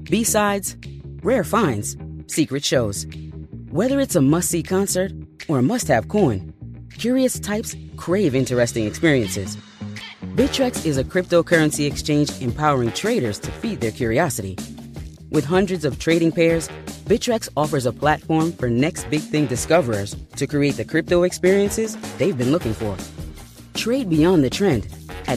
B-sides, rare finds, secret shows. Whether it's a must-see concert or a must-have coin, curious types crave interesting experiences. Bittrex is a cryptocurrency exchange empowering traders to feed their curiosity. With hundreds of trading pairs, Bittrex offers a platform for next big thing discoverers to create the crypto experiences they've been looking for. Trade beyond the trend at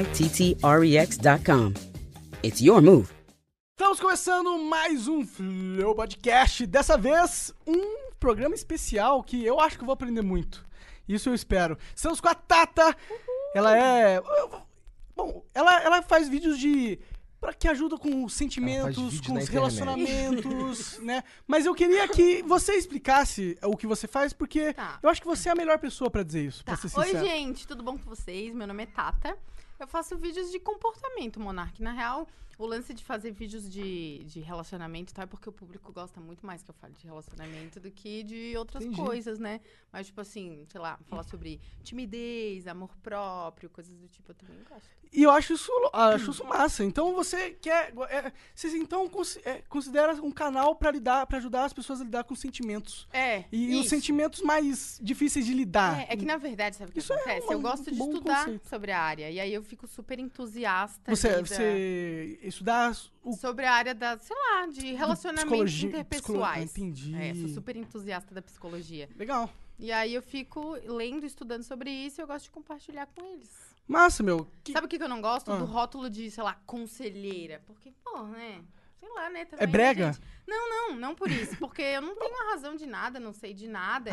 BITTREX.com. It's your move. Estamos começando mais um Flow Podcast. Dessa vez, um programa especial que eu acho que eu vou aprender muito. Isso eu espero. Estamos com a Tata. Ela é... Bom, ela faz vídeos que ajudam com os sentimentos, com os relacionamentos, né? Mas eu queria que você explicasse o que você faz, porque eu acho que você é a melhor pessoa pra dizer isso, pra ser sincero. Oi, gente, tudo bom com vocês? Meu nome é Tata. Eu faço vídeos de comportamento, Monark. Na real, o lance de fazer vídeos de relacionamento e tal é porque o público gosta muito mais que eu fale de relacionamento do que de outras coisas, né? Mas, tipo assim, sei lá, falar sobre timidez, amor próprio, coisas do tipo, eu também gosto. E eu acho isso massa. Então você quer... Você então considera um canal pra ajudar as pessoas a lidar com sentimentos. E os sentimentos mais difíceis de lidar. É que na verdade, sabe o que Isso acontece? Eu gosto de estudar sobre a área. E aí eu fico super entusiasta. Você estudar... Sobre a área da, sei lá, de relacionamentos interpessoais. Entendi. Sou super entusiasta da psicologia. Legal. E aí eu fico lendo, estudando sobre isso e eu gosto de compartilhar com eles. Massa, meu. Sabe o que eu não gosto? Do rótulo de, sei lá, conselheira. Porque, pô, né? Sei lá, né? Também, é brega? Gente... Não por isso. Porque eu não tenho a razão de nada, não sei de nada.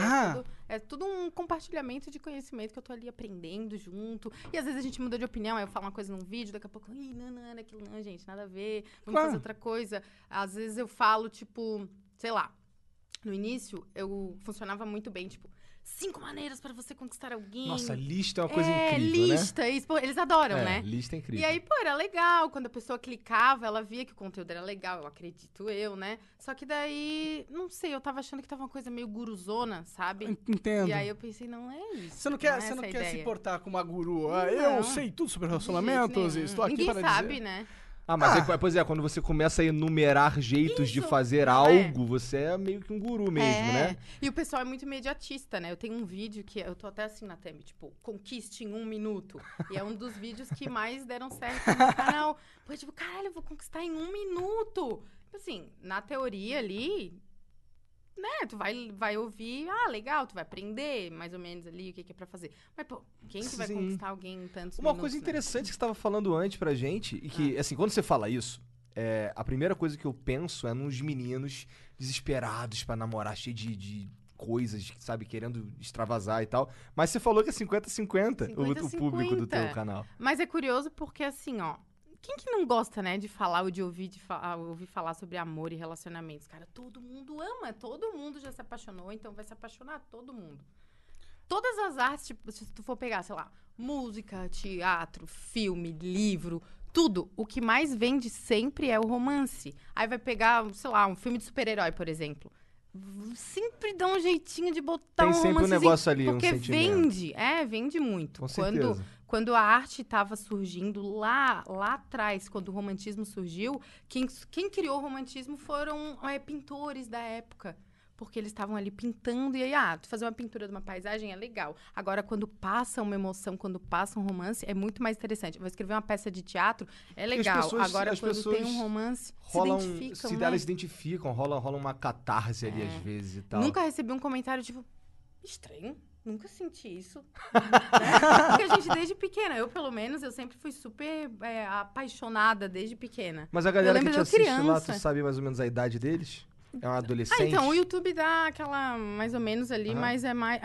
É tudo um compartilhamento de conhecimento que eu tô ali aprendendo junto. E às vezes a gente muda de opinião, aí eu falo uma coisa num vídeo, daqui a pouco, não, aquilo não, gente, nada a ver. Vamos fazer outra coisa. Às vezes eu falo, tipo, sei lá. No início, eu funcionava muito bem, tipo, 5 maneiras pra você conquistar alguém. Nossa, lista é uma coisa incrível, lista, né? Isso, pô, eles adoram, né? Lista é incrível. E aí, pô, era legal. Quando a pessoa clicava, ela via que o conteúdo era legal, eu acredito né? Só que daí, não sei, eu tava achando que tava uma coisa meio guruzona, sabe? Entendo. E aí eu pensei, não é isso. Você não quer se portar como uma guru. Eu sei tudo sobre relacionamentos e estou aqui para dizer. Ninguém sabe, né? Pois é, quando você começa a enumerar jeitos de fazer algo, você é meio que um guru mesmo, né? E o pessoal é muito imediatista, né? Eu tenho um vídeo que eu tô até assim na thumb, tipo, conquiste em 1 minuto. E é um dos vídeos que mais deram certo no meu canal. Foi tipo, caralho, eu vou conquistar em 1 minuto. Tipo assim, na teoria ali... né, tu vai ouvir, legal, tu vai aprender mais ou menos ali o que é pra fazer. Mas, pô, quem que vai conquistar alguém em tantos Uma minutos, coisa interessante né? que você tava falando antes pra gente, e que, assim, quando você fala isso, a primeira coisa que eu penso é nos meninos desesperados pra namorar, cheio de coisas, sabe, querendo extravasar e tal. Mas você falou que é 50-50 o público do teu canal. Mas é curioso porque, assim, ó, quem que não gosta, né, de falar ou de ouvir falar sobre amor e relacionamentos? Cara, todo mundo ama, todo mundo já se apaixonou, então vai se apaixonar todo mundo. Todas as artes, tipo, se tu for pegar, sei lá, música, teatro, filme, livro, tudo, o que mais vende sempre é o romance. Aí vai pegar, sei lá, um filme de super-herói, por exemplo. Sempre dá um jeitinho de botar um romancezinho. Tem sempre um negócio ali, porque um sentimento. vende muito. Com certeza. Quando a arte estava surgindo lá atrás, quando o romantismo surgiu, quem criou o romantismo foram pintores da época. Porque eles estavam ali pintando e aí, tu fazer uma pintura de uma paisagem é legal. Agora, quando passa uma emoção, quando passa um romance, é muito mais interessante. Vou escrever uma peça de teatro, é legal. Agora, quando tem um romance, elas se identificam, rola uma catarse ali às vezes e tal. Nunca recebi um comentário tipo, estranho. Nunca senti isso. Porque a gente, desde pequena, eu pelo menos, eu sempre fui super apaixonada desde pequena. Mas a galera que te assiste lá, tu sabe mais ou menos a idade deles? É um adolescente? Então, o YouTube dá aquela, mais ou menos ali, mas é mais...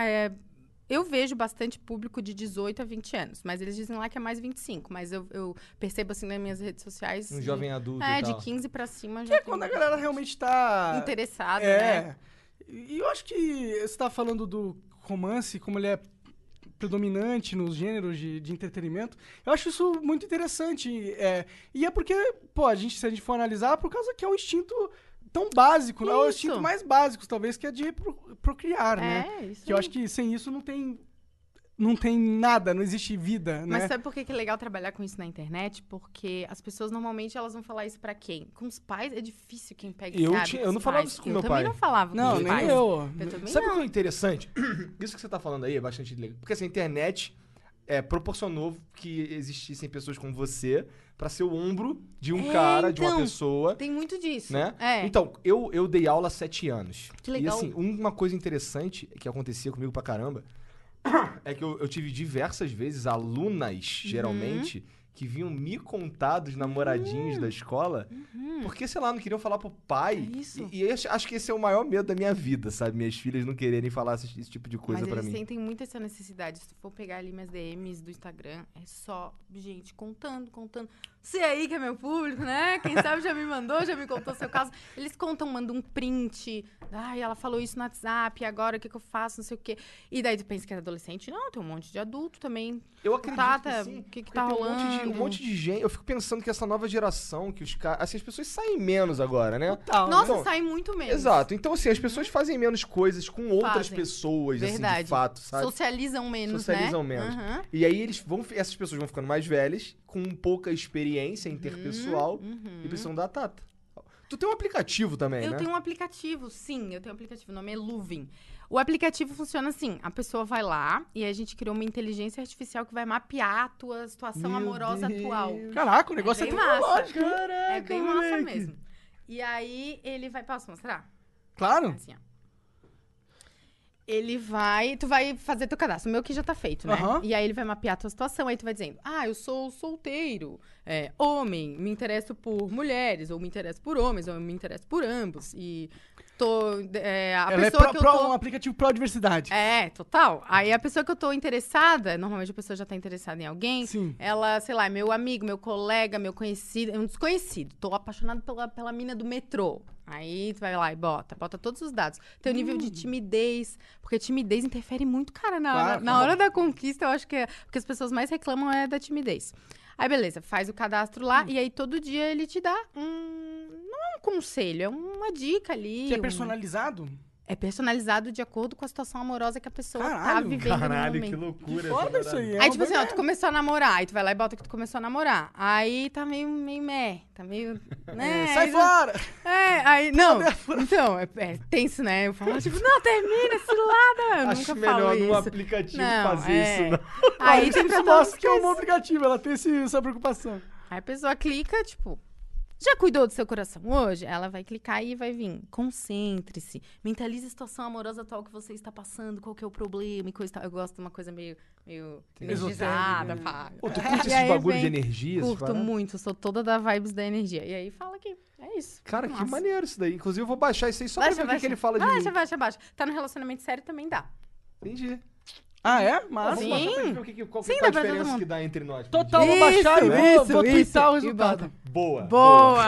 eu vejo bastante público de 18 a 20 anos, mas eles dizem lá que é mais 25. Mas eu percebo, assim, nas minhas redes sociais... Um jovem adulto e tal. De 15 pra cima. Que é quando a galera realmente tá... interessada, né? E eu acho que você tá falando do romance, como ele é predominante nos gêneros de entretenimento, eu acho isso muito interessante. E é porque, pô, se a gente for analisar, por causa que é um instinto tão básico, né? É o instinto mais básico, talvez, que é de procriar, né? Isso. Que eu acho que sem isso não tem não tem nada, não existe vida, né? Mas sabe por que é legal trabalhar com isso na internet? Porque as pessoas normalmente elas vão falar isso pra quem? Com os pais é difícil quem pega e sabe. Eu não falava isso com meu pai. Eu também não falava com Não, meus nem pais. eu. Eu também Sabe o não. que é interessante? Isso que você tá falando aí é bastante legal. Porque assim, a internet proporcionou que existissem pessoas como você pra ser o ombro de um cara, de uma então, pessoa. Tem muito disso. Né? É. Então, eu dei aula há 7 anos. Que legal. E assim, uma coisa interessante que acontecia comigo pra caramba é que eu tive diversas vezes alunas, geralmente, que vinham me contar dos namoradinhos da escola, porque, sei lá, não queriam falar pro pai. É isso. E acho que esse é o maior medo da minha vida, sabe? Minhas filhas não quererem falar esse tipo de coisa Mas pra eles mim. sentem muito essa necessidade. Se tu for pegar ali minhas DMs do Instagram, é só gente contando. Você aí que é meu público, né? Quem sabe já me mandou, já me contou seu caso. Eles contam, mandam um print. Ai, ela falou isso no WhatsApp, agora o que eu faço, não sei o quê. E daí tu pensa que é adolescente? Não, tem um monte de adulto também. Eu acredito Tata, que sim. o que porque tá tem rolando? um monte de gente. Eu fico pensando que essa nova geração, que os caras. Assim, as pessoas saem menos agora, né? Total, Nossa, Então, sai muito menos. Exato. Então, assim, as pessoas fazem menos coisas com outras Fazem. pessoas, assim, Verdade. de fato, sabe? Socializam menos, Socializam né? menos. Aham. E aí essas pessoas vão ficando mais velhas, com pouca experiência interpessoal e precisam da Tata. Tu tem um aplicativo também, Eu né? tenho um aplicativo, sim, eu tenho um aplicativo, o nome é Luvin. O aplicativo funciona assim, a pessoa vai lá e a gente criou uma inteligência artificial que vai mapear a tua situação Meu amorosa Deus. atual. Caraca, o negócio é bem massa. tecnológico. É bem massa moleque. mesmo. E aí ele vai, posso mostrar? Claro. Assim, ó. Tu vai fazer teu cadastro, o meu que já tá feito, né? Aham. E aí ele vai mapear a tua situação, aí tu vai dizendo, eu sou solteiro, homem, me interesso por mulheres, ou me interesso por homens, ou me interesso por ambos, e a Ela é pessoa que eu tô... um aplicativo pró-diversidade. É, total. Aí a pessoa que eu tô interessada, normalmente a pessoa já tá interessada em alguém, Sim. ela, sei lá, é meu amigo, meu colega, meu conhecido, é um desconhecido. Tô apaixonado pela mina do metrô. Aí tu vai lá e bota todos os dados. Teu nível de timidez, porque timidez interfere muito, cara, na hora da conquista, eu acho que o que as pessoas mais reclamam é da timidez. Aí, beleza, faz o cadastro lá e aí todo dia ele te dá não é um conselho, é uma dica ali. Que é personalizado? É personalizado de acordo com a situação amorosa que a pessoa tá Caralho, vivendo Caralho, no que momento. loucura Que essa foda parada. isso aí. Aí, tipo assim, ó, tu começou a namorar, aí tu vai lá e bota que tu começou a namorar. Aí tá meio tá meio, né? Sai Aí fora! aí, não, então, é tenso, né? Eu falo, tipo, não, termina, se lada. Eu Acho nunca melhor falo num isso. aplicativo Não, fazer isso, não. Aí Isso tem pra mostra todos que é um bom os- aplicativo, ela tem essa preocupação. Aí a pessoa clica, tipo, já cuidou do seu coração hoje? Ela vai clicar e vai vir. Concentre-se. Mentalize a situação amorosa atual que você está passando, qual que é o problema e coisa e tal. Eu gosto de uma coisa meio energizada, pá. Pô, tu curte E esses aí bagulho de vem- energia? essas Curto paradas? muito, sou toda da vibes da energia. E aí fala que é isso. Cara, que Massa. maneiro isso daí. Inclusive, eu vou baixar isso aí só Baixa, pra ver o que ele fala de Baixa. Tá no relacionamento sério também dá. Entendi. Ah, é? Massa. Sim. Vamos baixar pra gente ver qual Sim, a dá pra todo diferença mundo. que dá entre nós. Total, vou baixar e Isso, vou isso, twittar o e resultado. Boa. Boa!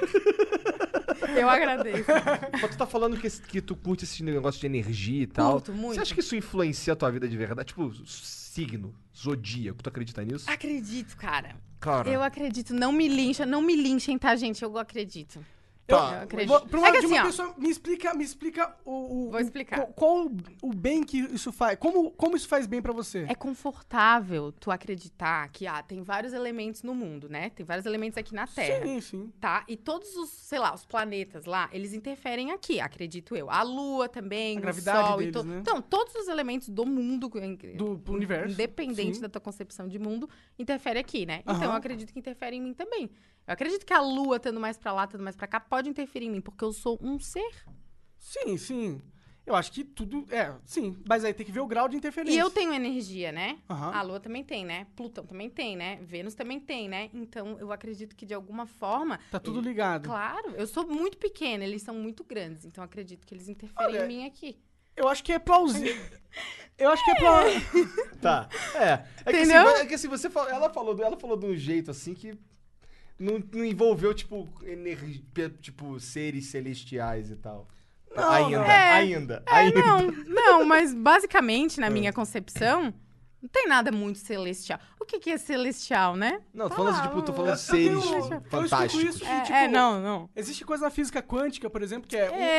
Eu agradeço. Mas tu tá falando que tu curte esse negócio de energia e tal. Curto muito. Você acha que isso influencia a tua vida de verdade? Tipo, signo, zodíaco, tu acredita nisso? Acredito, cara. Cara. Eu acredito. Não me linchem, tá, gente? Eu acredito. Tá. Eu acredito. Pra uma, É que de uma assim, ó, pessoa, me explica Vou explicar. Qual o bem que isso faz. Como isso faz bem pra você? é confortável tu acreditar que, tem vários elementos no mundo, né? Tem vários elementos aqui na Terra. Sim, sim. Tá? E todos os, sei lá, os planetas lá, eles interferem aqui, acredito eu. A Lua também, A o gravidade Sol deles, e né? Então, todos os elementos do mundo, Do universo. independente Sim. da tua concepção de mundo, interfere aqui, né? Aham. Então, eu acredito que interfere em mim também. Eu acredito que a Lua, estando mais pra lá, estando mais pra cá, pode interferir em mim, porque eu sou um ser. Sim, sim. Eu acho que tudo. Sim. Mas aí tem que ver o grau de interferência. E eu tenho energia, né? Aham. A Lua também tem, né? Plutão também tem, né? Vênus também tem, né? Então, eu acredito que de alguma forma. Tá tudo ligado. Claro, eu sou muito pequena, eles são muito grandes, então eu acredito que eles interferem Olha, em mim aqui. Eu acho que é plausível. Eu acho que é plausível. Tá. É que Entendeu? assim, você falou, ela falou de um jeito assim que não envolveu, tipo, tipo, seres celestiais e tal. Não, ainda, não. ainda. Não, mas basicamente, na minha concepção, não tem nada muito celestial. O que é celestial, né? Não, tô falando, tipo, tô falando eu seres tenho- eu explico fantásticos. isso que, tipo, não. existe coisa na física quântica, por exemplo, que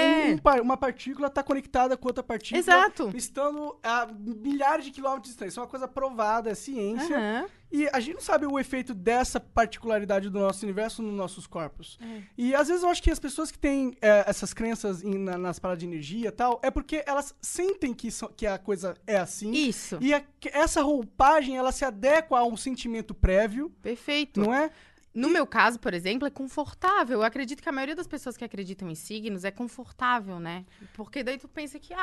uma partícula tá conectada com outra partícula. Exato. Estando a milhares de quilômetros de distância. Isso é uma coisa provada, é ciência. Aham. E a gente não sabe o efeito dessa particularidade do nosso universo nos nossos corpos. E às vezes eu acho que as pessoas que têm essas crenças nas paradas de energia e tal, é porque elas sentem que a coisa é assim. Isso. E essa roupagem, ela se adequa a um sentimento prévio, Perfeito. não é? No meu caso, por exemplo, é confortável. Eu acredito que a maioria das pessoas que acreditam em signos é confortável, né? Porque daí tu pensa que,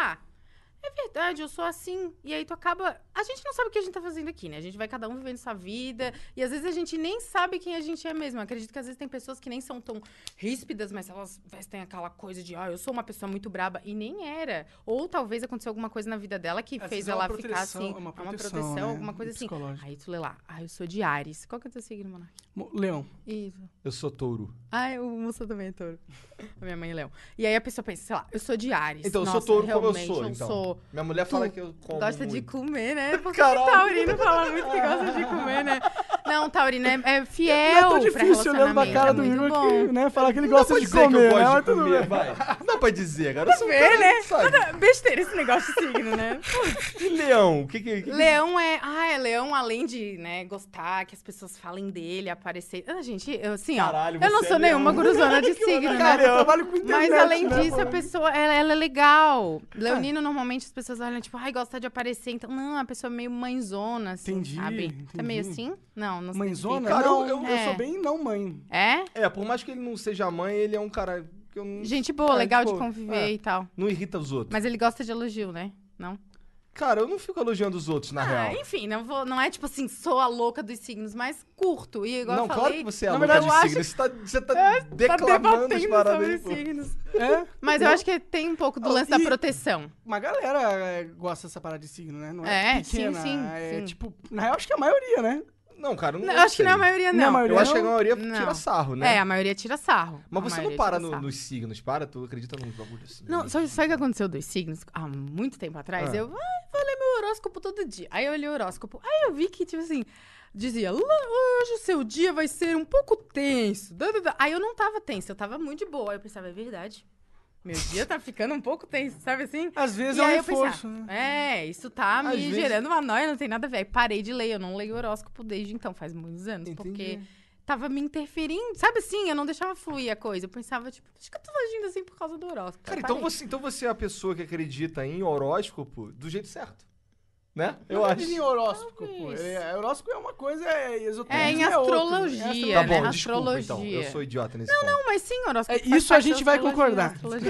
é verdade, eu sou assim. E aí tu acaba... A gente não sabe o que a gente tá fazendo aqui, né? A gente vai cada um vivendo sua vida. E às vezes a gente nem sabe quem a gente é mesmo. Eu acredito que às vezes tem pessoas que nem são tão ríspidas, mas elas vestem aquela coisa de, eu sou uma pessoa muito braba. E nem era. Ou talvez aconteceu alguma coisa na vida dela que Às fez vezes é ela uma ficar proteção, assim. é uma Uma proteção, proteção, né? alguma coisa assim. Psicológica. Aí tu lê lá. Eu sou de Áries. Qual que é o teu signo, Monark? Leão. Isso. Eu sou touro. O moço também é touro. A minha mãe é leão. E aí a pessoa pensa, sei lá, eu sou de Áries. Então, eu Nossa, sou touro como eu realmente, sou, eu então. sou. Minha mulher fala que eu como Gosta de muito. comer, né? Porque Caralho. taurino fala muito que gosta de comer, né? Não, taurino é fiel Não é tão pra difícil olhando pra relacionamento, cara é do muito Igor bom. que, né, falar que ele Não gosta pode de dizer que comer, eu gosto né? de Mas tudo comer, bem. vai. Não dá pra dizer, cara. Eu sou um Vê, cara, né? sabe? Besteira esse negócio de signo, né? E leão? O que Leão leão, além de, né, gostar que as pessoas falem dele, aparecer. Gente, assim, Caralho, eu não você sou é nenhuma leão. guruzona de signo, Cara, né? eu trabalho com internet, Mas além né, disso, a mano? pessoa, ela é legal. Leonino, normalmente, as pessoas olham, tipo, gosta de aparecer. Então, não, a pessoa é meio mãezona, assim, Entendi, sabe? Tá meio entendi. assim? Não se Mãezona? identifica. Cara, Não, eu- eu sou bem não mãe. É? É, por mais que ele não seja mãe, ele é um cara que eu não... Gente boa, legal tipo, de conviver e tal. Não irrita os outros. Mas ele gosta de elogio, né? Não? Cara, eu não fico elogiando os outros, na real. Enfim, não é tipo assim, sou a louca dos signos, mas curto. E igual Não, eu falei... claro que você é a na louca verdade, de eu signo. Você tá tá declamando as debatendo paradas sobre aí, pô. signos. É? Mas eu acho que tem um pouco do lance da E- proteção. Uma galera gosta dessa parada de signo, né? Não É, é pequena. sim, É sim. tipo, na real, acho que a maioria, né? Não, cara, Eu acho que não é a maioria, Não é a não. maioria. Eu acho que a Não? maioria Não. tira sarro, né? A maioria tira sarro. Mas A você não maioria para tira sarro. nos signos, tu acredita num bagulho assim. Não, sabe o que aconteceu dos signos? Há muito tempo atrás, eu vou ler meu horóscopo todo dia. Aí eu olhei o horóscopo, aí eu vi que, tipo assim, dizia, hoje o seu dia vai ser um pouco tenso. Aí eu não tava tenso, eu tava muito de boa. Aí eu pensava, é verdade. Meu dia tá ficando um pouco tenso, sabe assim? Às vezes E é um aí eu reforço, pensava, né? isso tá Às me vezes- gerando uma noia, não tem nada a ver. Aí parei de ler, eu não leio horóscopo desde então, faz muitos anos. Entendi. Porque tava me interferindo, sabe assim? Eu não deixava fluir a coisa. Eu pensava, tipo, acho que eu tô agindo assim por causa do horóscopo. Cara, Aí então parei. você é a pessoa que acredita em horóscopo do jeito certo. Né? Eu Não acho. acredito em horóscopo, pô. Talvez. Horóscopo é uma coisa, esotérica. É, em astrologia, Tá né? bom, desculpa então. Astrologia. Eu sou idiota nesse ponto. Não, mas sim, horóscopo. É, faz isso a parte da gente vai astrologia, concordar. astrologia,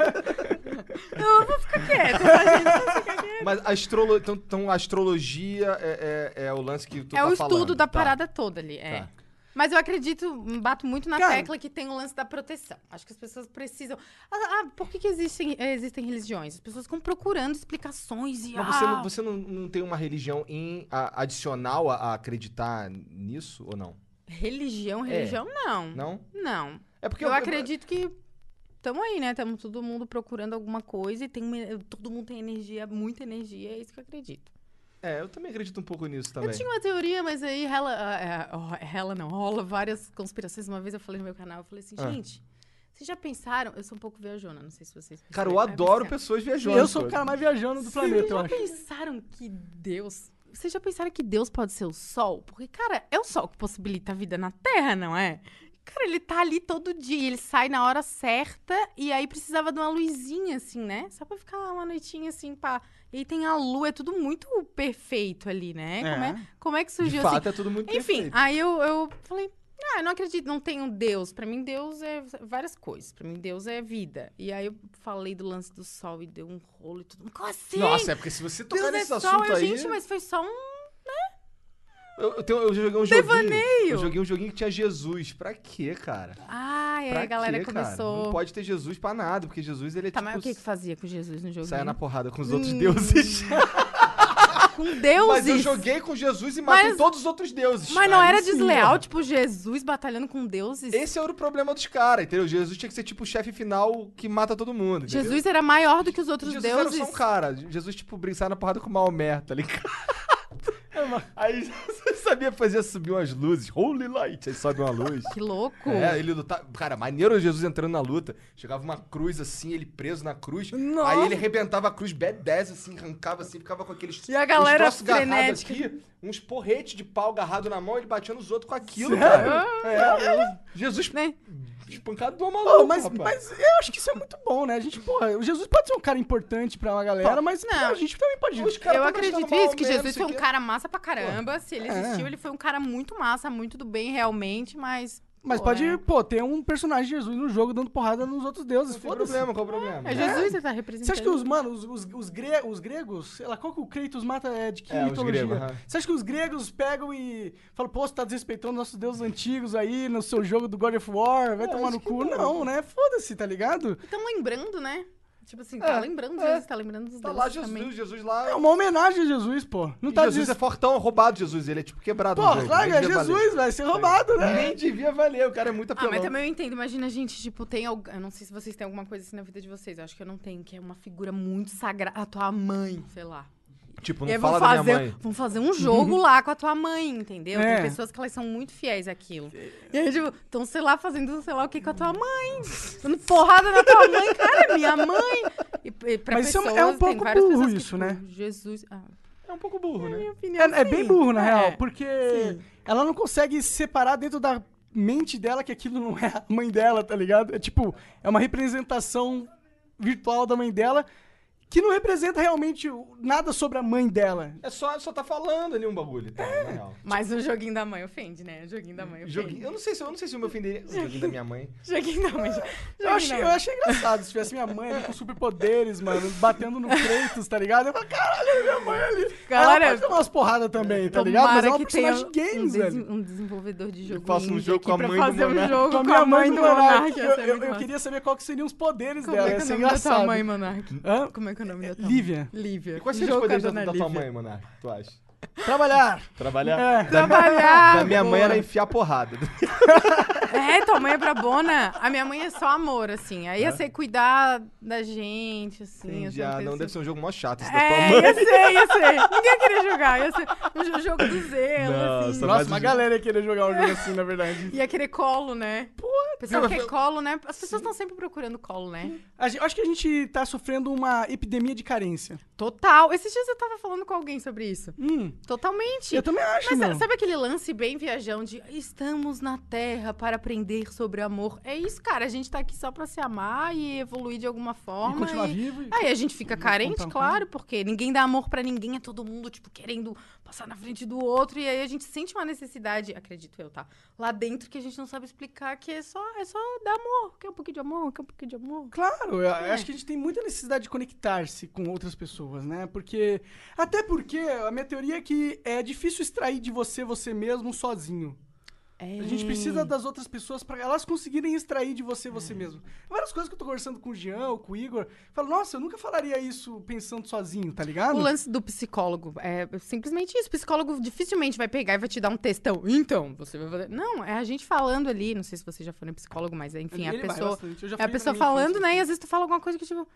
né? Eu vou ficar quieta, tá, gente? Vou ficar quieta. Mas então a astrologia é o lance que tu É tá o falando. estudo da Tá. parada toda ali, Tá. Mas eu acredito, bato muito na Cara, tecla que tem o lance da proteção. Acho que as pessoas precisam... por que existem religiões? As pessoas ficam procurando explicações e... Mas você não tem uma religião adicional a acreditar nisso ou não? Religião, não. Não? Não. É porque Eu acredito que estamos aí, né? Estamos todo mundo procurando alguma coisa e todo mundo tem energia, muita energia, é isso que eu acredito. Eu também acredito um pouco nisso também. Eu tinha uma teoria, mas aí rola várias conspirações. Uma vez eu falei no meu canal, eu falei assim, gente, vocês já pensaram... Eu sou um pouco viajona, não sei se vocês... Cara, eu perceberam, adoro mas, pessoas E viajantes. eu sou o cara mais viajando do planeta, eu Vocês acho. já pensaram que Deus... Vocês já pensaram que Deus pode ser o Sol? Porque, cara, é o Sol que possibilita a vida na Terra, não é? Cara, ele tá ali todo dia, ele sai na hora certa e aí precisava de uma luzinha, assim, né? Só pra ficar uma noitinha, assim, pá. E aí tem a lua, é tudo muito perfeito ali, né? Como é que De surgiu fato, assim? é tudo muito Enfim, perfeito. aí eu falei, eu não acredito, não tem um Deus. Pra mim, Deus é várias coisas. Pra mim, Deus é vida. E aí eu falei do lance do sol e deu um rolo e tudo. Como assim? Nossa, é porque se você tocar Deus é nesse sol, assunto aí... gente, mas foi só um... Eu joguei um Devaneio. joguinho. Eu joguei um joguinho que tinha Jesus. Pra quê, cara? Ai, Pra aí a galera quê, começou... Cara? Não pode ter Jesus pra nada, porque Jesus, ele é Tá, tipo... mas o que fazia com Jesus no jogo? Saia na porrada com os outros deuses. Com deuses? Mas eu joguei com Jesus e matei Mas- todos os outros deuses. Mas não Aí era sim, desleal, ó. tipo, Jesus batalhando com deuses? Esse era o problema dos caras, entendeu? Jesus tinha que ser tipo o chefe final que mata todo mundo, entendeu? Jesus era maior do que os outros Jesus deuses. era só um cara. Jesus, tipo, sai na porrada com o Maomé, tá ligado? Aí Jesus sabia fazer subir umas luzes. Holy light, aí sobe uma luz. Que louco. É, ele lutava. Cara, maneiro Jesus entrando na luta. Chegava uma cruz assim, ele preso na cruz. Nossa. Aí ele arrebentava a cruz bad-10, assim, arrancava assim, ficava com aqueles. E a galera uns troços agarrados frenética. aqui, uns porretes de pau agarrado na mão, ele batia nos outros com aquilo, Sério? cara. Jesus Né? espancado do Pô, maluco, mas eu acho que isso é muito bom, né? A gente, porra, o Jesus pode ser um cara importante pra uma galera, mas Não. pô, a gente também pode... Os caras Eu tão acredito gostando mal isso, que mesmo, Jesus sei foi um que- cara massa pra caramba. Se ele É. existiu, ele foi um cara muito massa, muito do bem realmente, mas... Mas pô, pode, é. pô, ter um personagem de Jesus no jogo dando porrada nos outros deuses, Não tem foda-se. problema, qual o problema? É Jesus que você tá representando. Você acha que os, mano, os gregos, sei lá, qual que o Kratos mata de que É, os mitologia? gregos, aham. Você acha que os gregos pegam e falam, pô, você tá desrespeitando nossos deuses antigos aí no seu jogo do God of War, vai tomar no acho que cu? não. Não, né? Foda-se, tá ligado? Estão lembrando, né? Tipo assim, tá lembrando de Jesus, tá lembrando dos Tá deuses lá também. Jesus lá. É uma homenagem a Jesus, pô. Não E tá Jesus é fortão, roubado Jesus. Ele é tipo quebrado no Pô, jogo. claro, Nem é devia valer. Jesus, vai ser roubado, né? Nem devia valer, o cara é muito Ah, apelão. mas também eu entendo. Imagina a gente, tipo, tem algo. Eu não sei se vocês têm alguma coisa assim na vida de vocês. Eu acho que eu não tenho, que é uma figura muito sagrada. A tua mãe, sei lá. Tipo, E não aí fala da minha mãe. vão fazer um jogo lá com a tua mãe, entendeu? É. Tem pessoas que elas são muito fiéis àquilo. E aí, tipo, estão, sei lá, fazendo sei lá o que com a tua mãe. Dando porrada na tua mãe, cara, é minha mãe. E pra Mas isso é um pessoas, pouco tem várias burro pessoas que, isso, tipo, né? Jesus. Ah, É um pouco burro, né? minha opinião, É bem sim. burro, na É. real, porque Sim. ela não consegue separar dentro da mente dela que aquilo não é a mãe dela, tá ligado? É tipo, é uma representação virtual da mãe dela que não representa realmente nada sobre a mãe dela. É só tá falando ali um bagulho, tá? Na real. Mas o joguinho da mãe ofende, né? O joguinho da mãe ofende. Joguinho, eu não sei se eu me ofenderia. O joguinho da minha mãe. Joguinho da mãe. Eu achei engraçado se tivesse minha mãe ali com superpoderes, mano, batendo no Kratos, tá ligado? Eu falo, caralho, é minha mãe ali. Galera, Ela pode tomar umas porradas também, tá ligado? Mas Tomara é uma que tenha personagem de games, velho. um desenvolvedor de jogo faça um indie jogo aqui com a pra mãe do fazer um Monark. jogo Com a minha mãe do Monark. Ia ser muito Eu massa. queria saber qual que seriam os poderes Como dela, é ia que é o ser nome da tua engraçado. mãe, Monark? Hã? Como é que é o nome da tua Lívia. mãe? Lívia. E quais seriam os Jogo com a poderes da dona tua Lívia. mãe, Monark, tu acha? Trabalhar. Trabalhar? É. Trabalhar! Da minha mãe boa. era enfiar porrada. É, tua mãe é brabona. A minha mãe é só amor, assim. Aí ia ser cuidar da gente, assim. Entendi. ia Ah, ser não, uma deve ser um jogo mó chato esse da É, tua mãe. ia ser. Ninguém ia querer jogar. Ia ser um jogo do zelo, Nossa, assim. mas Nossa, o uma jogo- galera ia querer jogar um jogo assim, na verdade. Ia querer colo, né? Pô, o pessoal mas quer eu- colo, né? As pessoas estão sempre procurando colo, né? Acho que a gente tá sofrendo uma epidemia de carência. Total. Esses dias eu tava falando com alguém sobre isso. Totalmente. Eu também acho, Mas meu. sabe aquele lance bem viajão de estamos na Terra para aprender sobre amor? É isso, cara. A gente tá aqui só pra se amar e evoluir de alguma forma. E continuar vivo. E... Aí a gente fica carente, comprar um claro, porque ninguém dá amor pra ninguém, é todo mundo, tipo, querendo passar na frente do outro. E aí a gente sente uma necessidade, acredito eu, tá? Lá dentro que a gente não sabe explicar, que é só dar amor. Quer um pouquinho de amor, quer um pouquinho de amor. Claro, eu acho que a gente tem muita necessidade de conectar-se com outras pessoas, né? Porque. Até porque a minha teoria é que é difícil extrair de você mesmo sozinho. A gente precisa das outras pessoas pra elas conseguirem extrair de você mesmo. Várias coisas que eu tô conversando com o Jean ou com o Igor, eu falo, nossa, eu nunca falaria isso pensando sozinho, tá ligado? O lance do psicólogo é simplesmente isso. O psicólogo dificilmente vai pegar e vai te dar um textão. Então, você vai fazer. Não, é a gente falando ali. Não sei se você já foi no psicólogo, mas enfim, Ele a vai pessoa. bastante, eu já É a fui pessoa na minha falando, infância. né? E às vezes tu fala alguma coisa que, tipo,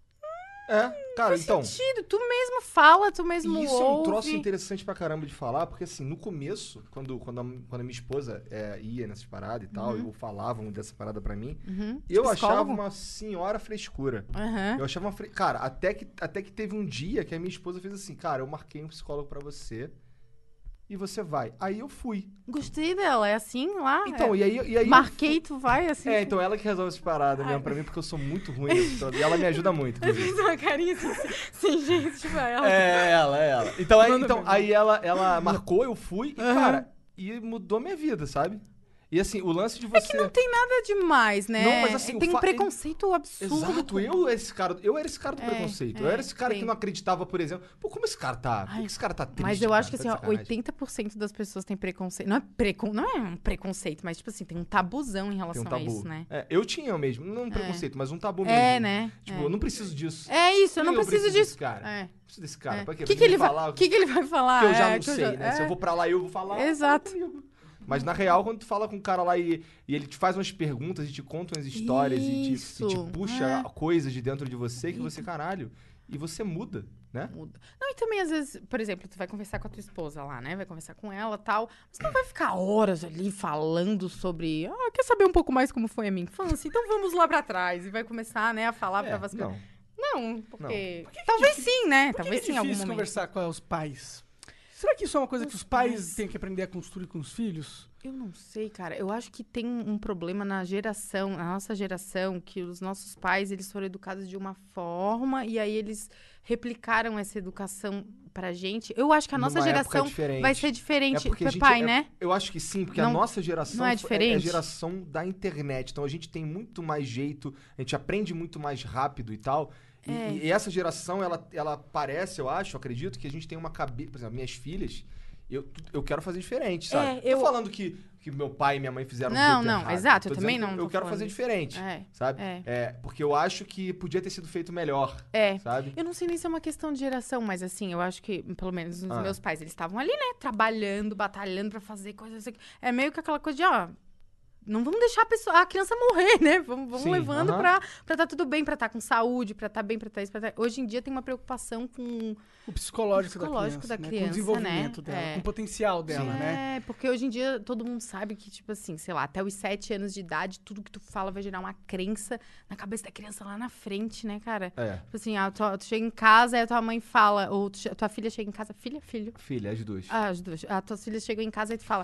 É, cara, faz então. sentido. Tu mesmo fala, tu mesmo E isso ouve. é um troço interessante pra caramba de falar, porque assim, no começo, quando a minha esposa ia nessas paradas e tal, eu falavam dessa parada pra mim, eu Psicólogo? achava uma senhora frescura. Aham. Eu achava Cara, até que teve um dia que a minha esposa fez assim, cara, eu marquei um psicólogo pra você e você vai. Aí eu fui. Gostei dela, é assim lá? Então, é. e aí Marquei, tu vai, assim. É, então ela que resolve essas paradas mesmo pra mim, porque eu sou muito ruim nessas paradas. E ela me ajuda muito, inclusive. Fez uma carinha assim, sem jeito, tipo, ela. É ela. Então, Manda pra mim. aí ela marcou, eu fui, e, cara, e mudou minha vida, sabe? E assim, o lance de você. É que não tem nada demais, né? Não, mas assim, tem o um preconceito absurdo. Exato, eu era esse cara do preconceito. Eu era esse cara sim. que não acreditava, por exemplo. Pô, como esse cara tá? Por que esse cara tá triste? Mas eu acho que cara? assim, Tá ó, de sacanagem. 80% das pessoas têm preconceito. Não é um preconceito, mas tipo assim, tem um tabuzão em Tem relação um a tabu. isso, né? É, eu tinha mesmo, não um preconceito, mas um tabu mesmo. É, né? Tipo, É. eu não preciso disso. É isso, eu não preciso desse disso. cara. É. Não preciso desse cara. É. Pra quê? O que, Pra ele vai, falar que ele vai falar? que eu já É, não que eu sei, já- né? é. Se eu vou pra lá, eu vou falar. Exato. fala comigo. Mas na real, quando tu fala com um cara lá e ele te faz umas perguntas e te conta umas histórias e te Isso, puxa é. coisas de dentro de você que você, caralho, e você muda. né? Muda. Não, e também, às vezes, por exemplo, tu vai conversar com a tua esposa lá, né? Vai conversar com ela e tal. Você não vai ficar horas ali falando sobre... quer saber um pouco mais como foi a minha infância? Então vamos lá pra trás. E vai começar, né, a falar pra você. Não, porque... Talvez sim, né? Talvez sim, em algum difícil momento. conversar com os pais? Será que isso é uma coisa que os pais têm que aprender a construir com os filhos? Eu não sei, cara. Eu acho que tem um problema na nossa geração, que os nossos pais, eles foram educados de uma forma e aí eles replicaram essa educação pra gente. Eu acho que a nossa geração vai ser diferente pro pai, né? Eu acho que sim, porque a nossa geração não é diferente. É a geração da internet. Então a gente tem muito mais jeito, a gente aprende muito mais rápido e tal. E essa geração, ela parece, eu acredito, que a gente tem uma cabeça... Por exemplo, minhas filhas, eu quero fazer diferente, sabe? Tô falando que meu pai e minha mãe fizeram do jeito errado. Exato, eu também não. Eu quero fazer diferente, sabe? Porque eu acho que podia ter sido feito melhor, sabe? Eu não sei nem se é uma questão de geração, mas assim, eu acho que, pelo menos os meus pais, eles estavam ali, né? Trabalhando, batalhando pra fazer coisas assim. É meio que aquela coisa de, não vamos deixar a criança morrer, né? Vamos levando pra tá tudo bem, pra tá com saúde, pra tá bem, pra tá isso, pra tá... Hoje em dia tem uma preocupação com... O psicológico da criança, né? Com o desenvolvimento dela, com o potencial dela, né? Porque hoje em dia todo mundo sabe que, tipo assim, sei lá, até os 7 anos de idade, tudo que tu fala vai gerar uma crença na cabeça da criança lá na frente, né, cara? Tipo assim, tu chega em casa e a tua mãe fala, ou tua filha chega em casa, filho? Filha, as duas. As duas. As tuas filhas chegam em casa e tu fala...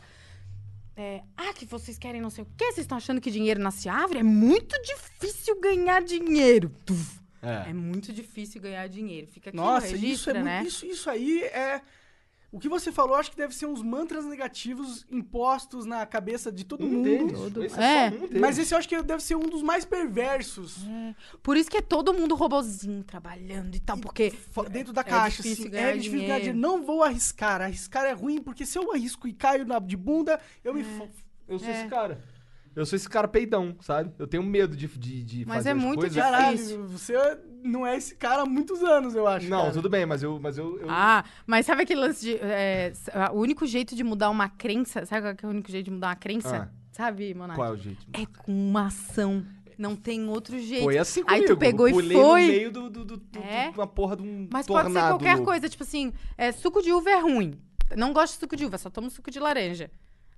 que vocês querem não sei o quê? Vocês estão achando que dinheiro nasce árvore? É muito difícil ganhar dinheiro. É muito difícil ganhar dinheiro. Fica aqui no registro, né? Isso aí é... O que você falou, acho que deve ser uns mantras negativos impostos na cabeça de todo mundo. Esse é só um deles. Mas esse eu acho que deve ser um dos mais perversos. Por isso que é todo mundo robozinho, trabalhando e tal, porque... Dentro da caixa, difícil assim. ganhar É difícil ganhar dinheiro. Não vou arriscar. Arriscar é ruim, porque se eu arrisco e caio de bunda, eu me... Eu sou esse cara. Eu sou esse cara peidão, sabe? Eu tenho medo de mas fazer é as muito coisas. Caralho, você não é esse cara há muitos anos, eu acho. Não, cara. tudo bem, mas eu... mas sabe aquele lance de... o único jeito de mudar uma crença... Sabe qual que é o único jeito de mudar uma crença? Sabe, Monark? Qual é o jeito? É com uma ação. Não tem outro jeito. Foi assim comigo. Aí tu pegou eu pulei e foi. no meio de uma porra de um Mas tornado. pode ser qualquer louco. coisa. Tipo assim, suco de uva é ruim. Não gosto de suco de uva, só tomo suco de laranja.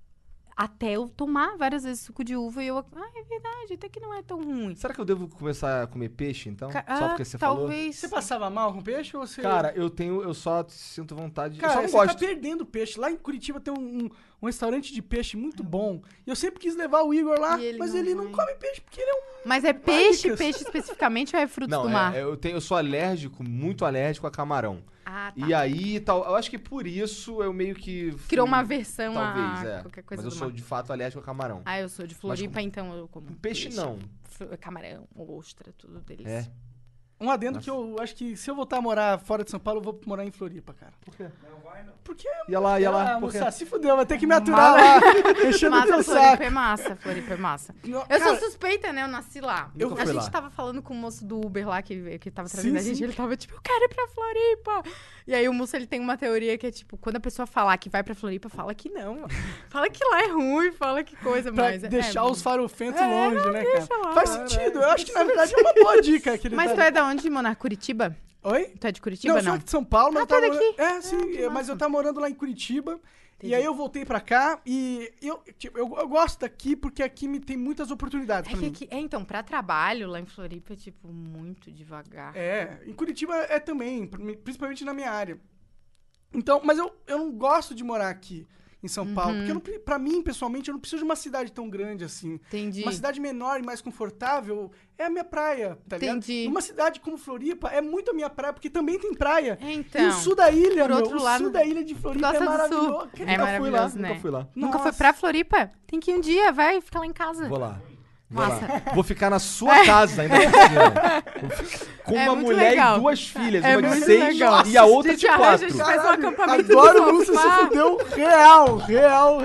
Até eu tomar várias vezes suco de uva e eu... é verdade, até que não é tão ruim. Será que eu devo começar a comer peixe, então? Só porque você falou? Talvez. Você passava mal com peixe ou você... Cara, eu só sinto vontade... Cara, eu só não você gosto. tá perdendo peixe. Lá em Curitiba tem um restaurante de peixe muito bom. E eu sempre quis levar o Igor lá, mas ele não come peixe porque ele é um... Mas é peixe especificamente ou é frutos do mar? Eu sou muito alérgico a camarão. Tá. E aí, eu acho que por isso eu meio que... Criou uma versão talvez, qualquer coisa mas eu do mar. sou de fato alérgico a camarão. Eu sou de Floripa, então eu como peixe não. Camarão, ostra, tudo deles. Um adendo que eu acho que se eu voltar a morar fora de São Paulo, eu vou morar em Floripa, cara. Por quê? Não vai, não. Porque... Ia lá. Moça, se fudeu, vai ter que me aturar lá. Enchendo o teu Floripa saco. é massa, Floripa é massa. Não, Eu cara, sou suspeita, né? Eu nasci lá. Nunca A fui gente lá. tava falando com o moço do Uber lá, que tava trazendo a gente. sim. Ele tava tipo, eu quero ir pra Floripa. E aí o moço, ele tem uma teoria que é tipo, quando a pessoa falar que vai pra Floripa, fala que não. Fala que lá é ruim, fala que coisa, pra mas... deixar os farofentos longe, né, deixa cara? lá. Faz sentido. Eu acho que, na verdade, é uma boa dica. Que ele Mas tá... tu é da onde, Monar? Curitiba? Oi? Tu é de Curitiba, Não, eu sou aqui de São Paulo, mas tu é tava daqui? sim, que mas eu tava morando lá em Curitiba. Entendi. E aí eu voltei pra cá e eu gosto daqui porque aqui tem muitas oportunidades pra mim. Então, pra trabalho, lá em Floripa é, tipo, muito devagar. Em Curitiba é também, principalmente na minha área. Então, mas eu não gosto de morar aqui em São Paulo, porque pra mim, pessoalmente, eu não preciso de uma cidade tão grande assim. Entendi. Uma cidade menor e mais confortável é a minha praia, tá ligado? Entendi. Uma cidade como Floripa é muito a minha praia, porque também tem praia. Então, E o sul da ilha, por outro lado, sul da ilha de Floripa gosta é do maravilhoso. sul. Cara, É nunca fui lá. maravilhoso, né? Nunca fui lá. Nunca foi Nossa. pra Floripa? Tem que ir um dia, vai ficar lá em casa. Vou lá. Massa. Vou ficar na sua casa ainda por cima. Com É uma muito mulher legal. e 2 filhas. É uma de muito 6 legal. e a outra Gente, de arranja, 4. a gente faz um acampamento Agora no o Lúcio se sofá. fudeu real.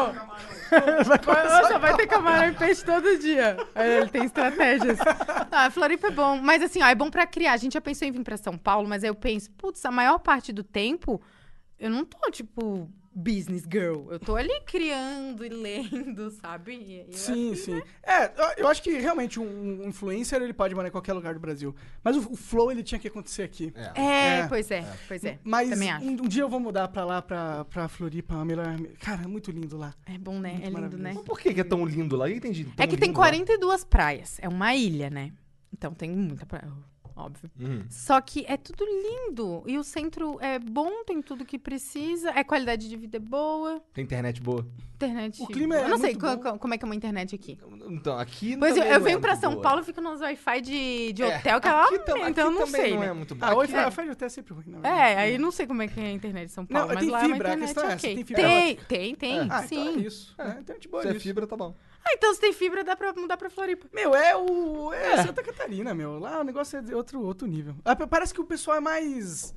Só vai ter camarão e peixe todo dia. Ele tem estratégias. Floripa é bom. Mas assim, é bom pra criar. A gente já pensou em vir pra São Paulo, mas aí eu penso, putz, a maior parte do tempo eu não tô, tipo, business girl. Eu tô ali criando e lendo, sabe? E eu Sim, acho que, sim. né? Eu acho que realmente um influencer ele pode morar em qualquer lugar do Brasil. Mas o flow ele tinha que acontecer aqui. Pois é. Mas Também acho. um dia eu vou mudar pra lá, pra Floripa. Cara, é muito lindo lá. É bom, né? Muito É lindo, né? maravilhoso. Mas por que é tão lindo lá? Eu entendi. É que tem 42 praias. É uma ilha, né? Então tem muita praia. Óbvio. Só que é tudo lindo. E o centro é bom, tem tudo que precisa. A qualidade de vida é boa. Tem internet boa. Internet. O clima é Eu não sei muito bom. como é que é uma internet aqui. Então, aqui Pois também eu não venho é pra muito São boa. Paulo, fico nos Wi-Fi de hotel, que é aqui então eu não também sei, não né? é muito bom. Ah, o Aqui- Wi-Fi de hotel é sempre ruim. Não, Aí não sei como é que é a internet de São Paulo, Não, mas tem lá é uma fibra, a internet questão é essa, ok. tem fibra. Tem, Ah, sim. então é isso. Internet boa Se é nisso. fibra, tá bom. Então se tem fibra, dá pra mudar pra Floripa. Meu, Santa Catarina, meu. Lá o negócio é de outro nível. Parece que o pessoal é mais...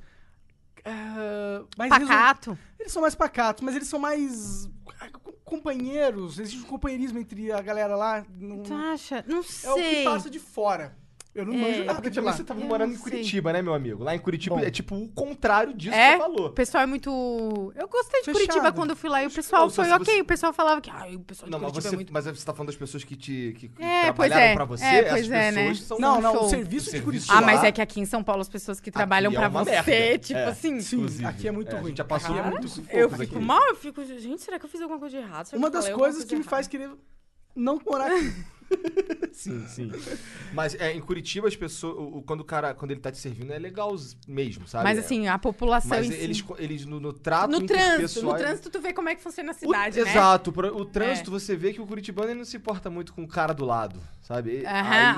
Pacato. Eles são mais pacatos, mas eles são mais companheiros. Existe um companheirismo entre a galera lá. Tu acha? Não É o que sei. passa de fora. Eu não manjo Ah, nada porque de também lá. você tava Eu morando não em sei. Curitiba, né, meu amigo? Lá em Curitiba Bom. é tipo o contrário disso que É? você O falou. pessoal é muito... Eu gostei de Fechado. Curitiba quando eu fui lá e o pessoal Não, se foi você- ok. O pessoal falava que o pessoal de Não, mas Curitiba é muito... mas você tá falando das pessoas que pois trabalharam é. pra você, É, pois essas é, né? pessoas são... Não, show. o serviço de Serviço Curitiba. Ah, mas lá- é que aqui em São Paulo as pessoas que trabalham Aqui é pra uma você, merda. tipo É. assim... Sim, Inclusive. aqui é muito A ruim. gente já passou Aqui é por muito muitos ruim. Eu poucos fico aqui. mal, eu fico... Gente, será que eu fiz alguma coisa de errado? Será Uma que eu das falei alguma coisas coisa que me errada? faz querer não morar aqui. Sim. Mas em Curitiba, as pessoas... Quando ele tá te servindo, é legal mesmo, sabe? Mas assim, a população Mas em si... eles no trato No interpessoal... trânsito tu vê como é que funciona a cidade, né? Exato. O trânsito, você vê que o curitibano ele não se importa muito com o cara do lado, sabe? Aham.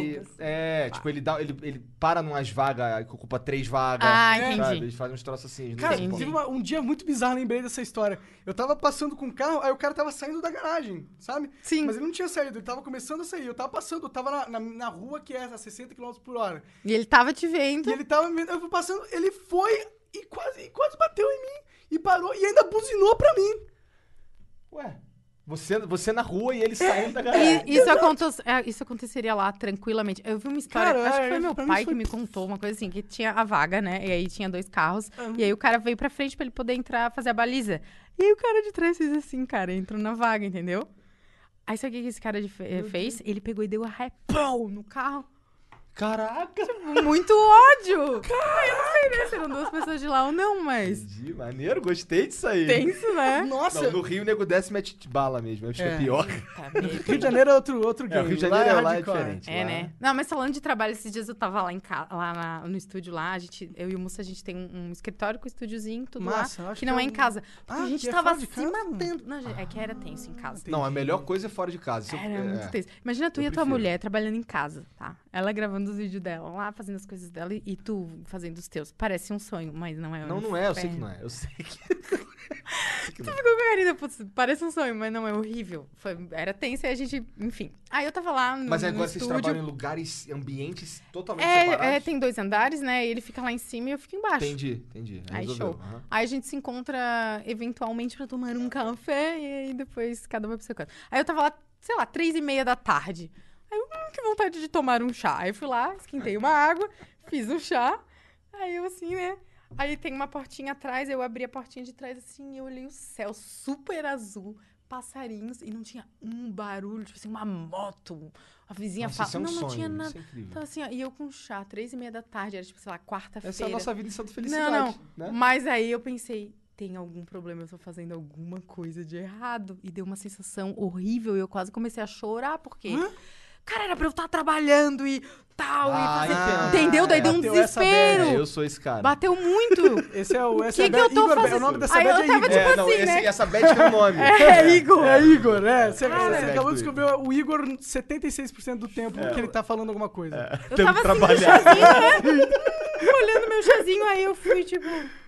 Tipo, ele para numas vagas que ocupa 3 vagas. Ah, sabe? entendi. Eles fazem uns troços assim. eles não Cara, se Entendi. importam. teve um dia muito bizarro, lembrei dessa história. Eu tava passando com o carro, aí o cara tava saindo da garagem, sabe? Sim. Mas ele não tinha saído, ele tava começando a sair. Eu tava passando, eu tava na rua que é a 60 km por hora. E ele tava te vendo. E ele tava me vendo, eu fui passando, ele foi e quase bateu em mim. E parou, e ainda buzinou pra mim. Ué, você na rua e ele saindo da garagem. E isso aconteceria lá tranquilamente. Eu vi uma história, Cara, acho que foi meu pra mim pai foi- que me contou uma coisa assim, que tinha a vaga, né? E aí tinha 2 carros. E aí o cara veio pra frente pra ele poder entrar, fazer a baliza. E aí o cara de trás fez assim, cara, entrou na vaga, entendeu? Aí sabe o que esse cara fez? Ele pegou e deu a ré, pão, no carro. Caraca! Muito ódio! Eu não sei, né, se eram 2 pessoas de lá ou não, mas... Entendi, maneiro, gostei disso aí. Tenso, né? Nossa, Não, no Rio o nego desce e mete bala mesmo, acho que é pior. Tá mesmo. Rio de Janeiro é outro game. O Rio de Janeiro lá é hardcore. diferente. É, lá- né? Não, mas falando de trabalho, esses dias eu tava lá no estúdio lá, eu e o Mussa, a gente tem um escritório com estúdiozinho, tudo Massa, eu lá, acho que que não é é em um- casa. Porque Ah, a gente que é tava fora de se casa? matando. Não, é que era tenso em casa. Não, a melhor coisa é fora de casa. Era muito tenso. Imagina tu Eu e a tua prefiro. mulher trabalhando em casa, tá? Ela gravando os vídeos dela lá, fazendo as coisas dela e tu fazendo os teus. Parece um sonho, mas não é. Não é, eu sei que não é. Eu sei que. Tu ficou com a carinha, putz, parece um sonho, mas não é horrível. Era tenso e a gente, enfim. Aí eu tava lá no Mas no agora vocês estúdio. trabalham em lugares, ambientes totalmente separados? Tem 2 andares, né? E ele fica lá em cima e eu fico embaixo. Entendi. Aí, Resolveu. show. Aham. Aí a gente se encontra eventualmente pra tomar um café e aí depois cada um vai pro seu canto. Aí eu tava lá, sei lá, 3:30 da tarde. Aí eu, que vontade de tomar um chá. Aí eu fui lá, esquentei uma água, fiz um chá. Aí eu assim, né? Aí tem uma portinha atrás, eu abri a portinha de trás assim e eu olhei o céu super azul, passarinhos e não tinha um barulho, tipo assim, uma moto. A vizinha Nossa, fala, isso é um não sonho, tinha nada. Isso é incrível. Então assim, ó, e eu com chá, 3:30 da tarde, era tipo, sei lá, quarta-feira. Essa é a nossa vida em Santa Felicidade. Não, Né? mas aí eu pensei, tem algum problema, eu tô fazendo alguma coisa de errado. E deu uma sensação horrível e eu quase comecei a chorar, porque... Cara, era pra eu estar trabalhando e tal, Ah, e fazer... entendo. Entendeu? Daí deu um Bateu essa desespero. Eu sou esse cara. Bateu muito. Esse é o Que eu tô Igor, fazendo? o nome dessa Aí bad eu é tava Igor. tipo assim, né? Essa bad tem um nome. É, Igor. É Igor, né? Você Cara, acabou é de descobrir o Igor 76% do tempo que ele tá falando alguma coisa. Eu Temos tava que assim, meu trabalhar. chazinho, né? Olhando meu chazinho, aí eu fui tipo...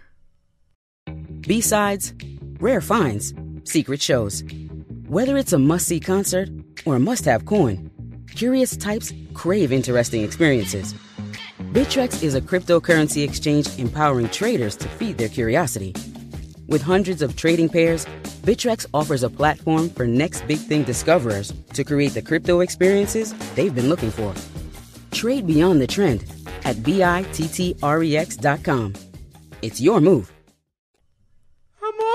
B-sides, rare finds, secret shows. Whether it's a must-see concert or a must-have coin, curious types crave interesting experiences. Bittrex is a cryptocurrency exchange empowering traders to feed their curiosity. With hundreds of trading pairs, Bittrex offers a platform for next big thing discoverers to create the crypto experiences they've been looking for. Trade beyond the trend at BITTREX.com. It's your move. Amor, vem cá.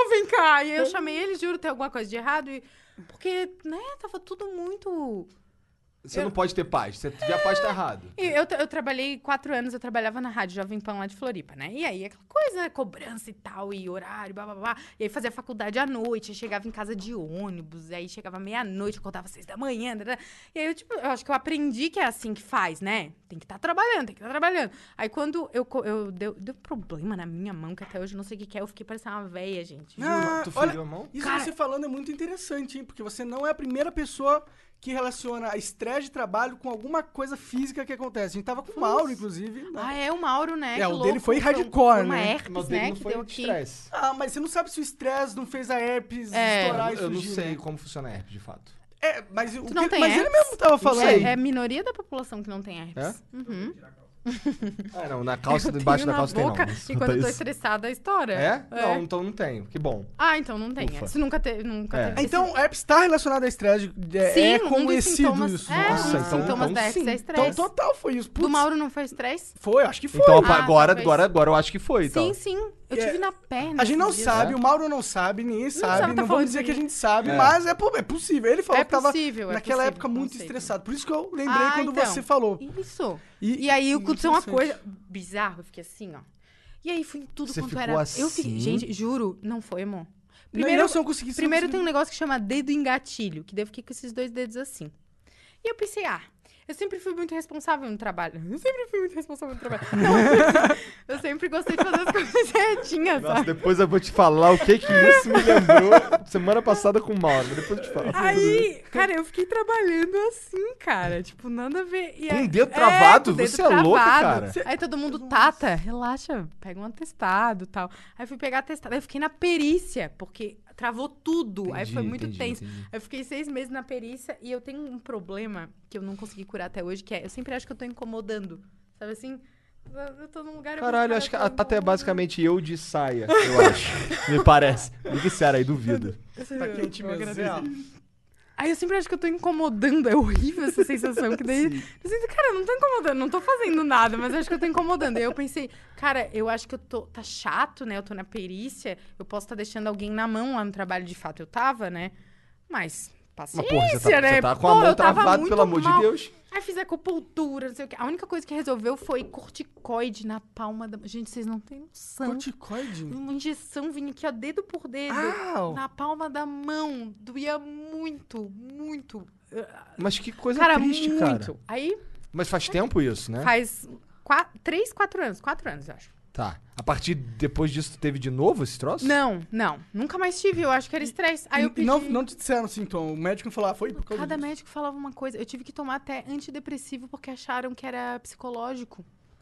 E aí eu chamei ele, juro, tem alguma coisa de errado. Porque, né, tava tudo muito... Você não pode ter paz. Se tiver paz, tá errado. E eu trabalhei 4 anos, eu trabalhava na Rádio Jovem Pan lá de Floripa, né? E aí, aquela coisa, né? Cobrança e tal, e horário, blá, blá, blá. E aí, fazia faculdade à noite, eu chegava em casa de ônibus, aí chegava meia-noite, acordava 6 da manhã, e aí, eu acho que eu aprendi que é assim que faz, né? Tem que estar trabalhando, Aí, quando deu problema na minha mão, que até hoje eu não sei o que é, eu fiquei parecendo uma véia, gente. Tu feriu a mão? Isso Cara, você falando é muito interessante, hein? Porque você não é a primeira pessoa que relaciona a estresse de trabalho com alguma coisa física que acontece. A gente tava com o Mauro, inclusive. Né? Ah, é o Mauro, né? É, que o dele foi louco, hardcore, uma né? herpes, Mas dele né? não Que foi deu aqui. estresse. Ah, mas você não sabe se o estresse não fez a herpes É. estourar e Eu não surgir, sei né? como funciona a herpes, de fato. É, mas, Tu não tem mas ele herpes? mesmo tava falando. sei. É a minoria da população que não tem herpes. É? Uhum. Ah, não, na calça, Eu debaixo tenho da calça na tem boca, não. e quando eu tô Isso. estressada, estoura. É? Não, então não tenho. Que bom. Ah, então não tem. Ufa. Você nunca teve. Então, o herpes tá relacionado a estresse. Sim, É um dos conhecido sintomas, isso. É, Nossa, um dos então- sintomas então da herpes sim. é Então, estresse. total foi isso. Do Putz, Mauro não foi estresse? foi, acho que foi. Então, Ah, agora eu acho que foi, então. Sim. Eu tive na perna. A gente não esses dias. sabe, o Mauro não sabe, ninguém sabe. sabe, tá Não falando vamos de dizer que a mim. gente sabe, É. mas é possível. Ele falou É que tava possível, naquela possível, época não muito sei. estressado. Por isso que eu lembrei quando então. você falou. Isso. E- E aí aconteceu uma interessante. coisa bizarra. Eu fiquei assim, ó. E aí foi em tudo Você quanto ficou era. Eu assim? fiquei, gente, juro, não foi, amor. Primeiro, eu não consegui Primeiro tem um negócio que chama dedo engatilho, que daí eu fiquei com esses 2 dedos assim. E eu pensei, eu sempre fui muito responsável no trabalho. Não, eu sempre gostei de fazer as coisas certinhas, Nossa, sabe? depois eu vou te falar o que isso me lembrou semana passada com o Mauro. Mas depois eu te falo. Aí, cara, eu fiquei trabalhando assim, cara. Tipo, nada a ver. E Com aí- o dedo travado? com o dedo Você é louca, cara. Aí todo mundo, Tata, relaxa, pega um atestado e tal. Aí fui pegar atestado. Aí eu fiquei na perícia, porque travou tudo. Aí foi muito tenso. Entendi. Aí eu fiquei 6 meses na perícia e eu tenho um problema que eu não consegui curar até hoje, que é, eu sempre acho que eu tô incomodando. Sabe assim? Eu tô num lugar... Caralho, eu acho que tô a Tata é incomodando. basicamente eu de saia, eu acho. Me parece. Liga esse ar aí, duvida. Tá quente Eu mesmo. agradeço. Zé, ó. Aí eu sempre acho que eu tô incomodando. É horrível essa sensação. Que daí eu sinto, cara, eu não tô incomodando, não tô fazendo nada, mas eu acho que eu tô incomodando. Aí eu pensei, cara, eu acho que eu tô. Tá chato, né? Eu tô na perícia, eu posso estar deixando alguém na mão lá no trabalho, de fato eu tava, né? Mas. Paciência, Mas, porra, né? você tá com a Pô, mão eu tava travada, muito pelo amor de mal. Deus. Aí fiz acupuntura, não sei o quê. A única coisa que resolveu foi corticoide na palma da. Gente, vocês não têm noção. Corticoide? Uma injeção vinha aqui, ó, dedo por dedo. Au. Na palma da mão. Doía muito, muito. Mas que coisa Cara, triste, muito. cara. Aí Mas faz tempo isso, né? faz 3, 4 anos. 4 anos, eu acho. Tá. A partir depois disso, teve de novo esse troço? Não. Nunca mais tive. Eu acho que era estresse. Aí eu E pedi... não te disseram sintoma. O médico não falou, foi por causa Cada disso. médico falava uma coisa. Eu tive que tomar até antidepressivo porque acharam que era psicológico.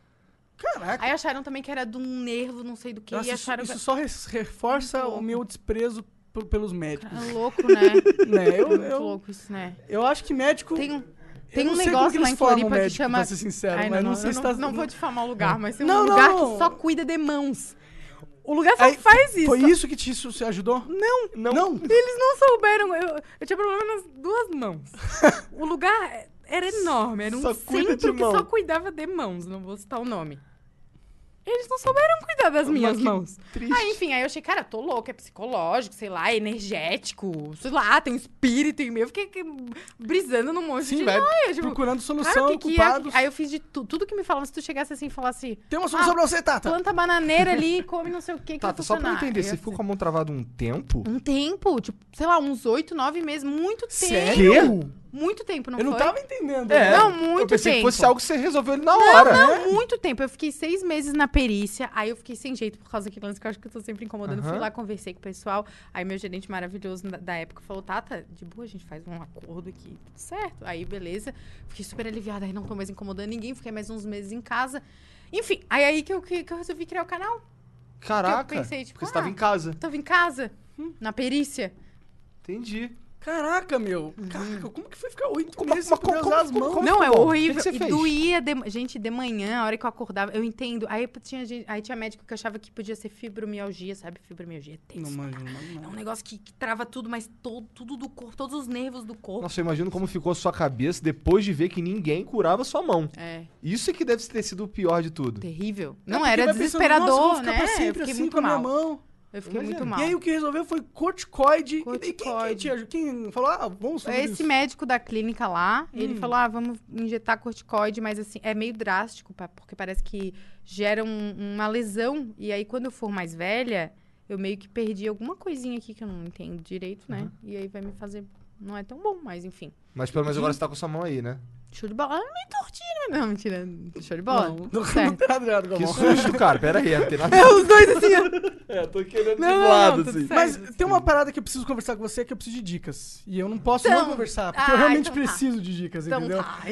Caraca. Aí acharam também que era de um nervo, não sei do que. Nossa, E acharam isso só reforça Muito o louco. meu desprezo pelos médicos. que... É louco, né? Né, Muito louco isso, né? eu acho que médico... Tem eu um não sei como negócio que lá eles em formam Floripa que médico, chama... pra ser sincero, Ai, mas não, não sei eu se não, tá... não vou difamar o lugar, mas tem um Não, lugar não. que só cuida de mãos. O lugar só Aí, faz isso. Foi isso que te ajudou? Não. Eles não souberam. Eu tinha problema nas 2 mãos. O lugar era enorme. Era um Só cuida de centro que mão. só cuidava de mãos. Não vou citar o nome. Eles não souberam cuidar das minhas que mãos. triste. Aí, enfim, aí eu achei, cara, tô louca, é psicológico, sei lá, é energético, sei lá, tem um espírito em mim. Eu fiquei brisando num monte Sim, de vai noia, tipo, procurando cara, solução, o que é? culpados. Aí eu fiz de tudo que me falavam, se tu chegasse assim e falasse, Tem uma solução pra você, Tata. planta bananeira ali, come não sei o que Tata, só pra eu entender, você ficou com a mão travada um tempo? um tempo, tipo, sei lá, uns 8, 9 meses, muito tempo. Sério? Muito tempo, não Eu não foi? tava entendendo. Não, muito Eu pensei tempo. que fosse algo que você resolveu ali na hora. Não, muito tempo. Eu fiquei 6 meses na perícia, aí eu fiquei sem jeito por causa daquele lance que eu acho que eu tô sempre incomodando. Aham. Fui lá, conversei com o pessoal, aí meu gerente maravilhoso da época falou, Tata, de boa, a gente faz um acordo aqui, tudo certo. Aí, beleza. Fiquei super aliviada, aí não tô mais incomodando ninguém, fiquei mais uns meses em casa. Enfim, aí que eu resolvi criar o canal. Caraca, Eu pensei, tipo, porque você tava em casa. Tava em casa, na perícia. Entendi. Caraca, meu. Caraca, como que foi ficar 8 Como- meses mas sem poder como- usar as como- mãos? como- Não, é ficou bom? horrível. O que que você E fez? doía, gente, de manhã, a hora que eu acordava, eu entendo. Aí tinha médico que achava que podia ser fibromialgia, sabe? Fibromialgia é tenso. Não manjo, É não. um negócio que trava tudo, mas tudo do corpo, todos os nervos do corpo. Nossa, eu imagino como ficou a sua cabeça depois de ver que ninguém curava sua mão. É, Isso é que deve ter sido o pior de tudo. terrível. É Não, porque era vai pensando, desesperador, nossa, eu vou ficar né? pra sempre Eu fiquei assim muito com a minha mal. mão. Eu fiquei Imagina. muito mal. E aí o que resolveu foi corticoide. Corticoide. Quem falou, vamos fazer Esse isso? médico da clínica lá, ele falou, vamos injetar corticoide, mas assim, é meio drástico, porque parece que gera uma lesão. E aí, quando eu for mais velha, eu meio que perdi alguma coisinha aqui que eu não entendo direito, né? E aí vai me fazer... Não é tão bom, mas enfim. Mas pelo menos agora você tá com sua mão aí, né? Show de bola. Ah, meio tortinho, né? Não, mentira. Show de bola. Não Certo. tá nada com a Que mão. susto, cara. Pera aí, não tem nada. Os dois assim, ó. Tô querendo Não, tudo certo. Mas tem uma parada que eu preciso conversar com você, que eu preciso de dicas. E eu não posso Então- não conversar, porque eu Ah, realmente então tá. preciso de dicas, Então entendeu? tá,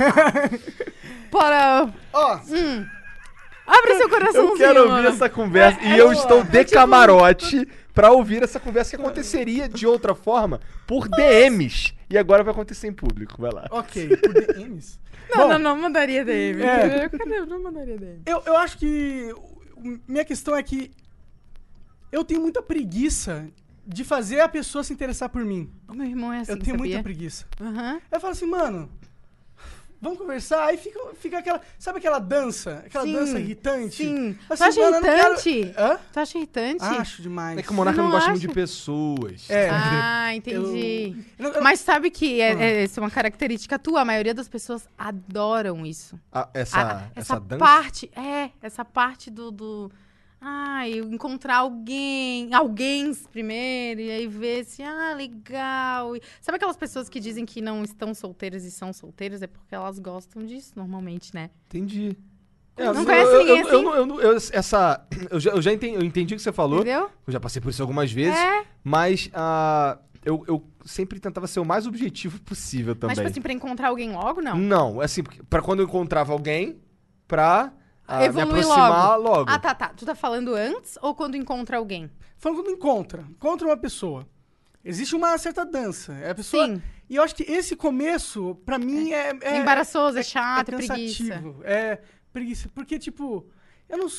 Bora. Ó, Abre seu coraçãozinho, Eu quero ouvir mano. essa conversa. E É, eu é, estou de tipo- camarote pra ouvir essa conversa que aconteceria de outra forma por DMs. E agora vai acontecer em público. Vai lá. ok, por DMs. Não, Bom, não mandaria DM. É. Cadê? Eu não mandaria DM. eu acho que... Minha questão é que eu tenho muita preguiça de fazer a pessoa se interessar por mim. O meu irmão é assim, Eu tenho sabia? muita preguiça. Aham. Eu falo assim, mano, vamos conversar. Aí fica aquela... Sabe aquela dança? Aquela Sim, dança irritante? Sim. Assim, Tu acha mano, eu não quero- irritante? Hã? Tu acha irritante? Acho demais. É que o Monarca Não não gosta acha? muito de pessoas. É. Ah, entendi. Eu- Mas sabe que essa é uma característica tua? A maioria das pessoas adoram isso. Essa dança. Essa parte do eu encontrar alguém primeiro, e aí ver se, legal. Sabe aquelas pessoas que dizem que não estão solteiras e são solteiras? É porque elas gostam disso, normalmente, né? Entendi. Não conhece ninguém assim? Eu já entendi, eu entendi o que você falou. Entendeu? Eu já passei por isso algumas vezes. É. Mas eu sempre tentava ser o mais objetivo possível também. Mas, tipo assim, pra encontrar alguém logo, não? Não, assim, pra quando eu encontrava alguém, pra me Evoluir aproximar logo. Ah, tá. Tu tá falando antes ou quando encontra alguém? Falando quando encontra uma pessoa. Existe uma certa dança. É a pessoa... Sim. E eu acho que esse começo, pra mim, é Embaraçoso, é chato, é preguiça. cansativo. É preguiça. Porque, tipo, eu não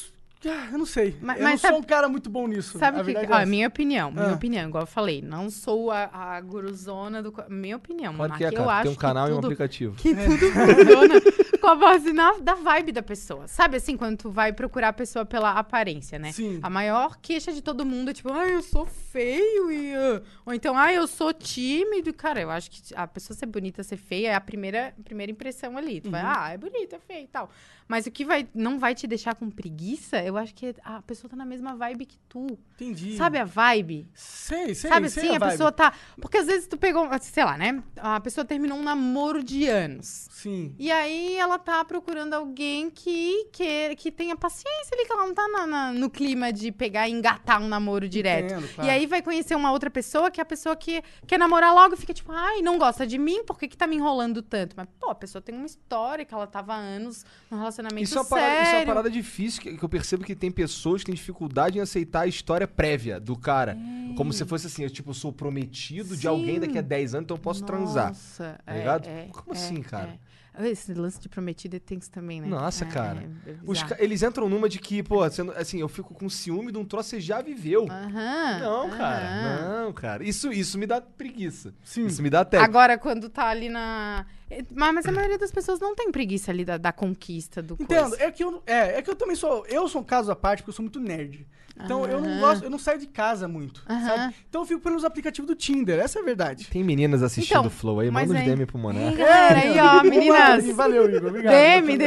sei. Mas eu não sabe- sou um cara muito bom nisso. Sabe a o que... verdade é Ó, essa. minha opinião, Ah. igual eu falei. Não sou a guruzona do... Minha opinião, Claro Monark. que é, Eu cara. acho Tem um canal que e um tudo, aplicativo. que tudo funciona com a base da vibe da pessoa. Sabe assim, quando tu vai procurar a pessoa pela aparência, né? Sim. A maior queixa de todo mundo é tipo, eu sou feio e... Ou então, eu sou tímido. Cara, eu acho que a pessoa ser bonita, ser feia é a primeira impressão ali. Tu vai, é bonita, é feia e tal. Mas o que não vai te deixar com preguiça, eu acho que a pessoa tá na mesma vibe que tu. Entendi. Sabe a vibe? Sei. Sabe sei assim, a vibe. pessoa tá... Porque às vezes tu pegou, sei lá, né? A pessoa terminou um namoro de anos. Sim. E aí ela tá procurando alguém que tenha paciência ali, que ela não tá no clima de pegar e engatar um namoro direto. Entendo, claro. E aí vai conhecer uma outra pessoa, que é a pessoa que quer namorar logo e fica tipo, não gosta de mim, por que tá me enrolando tanto? Mas, pô, a pessoa tem uma história que ela tava há anos num relacionamento Isso é sério. uma parada difícil, que eu percebo que tem pessoas que têm dificuldade em aceitar a história prévia do cara. Como se fosse assim, eu sou prometido de Sim. alguém daqui a 10 anos, então eu posso transar. Nossa, Tá ligado? Como assim, cara? Esse lance de prometido tem isso também, né? Nossa, cara. bizarro. Eles entram numa de que, pô, assim, eu fico com ciúme de um troço que você já viveu. Aham, Não, aham. cara. Não, cara. Isso me dá preguiça. Sim. Isso me dá tédio. Agora, quando tá ali na... Mas a maioria das pessoas não tem preguiça ali da conquista do Entendo. coisa. É que eu também sou... Eu sou um caso à parte, porque eu sou muito nerd. Então, eu não gosto... Eu não saio de casa muito, sabe? Então, eu fico pelos aplicativos do Tinder. Essa é a verdade. Tem meninas assistindo Então, o Flow aí, mas manda uns aí- DM pro Monarca. Ei, galera, aí, ó, meninas. Valeu, Igor. Obrigado. DM.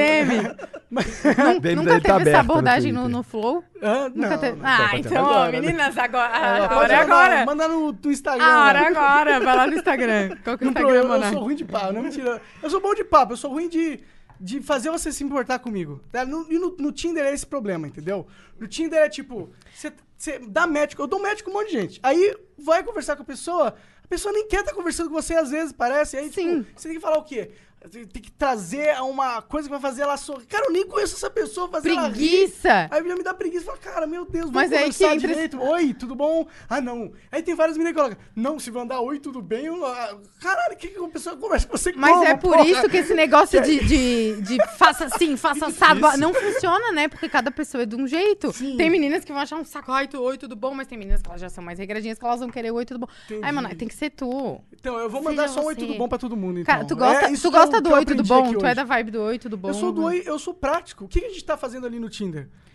DM Nunca dele teve tá aberto essa no abordagem Twitter. no Flow? Nunca Nunca teve. não. Ah, pode ter então, ó, agora, né? meninas, agora. A Pode hora é agora. Manda no Instagram. A hora lá. é agora. Vai lá no Instagram. Qual que é o Não, Instagram, eu Monark? sou ruim de papo, não mentira. Eu sou bom de papo, eu sou ruim de fazer você se importar comigo. Tá? No Tinder é esse problema, entendeu? No Tinder é tipo, você dá match, eu dou match com um monte de gente. Aí vai conversar com a pessoa nem quer estar conversando com você às vezes, parece. Aí, Sim. tipo, você tem que falar o quê? Tem que trazer uma coisa que vai fazer ela sorrir. Cara, eu nem conheço essa pessoa, fazer ela rir. Preguiça. Aí já me dá preguiça e fala, cara, meu Deus, Mas vamos aí que conversar entra direito. Oi, tudo bom? Ah, não. Aí tem várias meninas que colocam, não, se mandar oi, tudo bem? Caralho, que a pessoa conversa com você Mas como, é por porra? isso que esse negócio de faça assim, faça assado, não funciona, né? Porque cada pessoa é de um jeito. Sim. Tem meninas que vão achar um saco, oi, tudo bom, mas tem meninas que elas já são mais regradinhas, que elas vão querer oi, tudo bom. Entendi. Ai, mano, tem que ser tu. Então, eu vou mandar Seja só um oi, você. tudo bom pra todo mundo, então. Cara, tu gosta, isso tu gosta que do eu oi, tudo aprendi bom? aqui Tu é hoje. da vibe do oi, tudo bom? Eu sou do oi, eu sou prático. O que a gente tá fazendo ali no Tinder?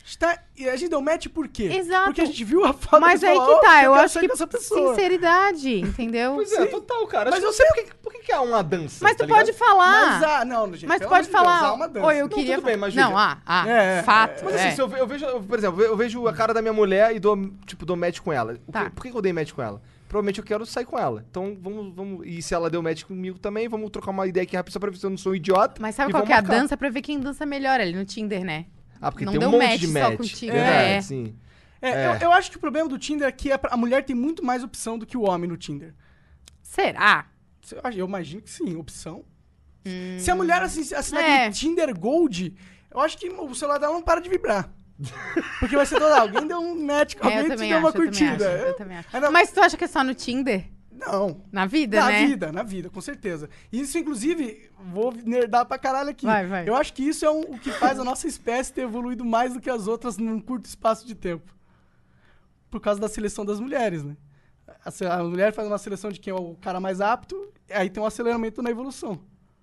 A gente deu match por quê? Exato. Porque a gente viu a foto Mas e aí falou, que tá, eu eu quero acho sair que com essa pessoa. sinceridade, entendeu? Pois é, total, cara. Mas Mas eu sei por que é uma dança. Mas tá tu pode ligado? falar. Não, gente, Mas tu pelo pode amor de Deus, há falar. uma dança. Oi, eu Não, queria. tudo bem, mas Não, veja. fato. Mas assim, se eu vejo, por exemplo, eu vejo a cara da minha mulher e dou match com ela. Tá. Por que eu dei match com ela? Provavelmente eu quero sair com ela. Então vamos. E se ela deu match comigo também, vamos trocar uma ideia aqui rápido só pra ver se eu não sou um idiota. Mas sabe e qual vamos que é a marcar. dança? Pra ver quem dança melhor ali no Tinder, né? Ah, porque Não tem deu um monte match de só match. contigo, É verdade, é. sim. Eu acho que o problema do Tinder é que a mulher tem muito mais opção do que o homem no Tinder. Será? Eu imagino que sim, opção. Se a mulher assinar É. aquele Tinder Gold, eu acho que o celular dela não para de vibrar. Porque vai ser toda alguém deu um match com É, eu alguém e te também deu uma acho, eu também curtida. acho, eu também acho. Aí não- Mas tu acha que é só no Tinder? Não. Na vida, né? Na vida, com certeza. Isso, inclusive, vou nerdar pra caralho aqui. Vai. Eu acho que isso é o que faz a nossa espécie ter evoluído mais do que as outras num curto espaço de tempo. Por causa da seleção das mulheres, né? A mulher faz uma seleção de quem é o cara mais apto, aí tem um aceleramento na evolução.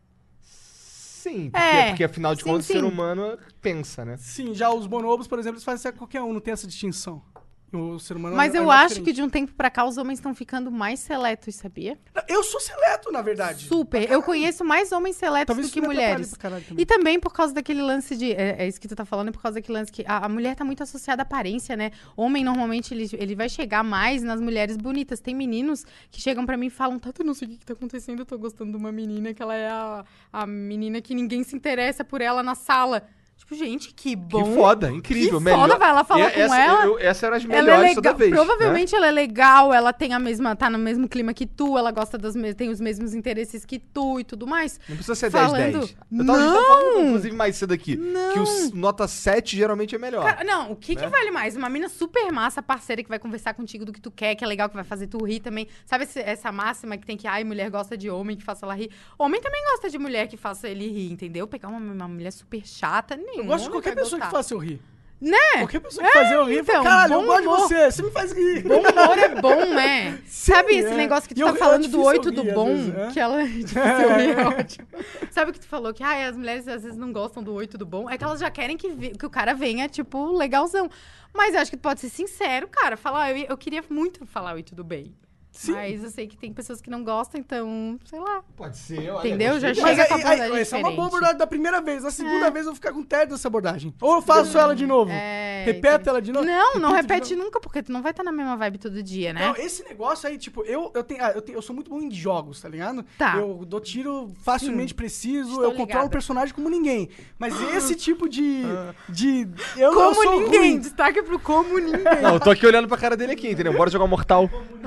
Sim, porque afinal de sim, contas o sim. ser humano pensa, né? Sim, já os bonobos, por exemplo, eles fazem isso a qualquer um, não tem essa distinção. O ser humano Mas é eu mais acho que diferente. de um tempo pra cá os homens estão ficando mais seletos, sabia? Eu sou seleto, na verdade. Super. Eu conheço mais homens seletos Talvez do isso que me atrapalhe mulheres. pra caralho também. E também por causa daquele lance de. É isso que tu tá falando, é por causa daquele lance que a mulher tá muito associada à aparência, né? Homem, normalmente, ele vai chegar mais nas mulheres bonitas. Tem meninos que chegam pra mim e falam: Tata, eu não sei o que tá acontecendo, eu tô gostando de uma menina, que ela é a menina que ninguém se interessa por ela na sala. Tipo, gente, que bom. Que foda, incrível. Que melhor. foda, vai lá falar com ela. Essa era as Ela é melhores toda legal. vez. né? Provavelmente ela é legal, ela tem a mesma, tá no mesmo clima que tu, ela gosta tem os mesmos interesses que tu e tudo mais. Não precisa ser Falando- 10-10. Eu tava Não! falando, inclusive, mais cedo aqui. Que o nota 7 geralmente é melhor. Cara, não, o que Né? vale mais? Uma mina super massa, parceira, que vai conversar contigo do que tu quer, que é legal, que vai fazer tu rir também. Sabe essa máxima que tem que, mulher gosta de homem que faça ela rir? Homem também gosta de mulher que faça ele rir, entendeu? Pegar uma mulher super chata, nenhum. Eu gosto de homem qualquer vai pessoa que gostar. faça eu rir. Né? Qualquer pessoa que fazer eu rir, então, fala, caralho, eu bom gosto de humor. você me faz rir. Bom humor é bom, né? Sabe esse é. negócio que E tu tá é falando difícil do 8 eu do rir, às bom? vezes, é. Que ela... Difícil eu rir, é ótimo. Sabe o que tu falou? Que as mulheres às vezes não gostam do 8 do bom. É que elas já querem que o cara venha, tipo, legalzão. Mas eu acho que tu pode ser sincero, cara. Falar, eu queria muito falar 8 do bem. Sim. Mas eu sei que tem pessoas que não gostam, então, sei lá. Pode ser, olha. Entendeu? Já gostei. Mas chega com a abordagem essa é uma boa diferente. abordagem da primeira vez. Na segunda vez eu vou ficar com tédio dessa abordagem. Ou eu faço ela de novo. Repete ela de novo. Não Repito de repete novo. nunca, porque tu não vai estar na mesma vibe todo dia, né? Não, esse negócio aí, tipo, eu sou muito bom em jogos, tá ligado? Tá. Eu dou tiro facilmente preciso, Estou eu controlo ligada. o personagem como ninguém. Mas esse tipo de eu não Como sou ninguém, ruim. destaque pro como ninguém. Não, eu tô aqui olhando pra cara dele aqui, entendeu? Bora jogar um Mortal.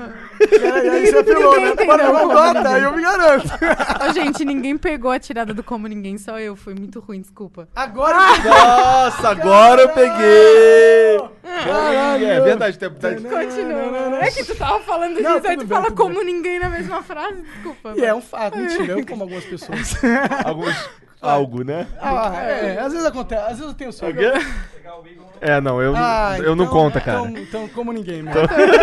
Aí você apelou, né? Ninguém Bora entendeu não como gota, aí eu me garanto. Ô, gente, ninguém pegou a tirada do como ninguém, só eu. Foi muito ruim, desculpa. Agora Nossa, agora eu peguei! É verdade, tem. Continua. É que tu tava falando Não, disso, aí tudo tu bem, fala tudo como ninguém na mesma frase. Desculpa. E é um fato, mentira, eu como algumas pessoas. Algo, né? Às vezes acontece, às vezes eu tenho sorte. É, não, eu não então- conta, cara. Então, como ninguém, mesmo.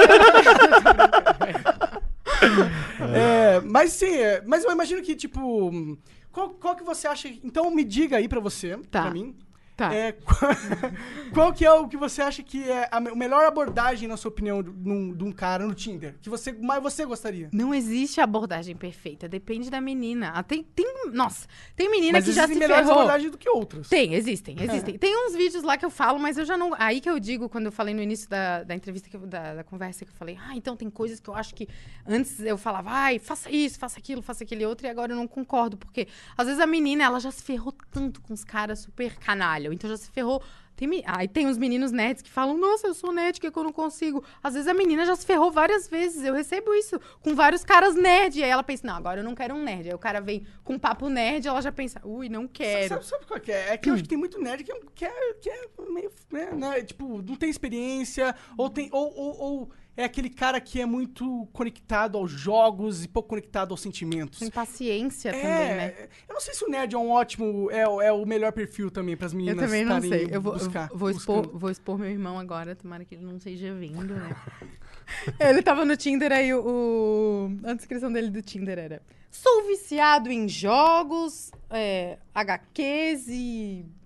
Mas sim, mas eu imagino que, tipo, qual que você acha... Então me diga aí pra você, Tá. pra mim, Tá. qual que é o que você acha que é a melhor abordagem, na sua opinião, de um cara no Tinder? Que mais você gostaria? Não existe abordagem perfeita, depende da menina. Nossa, tem menina Mas que já se existem melhores ferrou. abordagens do que outras. Existem. Tem uns vídeos lá que eu falo, mas eu já não... Aí que eu digo, quando eu falei no início da entrevista, da conversa, que eu falei, então tem coisas que eu acho que... Antes eu falava, faça isso, faça aquele outro, e agora eu não concordo, porque às vezes a menina, ela já se ferrou tanto com os caras super canalha, então já se ferrou... Aí tem os meninos nerds que falam, nossa, eu sou nerd, que eu não consigo. Às vezes a menina já se ferrou várias vezes. Eu recebo isso com vários caras nerd. E aí ela pensa, não, agora eu não quero um nerd. Aí o cara vem com um papo nerd, ela já pensa, não quero. Sabe qual que é? É que eu acho que tem muito nerd que é meio, né, tipo, não tem experiência, ou é aquele cara que é muito conectado aos jogos e pouco conectado aos sentimentos. Tem paciência também, né? Eu não sei se o nerd é um ótimo, é o melhor perfil também pras Eu meninas também não estarem sei. Eu buscando. vou expor meu irmão agora, tomara que ele não esteja vendo, né? Ele tava no Tinder, aí a descrição dele do Tinder era: sou viciado em jogos, HQs e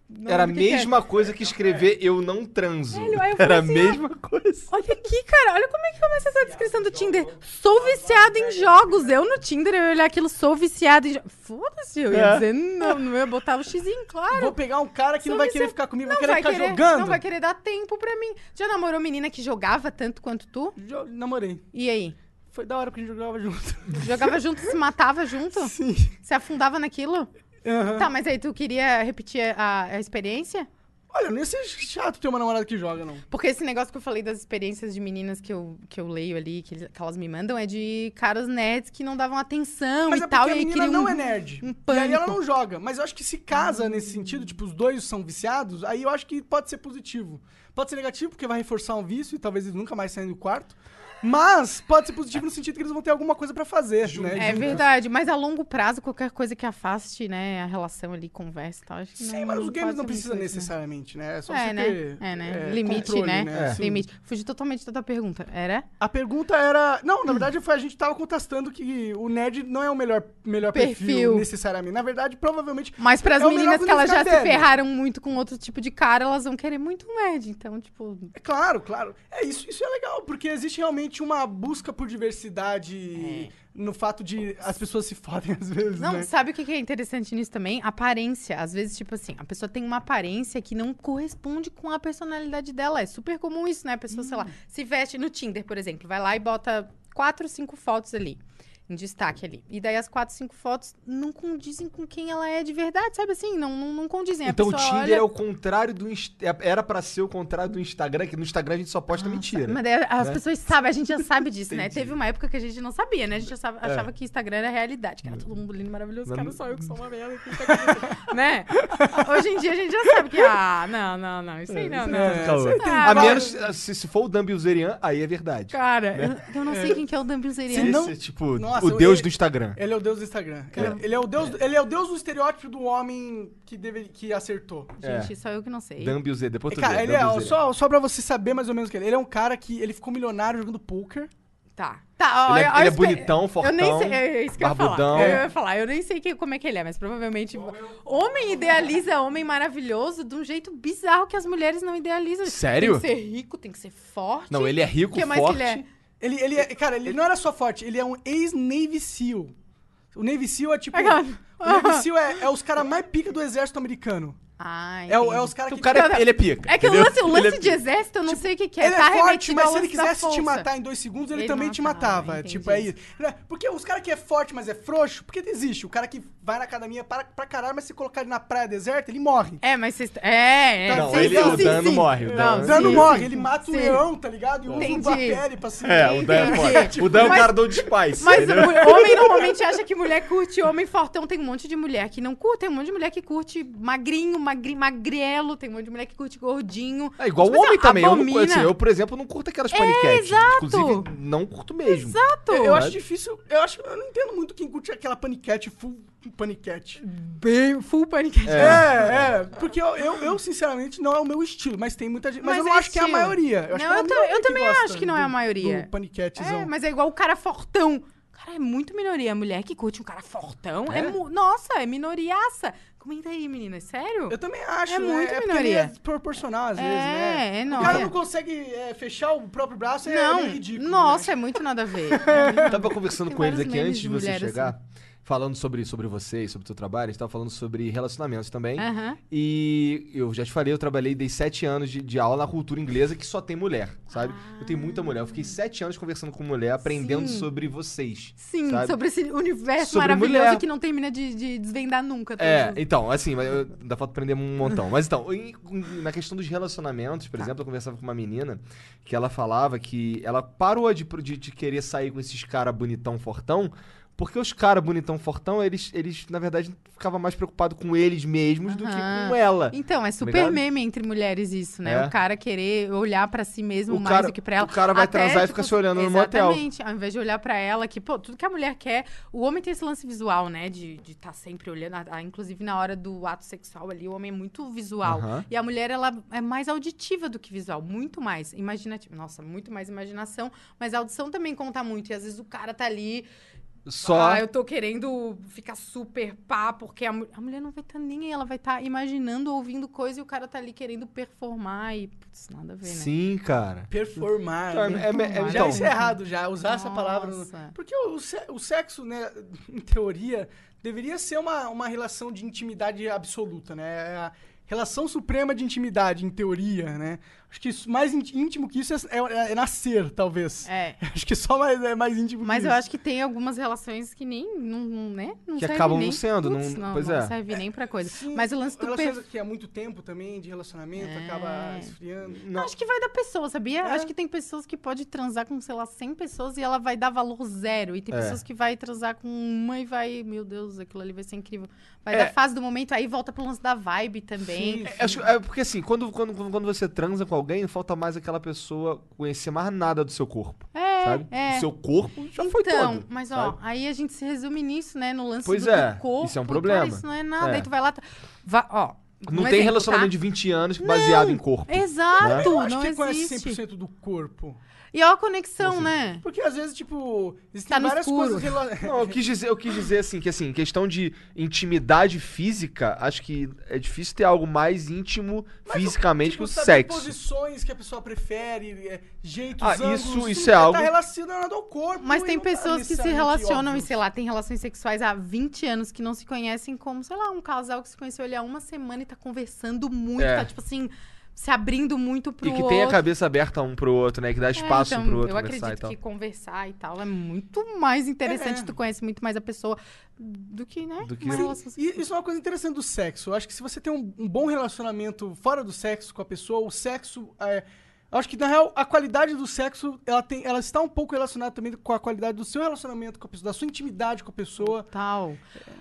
Era a lembro o que que mesma coisa que escrever eu não transo. Velho, aí eu Era a falei assim, mesma coisa. Olha aqui, cara, olha como é que começa essa descrição do Tinder. Sou viciado em jogos. Eu no Tinder, eu ia olhar aquilo, sou viciado em jogos. Foda-se, eu ia dizer, não ia botar o xizinho, claro. Vou pegar um cara que não vai querer ficar comigo, vai querer ficar querer, jogando. Não vai querer dar tempo pra mim. Já namorou menina que jogava tanto quanto tu? Namorei. E aí? Foi da hora porque a gente jogava junto. Jogava junto, se matava junto? Sim. Se afundava naquilo? Aham. Tá, mas aí tu queria repetir a experiência? Olha, não ia ser chato ter uma namorada que joga, não. Porque esse negócio que eu falei das experiências de meninas que eu leio ali, que elas me mandam, é de caras nerds que não davam atenção Mas e é tal. porque E a aí menina queriam não é nerd. um E aí pânico. ela não joga. Mas eu acho que se casa nesse sentido, tipo, os dois são viciados, aí eu acho que pode ser positivo. Pode ser negativo, porque vai reforçar um vício e talvez eles nunca mais saiam do quarto. Mas pode ser positivo no sentido que eles vão ter alguma coisa pra fazer, né? É juntos. verdade, mas a longo prazo, qualquer coisa que afaste, né, a relação ali, conversa e tal, acho que Sim, não, mas os não games pode não ser precisa muito isso, né? necessariamente, né? É só É, você né? ter É, né? é, Limite, controle, né? Sim. Limite. Fugi totalmente da tua pergunta. Era? A pergunta era... Não, na verdade a gente tava contestando que o nerd não é o melhor perfil necessariamente. Na verdade, provavelmente... Mas pras É o melhor meninas que elas já se critério. ferraram muito com outro tipo de cara, elas vão querer muito um nerd. Então, tipo... É claro, claro. É isso é legal, porque existe realmente uma busca por diversidade no fato de as pessoas se fodem às vezes, Não, né? sabe o que é interessante nisso também? Aparência. Às vezes, tipo assim, a pessoa tem uma aparência que não corresponde com a personalidade dela. É super comum isso, né? A pessoa, sei lá, se veste no Tinder, por exemplo. Vai lá e bota 4, 5 fotos ali. Em destaque ali. E daí as 4, 5 fotos não condizem com quem ela é de verdade, sabe assim? Não condizem. Então a o pessoa Tinder olha... é o contrário do... Era pra ser o contrário do Instagram, que no Instagram a gente só posta mentira. Mas daí as né? pessoas sabem, a gente já sabe disso, né? Entendi. Teve uma época que a gente não sabia, né? A gente já achava que Instagram era realidade, que era todo mundo lindo, maravilhoso, Não- cara, só eu que sou uma merda. Que tá acontecendo, né? Hoje em dia a gente já sabe que, não, isso aí não. Caô. Ah, A vai- menos, se for o Dan Bilzerian, aí é verdade. Cara, eu não sei quem que é o Dan Bilzerian. Se não- Esse é tipo Nossa, o deus ele- do Instagram. Ele é o deus do Instagram. Ele é o deus do estereótipo do homem que acertou. Gente, só eu que não sei. Dan Bilzerian, depois tu Cara, vê. ele Dan é, Bilzerian. só pra você saber mais ou menos o que ele é um cara que ele ficou milionário jogando poker. Tá, Ele é olha, bonitão, fortão, Eu nem sei, é isso que barbudão. eu ia falar. Eu nem sei como é que ele é, mas provavelmente... Homem idealiza homem maravilhoso de um jeito bizarro que as mulheres não idealizam. Sério? Tem que ser rico, tem que ser forte. Não, ele é rico, O que mais forte. que ele é? Cara, ele não era só forte, ele é um ex-Navy SEAL. O Navy SEAL é tipo... Agora- O Navy SEAL é os caras mais pica do exército americano. Ai, É os caras que... O cara, ele é pica. É que entendeu? o lance Ele é de exército, eu não sei o que é. Ele Tá é forte, remetido mas ao se ele lance da quisesse te força. matar em 2 segundos, ele Ele também te matava, matava. entendi Tipo, é isso. isso. Porque os caras que é forte, mas é frouxo, porque existe. O cara que vai na academia pra caralho, mas se colocar ele na praia deserta, ele morre. É, mas vocês... Não, sim, ele, sim, o sim, Dan não sim. morre. O Não, Dan, O Dan não sim, morre, sim. ele mata o Sim. leão, tá ligado? E usa Entendi. a pele pra se... o Dan é Entendi. forte. O Dan é o Mas- cara do Old Spice. Mas entendeu? o homem normalmente acha que mulher curte homem fortão. Tem um monte de mulher que não curte, tem um monte de mulher que curte magrinho, magrelo, tem um monte de mulher que curte gordinho. É igual o Tipo assim, homem também. abomina. Eu, por exemplo, não curto aquelas paniquetes. exato. Inclusive, não curto mesmo. Exato. Eu acho difícil, eu não entendo muito quem curte aquela paniquete, full paniquete. Bem full paniquete. Porque eu, sinceramente, não é o meu estilo, mas tem muita gente, mas eu não é acho que é a estilo. maioria. Eu acho Não, que é a minoria eu que também gosta acho que não é a maioria. Do paniquetezão. É, mas é igual o cara fortão. Cara, é muito minoria. A mulher que curte um cara fortão É? Nossa, é minoriaça. Comenta aí, meninas. Sério? Eu também acho, É né? muito porque minoria. É proporcional, às vezes, né? É, O não. cara não consegue fechar o próprio braço, é meio ridículo. Nossa, né? é muito nada a ver. Tava conversando Tem com eles vários aqui memes antes de de você mulher chegar, falando sobre vocês, sobre o teu trabalho, a gente tava falando sobre relacionamentos também. Aham. E eu já te falei, eu trabalhei, dei 7 anos de aula na cultura inglesa que só tem mulher, sabe? Eu tenho muita mulher. Eu fiquei 7 anos conversando com mulher, aprendendo Sim. sobre vocês. Sim, sabe? sobre esse universo Sobre maravilhoso mulher. que não termina de desvendar nunca. Então, assim, ainda falta aprender um montão. Mas então, na questão dos relacionamentos, por exemplo, eu conversava com uma menina que ela falava que ela parou de querer sair com esses caras bonitão, fortão, porque os caras bonitão, fortão, eles, na verdade, ficavam mais preocupados com eles mesmos do que Aham. com ela. Então, é super ligado? meme entre mulheres isso, né? É. O cara querer olhar pra si mesmo O mais cara- do que pra ela. o cara vai transar e fica se olhando no motel. Exatamente. Ao invés de olhar pra ela, que, pô, tudo que a mulher quer... O homem tem esse lance visual, né? De estar sempre olhando. Inclusive, na hora do ato sexual ali, o homem é muito visual. Aham. E a mulher, ela é mais auditiva do que visual. Muito mais imaginativa. Nossa, muito mais imaginação. Mas a audição também conta muito. E às vezes o cara tá ali... Só... eu tô querendo ficar super pá, porque a mulher não vai estar nem aí, ela vai estar imaginando, ouvindo coisa e o cara tá ali querendo performar e, putz, nada a ver, né? Sim, cara. Performar. Então, né? Já então, isso é errado, já, usar essa palavra. Nossa. Porque o sexo, né, em teoria, deveria ser uma relação de intimidade absoluta, né? É a relação suprema de intimidade, em teoria, né? Acho que mais íntimo que isso é nascer, talvez. É. Acho que só mais íntimo Mas que eu isso. acho que tem algumas relações que nem, né? Não Que serve acabam nem, não sendo, putz, não- não, pois não é. serve nem pra coisa. Sim, Mas o lance do relações que há muito tempo também, de relacionamento, É. acaba esfriando. Eu acho que vai da pessoa, sabia? É. Acho que tem pessoas que pode transar com, sei lá, 100 pessoas e ela vai dar valor zero. E tem pessoas que vai transar com uma e vai, meu Deus, aquilo ali vai ser incrível. Vai da fase do momento, aí volta pro lance da vibe também. Sim. Acho, é porque assim, quando você transa com alguém, não falta mais aquela pessoa conhecer mais nada do seu corpo. Sabe? O seu corpo já foi todo. Mas sabe? ó, aí a gente se resume nisso, né? No lance Pois do é, corpo. isso é um Cara, problema. isso não é nada. É. Aí tu vai lá... Ó, Não um tem exemplo, relacionamento tá? de 20 anos baseado em corpo. Exato, Eu acho não que conhece existe. 100% do corpo. E ó a conexão, Assim, né? Porque às vezes, tipo, existem Tá no várias escuro. coisas relacionadas. Não, eu quis dizer assim, que assim, questão de intimidade física, acho que é difícil ter algo mais íntimo fisicamente que o sexo. Posições que a pessoa prefere, jeitos, Ah, ângulos, isso tudo é que algo- tá relacionado ao corpo. Mas e tem não tá pessoas que se necessariamente relacionam óbvio. e, sei lá, tem relações sexuais há 20 anos que não se conhecem como, sei lá, um casal que se conheceu ali há uma semana e tá conversando muito, É. tá, tipo assim, se abrindo muito pro E que outro. tem a cabeça aberta um pro outro, né? Que dá espaço então, pro outro eu conversar e acredito tal. que conversar e tal é muito mais interessante, É. tu conhece muito mais a pessoa do que, né? Do que- uma Sim, relação sexual. E isso é uma coisa interessante do sexo. Eu acho que se você tem um bom relacionamento fora do sexo com a pessoa, o sexo... eu acho que, na real, a qualidade do sexo, ela está um pouco relacionada também com a qualidade do seu relacionamento com a pessoa, da sua intimidade com a pessoa. Tal.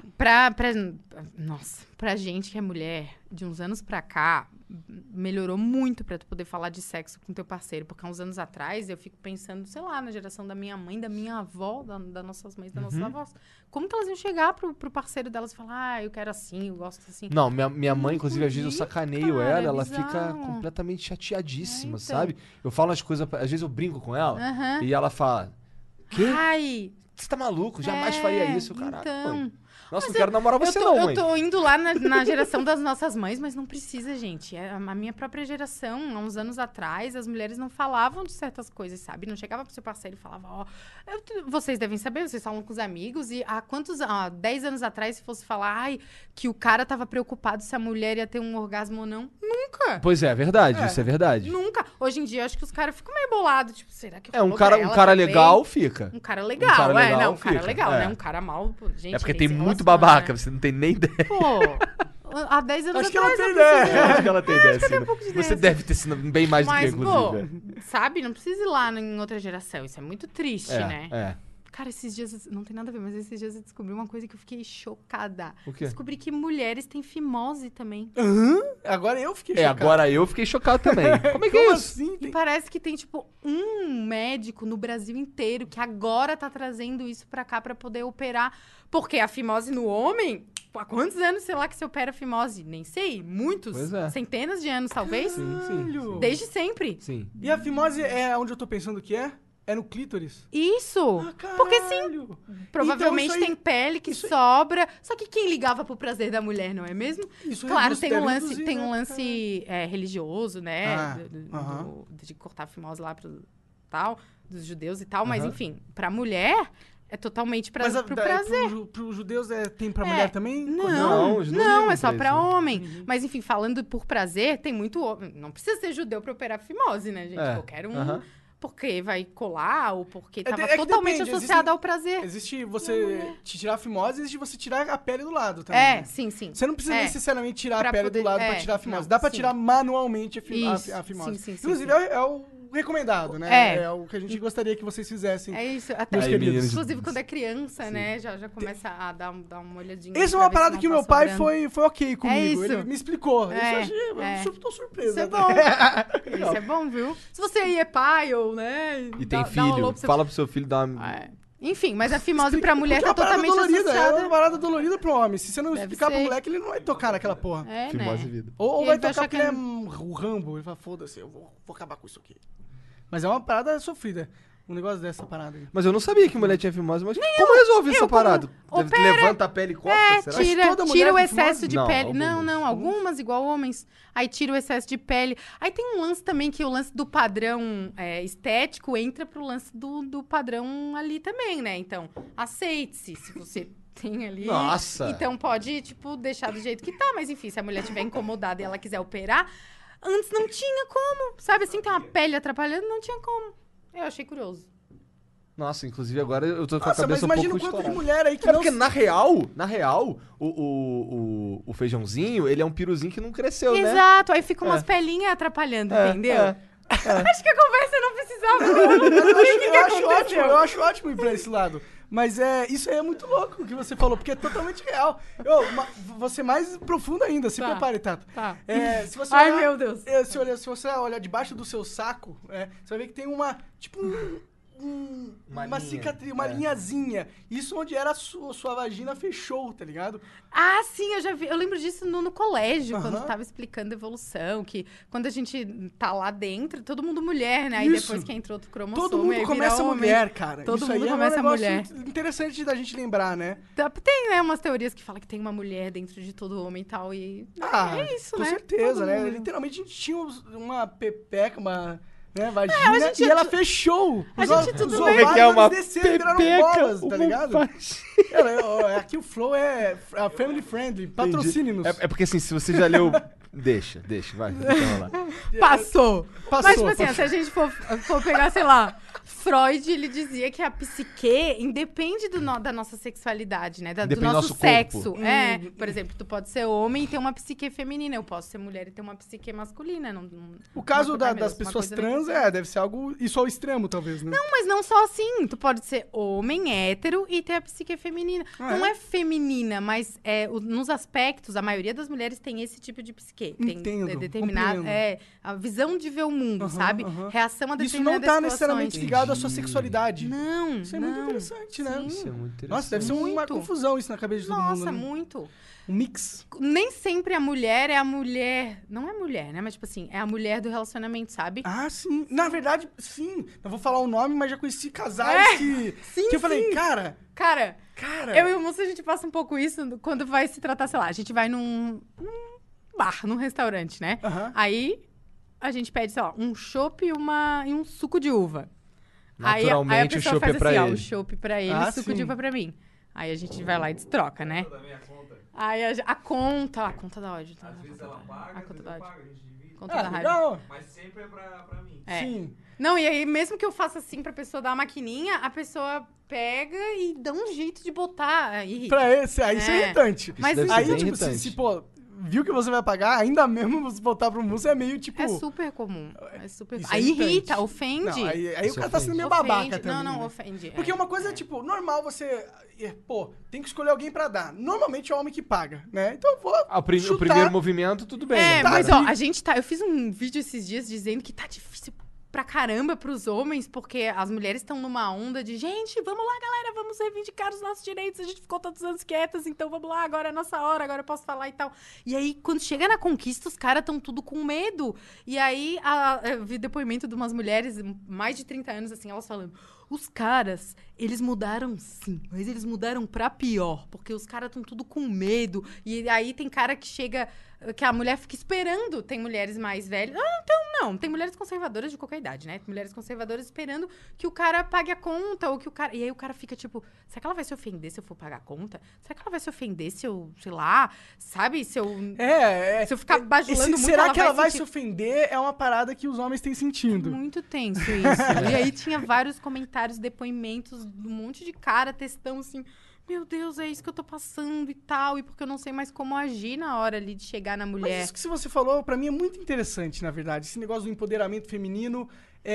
Nossa, pra gente que é mulher, de uns anos pra cá, melhorou muito pra tu poder falar de sexo com teu parceiro. Porque há uns anos atrás, eu fico pensando, sei lá, na geração da minha mãe, da minha avó, das nossas mães, das nossas avós. Como que elas iam chegar pro parceiro delas e falar, eu quero assim, eu gosto assim. Não, minha mãe, inclusive, às vezes eu podia, sacaneio cara, ela é fica bizarro. completamente chateadíssima, É, então. sabe? Eu falo as coisas, às vezes eu brinco com ela Aham. e ela fala: Quê? Ai, Você tá maluco? Jamais faria isso. Caraca, então. mãe. Nossa, não quero namorar você não, mãe. Eu tô indo lá na geração das nossas mães, mas não precisa, gente. É a minha própria geração, há uns anos atrás, as mulheres não falavam de certas coisas, sabe? Não chegava pro seu parceiro e falava, ó... vocês devem saber, vocês falam com os amigos, e há 10 anos atrás, se fosse falar, ai, que o cara tava preocupado se a mulher ia ter um orgasmo ou não, nunca. Pois é, verdade, isso é verdade. Nunca. Hoje em dia, eu acho que os caras ficam meio bolados. Tipo, será que É, um rolou pra cara ela também? legal fica. Um cara legal, Um cara legal não, um cara fica, legal, é. né? Um cara mal, pô, gente... É porque nem tem se muito relaciona, babaca, né? você não tem nem ideia. Pô, há 10 anos Acho que ela atrás tem não precisa- ideia. Eu acho que ela tem ideia, sim. um pouco de ideia, Você assim. deve ter sido bem mais do que eu, Mas, pô, inclusive. sabe? Não precisa ir lá em outra geração. Isso é muito triste, né? É. Cara, esses dias... Não tem nada a ver, mas esses dias eu descobri uma coisa que eu fiquei chocada. O quê? Descobri que mulheres têm fimose também. Agora eu fiquei É, chocado. agora eu fiquei chocado também. Como é que é isso? Assim? E parece que tem, tipo, um médico no Brasil inteiro que agora tá trazendo isso pra cá pra poder operar. Porque a fimose no homem... Há quantos anos, sei lá, que se opera fimose? Nem sei. Muitos. Pois é. Centenas de anos, talvez. Sim. Caralho. Desde sempre. Sim. E a fimose é onde eu tô pensando que é? É no clítoris? Isso. Porque sim. Provavelmente Então, isso aí- tem pele que isso aí- sobra. Só que quem ligava pro prazer da mulher, não é mesmo? Isso Claro, reduz- tem um deve lance, reduzir, tem né? um lance religioso, né? Ah, aham. De cortar a fimose lá pro tal, dos judeus e tal. Mas, Aham. enfim, pra mulher é totalmente Mas pro prazer. pros judeus tem pra É, mulher também? Não, eles não ligam é só pra pra isso, né? homem. Mas, enfim, falando por prazer, tem muito homem. Não precisa ser judeu pra operar fimose, né, gente? É, Qualquer um. aham. Porque vai colar ou porque tava é que totalmente depende, associado ao prazer. Existe você te tirar a fimose, existe você tirar a pele do lado também. né? Sim, sim. Você não precisa É. necessariamente tirar Pra a pele poder- do lado pra é, tirar a fimose. não, Dá pra sim. tirar manualmente Isso, a fimose. sim, Inclusive, sim. é o recomendado, né? É. É o que a gente gostaria que vocês fizessem. É isso. Até, Meus queridos. inclusive, quando é criança, né? Já começa a dar uma olhadinha. Essa é pra uma ver parada se que o não meu tá pai sobrando. foi ok comigo. isso. Ele me explicou. É, Isso eu achei, eu tô surpreso. Isso é até. bom. Isso é bom, viu? Se você aí é pai ou, né? E tem dá um alô filho. pro seu- Fala pro seu filho dar uma... É. Enfim, mas a fimose pra mulher Porque tá é uma parada totalmente dolorida, associada. É uma parada dolorida pro homem. Se você não Deve explicar pro ser. moleque, ele não vai tocar naquela porra. É, Fimose né? vida. Ou Ele vai vai tocar achar porque que ele é- é o Rambo. Ele fala, foda-se, eu vou acabar com isso aqui. Mas é uma parada sofrida. Um negócio dessa parada aí. Mas eu não sabia que mulher tinha fimose, mas como resolve essa parada? Levanta a pele e corta, será? Tira toda mulher o tem excesso de Não, pele. algumas. Não, algumas igual homens. Aí tira o excesso de pele. Aí tem um lance também que o lance do padrão estético entra pro lance do padrão ali também, né? Então, aceite-se se você tem ali. Nossa! Então pode, tipo, deixar do jeito que tá. Mas enfim, se a mulher estiver incomodada e ela quiser operar, antes não tinha como. Sabe assim, tem uma pele atrapalhando, não tinha como. Eu achei curioso. Nossa, inclusive agora eu tô com a Nossa, mas cabeça um pouco imagina o quanto de estourada. mulher aí que É não... porque na real, o feijãozinho, ele é um piruzinho que não cresceu, né? Exato, aí fica umas pelinhas atrapalhando, entendeu? Acho que a conversa não precisava. Eu acho ótimo ir pra esse lado. Mas isso aí é muito louco o que você falou, porque é totalmente real. Você mais profundo ainda, se Tá. prepare, Tato. Tá. Se você Ai, olhar- meu Deus. Se você olhar debaixo do seu saco, você vai ver que tem uma, tipo Uma uma linha, cicatriz, uma linhazinha. Isso onde era a sua vagina fechou, tá ligado? Ah, sim, eu já vi. Eu lembro disso no colégio, quando Aham. tava explicando evolução, que quando a gente tá lá dentro, todo mundo mulher, né? Aí Isso. depois que entra outro cromossomo, Todo aí mundo vira começa homem. mulher, cara. Todo Isso aí mundo é começa um negócio mulher. interessante da gente lembrar, né? Tem, né, umas teorias que falam que tem uma mulher dentro de todo homem e tal, e... é isso, com né? certeza, Todo né? mundo. Literalmente a gente tinha uma pepeca, uma vagina, gente e ela tu- fechou. a Os gente os tudo ovários, bem. que é uma eles desceram, viraram bolas, tá ligado? Aqui o Flow é family friendly, patrocine-nos. É porque assim, se você já leu... Deixa, vai. Então, lá. Passou. Passou, Mas, tipo assim, passou. se a gente for pegar, sei lá, Freud, ele dizia que a psique independe da nossa sexualidade, né? Do Depende do nosso nosso sexo. corpo. Por exemplo, tu pode ser homem e ter uma psique feminina. Eu posso ser mulher e ter uma psique masculina. O caso Ai, meu das Deus, uma pessoas coisa trans nem- deve ser algo... Isso ao extremo, talvez, né? Não, mas não só assim. Tu pode ser homem, hétero e ter a psique feminina. Ah, não é? é feminina, mas nos aspectos, a maioria das mulheres tem esse tipo de psique. Tem Entendo, determinado, compreendo. a visão de ver o mundo, Aham, sabe? aham. Reação a Isso não determinadas tá necessariamente situações. ligado à sua sexualidade. Não, Isso é não. muito interessante, né? Sim. Isso é muito interessante. Nossa, deve ser uma Muito. confusão isso na cabeça de todo mundo. Nossa, né? muito. Um mix. Nem sempre a mulher é a mulher... Não é mulher, né? Mas, tipo assim, é a mulher do relacionamento, sabe? Ah, sim. Na verdade, sim. Não vou falar o nome, mas já conheci casais sim, que eu falei, sim. cara... Cara, eu e o Musso, a gente passa um pouco isso quando vai se tratar, sei lá, a gente vai num bar, num restaurante, né? Aham. Aí a gente pede, sei lá, um chopp e um suco de uva. Naturalmente, aí a o pessoa chopp faz é pra assim, ó, ele. o chopp pra ele, Ah, o suco sim. de uva pra mim. Aí a gente vai lá e destroca, né? Aí a conta da ódio. Às vezes ela paga, A às conta vezes da eu ódio. pago, a gente divide. Conta da raiva. Legal. Mas sempre é pra mim. É. Sim. Não, e aí mesmo que eu faça assim pra pessoa dar a maquininha, a pessoa pega e dá um jeito de botar. Irrita. Pra esse, aí isso é É. irritante. Mas deve ser Aí, bem tipo, irritante. se, pô, viu que você vai pagar, ainda mesmo você voltar pro músico é meio, tipo... É super comum. É super... Isso é Aí irritante. irrita, ofende. Não, aí o Isso cara tá sendo ofende. meio babaca Ofende. também. Não, né? ofende. Porque uma coisa é, tipo, normal você... Pô, tem que escolher alguém pra dar. Normalmente é o homem que paga, né? Então eu vou O chutar. primeiro movimento, tudo bem. É, né? mas Tá ó, aqui. a gente tá... Eu fiz um vídeo esses dias dizendo que tá difícil pra caramba pros homens, porque as mulheres estão numa onda de gente, vamos lá, galera, vamos reivindicar os nossos direitos, a gente ficou tantos anos quietas, então vamos lá, agora é a nossa hora, agora eu posso falar e tal. E aí, quando chega na conquista, os caras estão tudo com medo. E aí, eu vi depoimento de umas mulheres, mais de 30 anos, assim, elas falando... Os caras, eles mudaram sim, mas eles mudaram pra pior, porque os caras estão tudo com medo. E aí tem cara que chega, que a mulher fica esperando. Tem mulheres mais velhas. Ah, então não, tem mulheres conservadoras de qualquer idade, né? Tem mulheres conservadoras esperando que o cara pague a conta, ou que o cara... E aí o cara fica tipo, será que ela vai se ofender se eu for pagar a conta? Será que ela vai se ofender se eu, sei lá, sabe? Se eu ficar bajulando muito, será que ela vai sentir- se ofender é uma parada que os homens têm sentindo. Muito tenso isso. E aí tinha vários comentários, depoimentos, um monte de cara, textão assim, meu Deus, é isso que eu tô passando e tal, e porque eu não sei mais como agir na hora ali de chegar na Mas mulher. isso que você falou, pra mim, é muito interessante, na verdade. Esse negócio do empoderamento feminino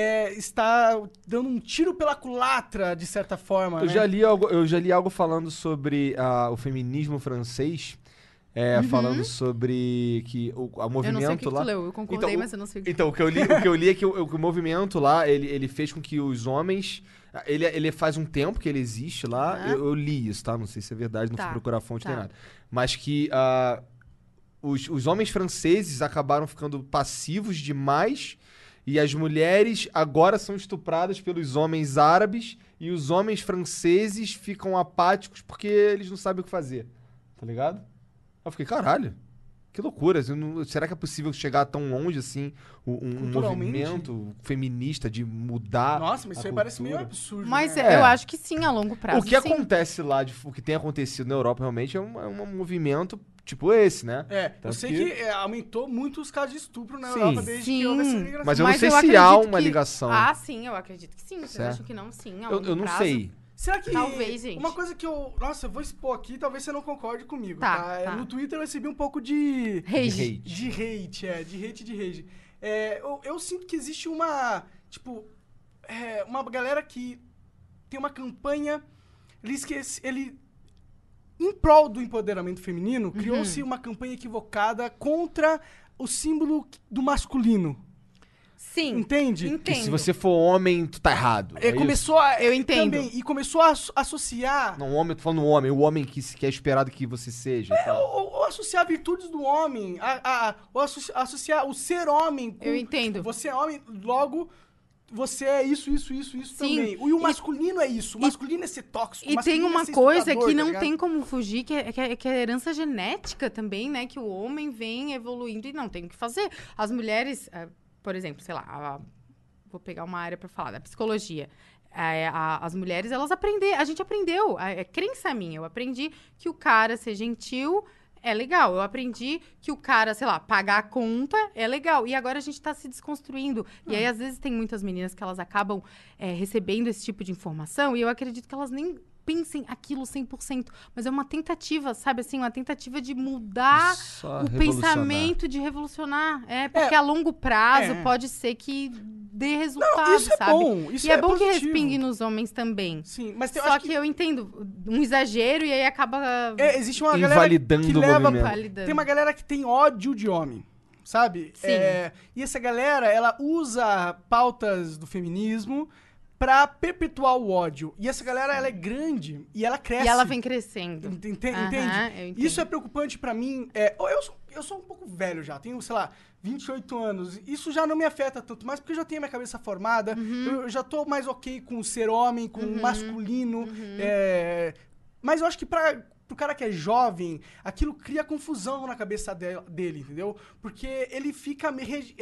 está dando um tiro pela culatra, de certa forma, Eu né? já li algo falando sobre o feminismo francês, falando sobre que o Eu movimento não sei o que, que lá... tu leu, eu concordei, Então, mas eu não sei o que. Então, o que eu li é que o movimento lá, ele fez com que os homens... Ele faz um tempo que ele existe lá, Aham. eu li isso, tá? Não sei se é verdade, não Tá, fui procurar a fonte nem tá. nada. Mas que os homens franceses acabaram ficando passivos demais E as mulheres agora são estupradas pelos homens árabes e os homens franceses ficam apáticos porque eles não sabem o que fazer. Tá ligado? Eu fiquei, caralho, que loucura. Será que é possível chegar tão longe assim um movimento feminista de mudar Nossa, mas a isso aí parece meio cultura? absurdo, Mas né? eu acho que sim, a longo prazo. O que sim. acontece lá, o que tem acontecido na Europa realmente é um movimento tipo esse, né? É, eu Tanto sei que aumentou muito os casos de estupro na Sim. Europa desde que houve essa Sim. imigração. Mas eu não sei eu se há acredito uma que- ligação. Ah, sim, eu acredito que sim. Vocês Certo. acham que não? Sim, a Eu longo não prazo. sei. Será que... Talvez, gente. Uma coisa que eu... Nossa, eu vou expor aqui, talvez você não concorde comigo, Tá, tá? tá. No Twitter eu recebi um pouco de... Rage. De hate. De hate e de rage. Eu sinto que existe uma... Tipo... uma galera que tem uma campanha... Em prol do empoderamento feminino, criou-se uma campanha equivocada contra o símbolo do masculino. Sim. Entende? Que Entendo. se você for homem, tu tá errado. É Começou a... Eu entendo. Também, e começou a associar... isso? Não, homem, eu tô falando homem, o homem que é esperado que você seja. e tal. Ou associar virtudes do homem, ou associar o ser homem com... Eu entendo. Tipo, você é homem, logo você é isso Sim. também. E o masculino é isso. O masculino é ser tóxico. o E masculino tem é uma ser coisa estuprador, que tá não ligado? tem como fugir, que é a herança genética também, né? Que o homem vem evoluindo e não tem o que fazer. As mulheres, por exemplo, sei lá, vou pegar uma área pra falar, da psicologia. As mulheres, elas a gente aprendeu, é crença minha, eu aprendi que o cara ser gentil é legal. Eu aprendi que o cara, sei lá, pagar a conta é legal. E agora a gente tá se desconstruindo. E aí, às vezes, tem muitas meninas que elas acabam recebendo esse tipo de informação e eu acredito que elas nem pensem aquilo 100%. Mas é uma tentativa, sabe assim? Uma tentativa de mudar Só o revolucionar. pensamento, de revolucionar. Porque a longo prazo pode ser que dê resultado, Não, isso é sabe? bom. Isso E é bom que positivo. respingue nos homens também. Sim, mas eu Só acho que eu entendo um exagero e aí acaba existe uma Invalidando galera que o leva... movimento. validando. Tem uma galera que tem ódio de homem, sabe? Sim. E essa galera, ela usa pautas do feminismo pra perpetuar o ódio. E essa galera, ela é grande e ela cresce. E ela vem crescendo. Entende? Aham, eu entendo. Isso é preocupante pra mim. Eu sou um pouco velho já, tenho, sei lá, 28 anos. Isso já não me afeta tanto mais, porque eu já tenho a minha cabeça formada, eu já tô mais ok com ser homem, com masculino. Mas eu acho que pro cara que é jovem, aquilo cria confusão na cabeça dele, entendeu? Porque ele fica...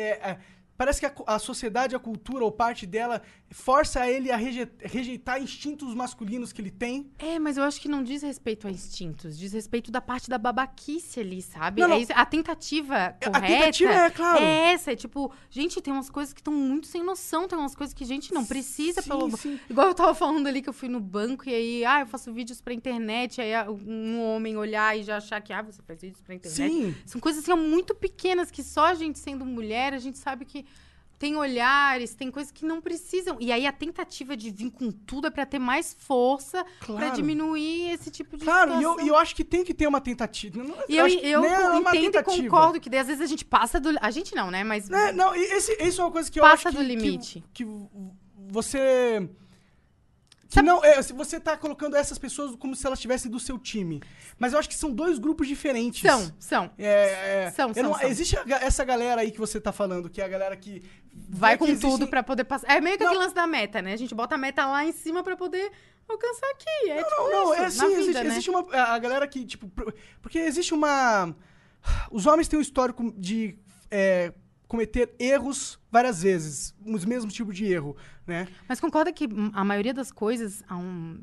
Parece que a sociedade, a cultura ou parte dela força ele a rejeitar instintos masculinos que ele tem. Mas eu acho que não diz respeito a instintos, diz respeito da parte da babaquice ali, sabe? Não, não. A tentativa correta tentativa claro. é essa, tipo, gente, tem umas coisas que estão muito sem noção, tem umas coisas que a gente não precisa Sim. Igual eu tava falando ali que eu fui no banco e aí, eu faço vídeos pra internet, aí um homem olhar e já achar que, você faz vídeos pra internet. Sim. São coisas assim, muito pequenas que só a gente sendo mulher, a gente sabe que tem olhares, tem coisas que não precisam. E aí a tentativa de vir com tudo é pra ter mais força, pra Claro. diminuir esse tipo de Claro, situação. e eu acho que tem que ter uma tentativa. E eu acho que nem é uma entendo e tentativa. concordo que daí, às vezes a gente passa do... A gente não, né? Mas Não, isso é uma coisa que eu Passa acho do limite. que você... Que não, você tá colocando essas pessoas como se elas estivessem do seu time. Mas eu acho que são dois grupos diferentes. São. São. Existe essa galera aí que você tá falando, que é a galera que... Vai vê que com existem- tudo pra poder passar. É meio que Não. aquele lance da meta, né? A gente bota a meta lá em cima pra poder alcançar aqui. É tipo Não, isso, assim, na vida, né? existe uma... A galera que, tipo... Porque existe uma... Os homens têm um histórico de cometer erros várias vezes. Os mesmos tipos de erro, né? Mas concorda que a maioria das coisas, há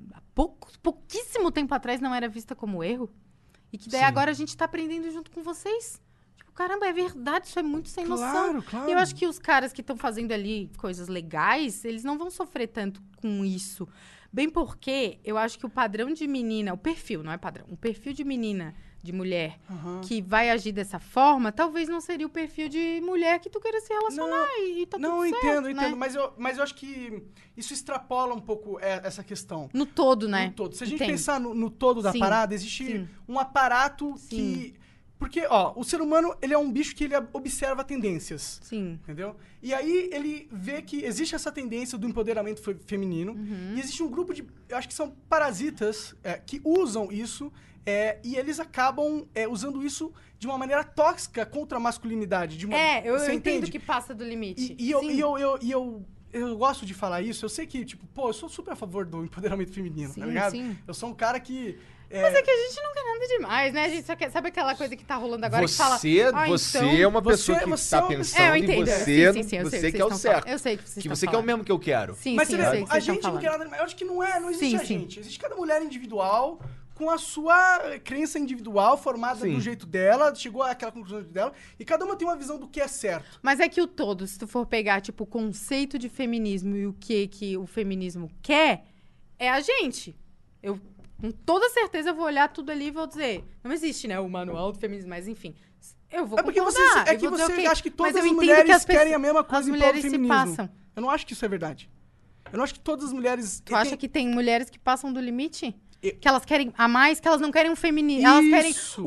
pouquíssimo tempo atrás, não era vista como erro? E que daí Sim. agora a gente tá aprendendo junto com vocês. Tipo, caramba, é verdade, isso é muito sem noção. Claro. E eu acho que os caras que estão fazendo ali coisas legais, eles não vão sofrer tanto com isso. Bem porque eu acho que o padrão de menina, o perfil, não é padrão, o perfil de menina, de mulher, Aham. que vai agir dessa forma, talvez não seria o perfil de mulher que tu queira se relacionar e tá Não, tudo eu certo, entendo. né? Mas eu acho que isso extrapola um pouco essa questão. No todo, né? No todo. Se a gente Entendo. pensar no todo da Sim, parada, existe sim. um aparato Sim. que... Porque, o ser humano, ele é um bicho que ele observa tendências. Sim. Entendeu? E aí ele vê que existe essa tendência do empoderamento feminino. E existe um grupo de... Eu acho que são parasitas que usam isso. E eles acabam usando isso de uma maneira tóxica contra a masculinidade. Eu você entendo entende? que passa do limite. Eu gosto de falar isso. Eu sei que, tipo, pô, eu sou super a favor do empoderamento feminino, Sim, tá ligado? sim. Eu sou um cara que... Mas é que a gente não quer nada demais, né? A gente só quer... Sabe aquela coisa que tá rolando agora que fala... Você é uma Você- pessoa que você tá é uma- pensando eu em entendo. você, Sim, eu sei você o que é o vocês estão certo. falando. Eu sei o que vocês Que estão você quer o falando. mesmo que eu quero. Sim, Mas sim, você eu vê, sei o que a vocês estão gente não falando. quer nada... Eu acho que não existe Sim, a sim. gente. Existe cada mulher individual com a sua crença individual formada Sim. do jeito dela, chegou àquela conclusão dela, e cada uma tem uma visão do que é certo. Mas é que o todo, se tu for pegar, tipo, o conceito de feminismo e o que o feminismo quer, é a gente. Eu, com toda certeza, eu vou olhar tudo ali e vou dizer... Não existe, né, o manual do feminismo, mas enfim... Eu vou É porque concordar. você eu vou dizer, ok, acha que mas todas eu as entendo mulheres que as querem pessoas- a mesma as coisa em prol do mulheres se feminismo. passam. Eu não acho que isso é verdade. Eu não acho que todas as mulheres... Tu acha que tem mulheres que passam do limite? Eu- Que elas querem a mais, que elas não querem um feminismo. Elas querem Isso.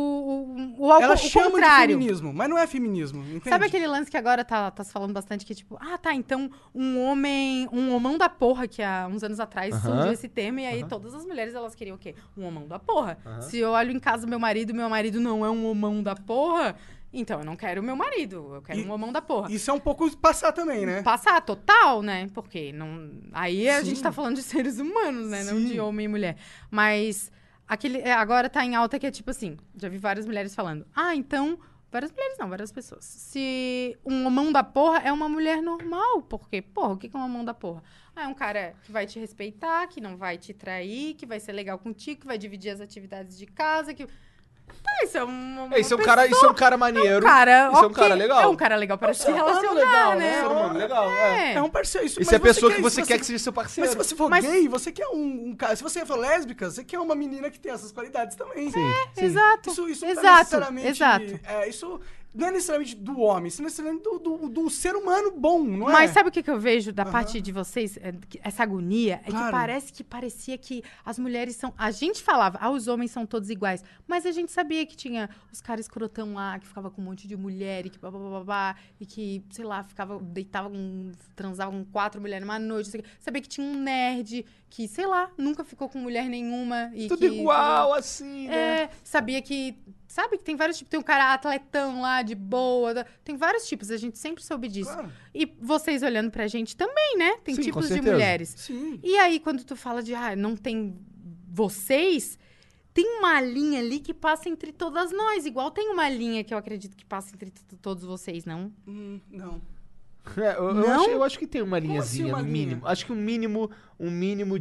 o Elas chamam contrário. de feminismo, mas não é feminismo, entende? Sabe aquele lance que agora tá se falando bastante, que é tipo, então um homão da porra, que há uns anos atrás Aham. surgiu esse termo, e aí todas as mulheres, elas queriam o quê? Um homão da porra. Se eu olho em casa meu marido não é um homão da porra, então eu não quero o meu marido, eu quero um homão da porra. Isso é um pouco passar também, né? Passar total, né? Porque não... Aí a Sim. gente tá falando de seres humanos, né? Não Sim. de homem e mulher. Mas agora tá em alta que é tipo assim, já vi várias mulheres falando. Então... Várias mulheres não, várias pessoas. Se um homão da porra é uma mulher normal, porque, porra, o que é um homão da porra? É um cara que vai te respeitar, que não vai te trair, que vai ser legal contigo, que vai dividir as atividades de casa, que... isso é Isso é um cara maneiro. cara, Isso é um ok, cara legal. É um cara legal para se ser humano relacionar, legal, né? né? Ser humano legal, é. É um parceiro. Isso, Isso mas é a pessoa que isso, você quer que seja seu Mas parceiro. se você for Mas- gay, você quer um cara... Se você for lésbica, você quer uma menina que tem essas qualidades também. Sim. Exato. Isso não é exato, necessariamente... exato. Isso não é necessariamente do homem, isso é necessariamente do ser humano bom, não é? Mas sabe o que eu vejo da parte de vocês? Essa agonia é Claro. que parecia que as mulheres são... A gente falava, os homens são todos iguais. Mas a gente sabia que tinha os caras escrotão lá, que ficava com um monte de mulher e que babá, e que, sei lá, transava com 4 mulheres numa noite. Sabia que tinha um nerd que, sei lá, nunca ficou com mulher nenhuma. E Tudo que, igual, assim, né? sabia que... Sabe que tem vários tipos. Tem um cara atletão lá, de boa. Tem vários tipos. A gente sempre soube disso. Claro. E vocês olhando pra gente também, né? Tem Sim, tipos com de certeza. mulheres. Sim. E aí, quando tu fala de, não tem vocês, tem uma linha ali que passa entre todas nós. Igual tem uma linha que eu acredito que passa entre todos vocês, não? Não. Não? Eu acho que tem uma linhazinha, assim uma no linha? mínimo. Acho que um mínimo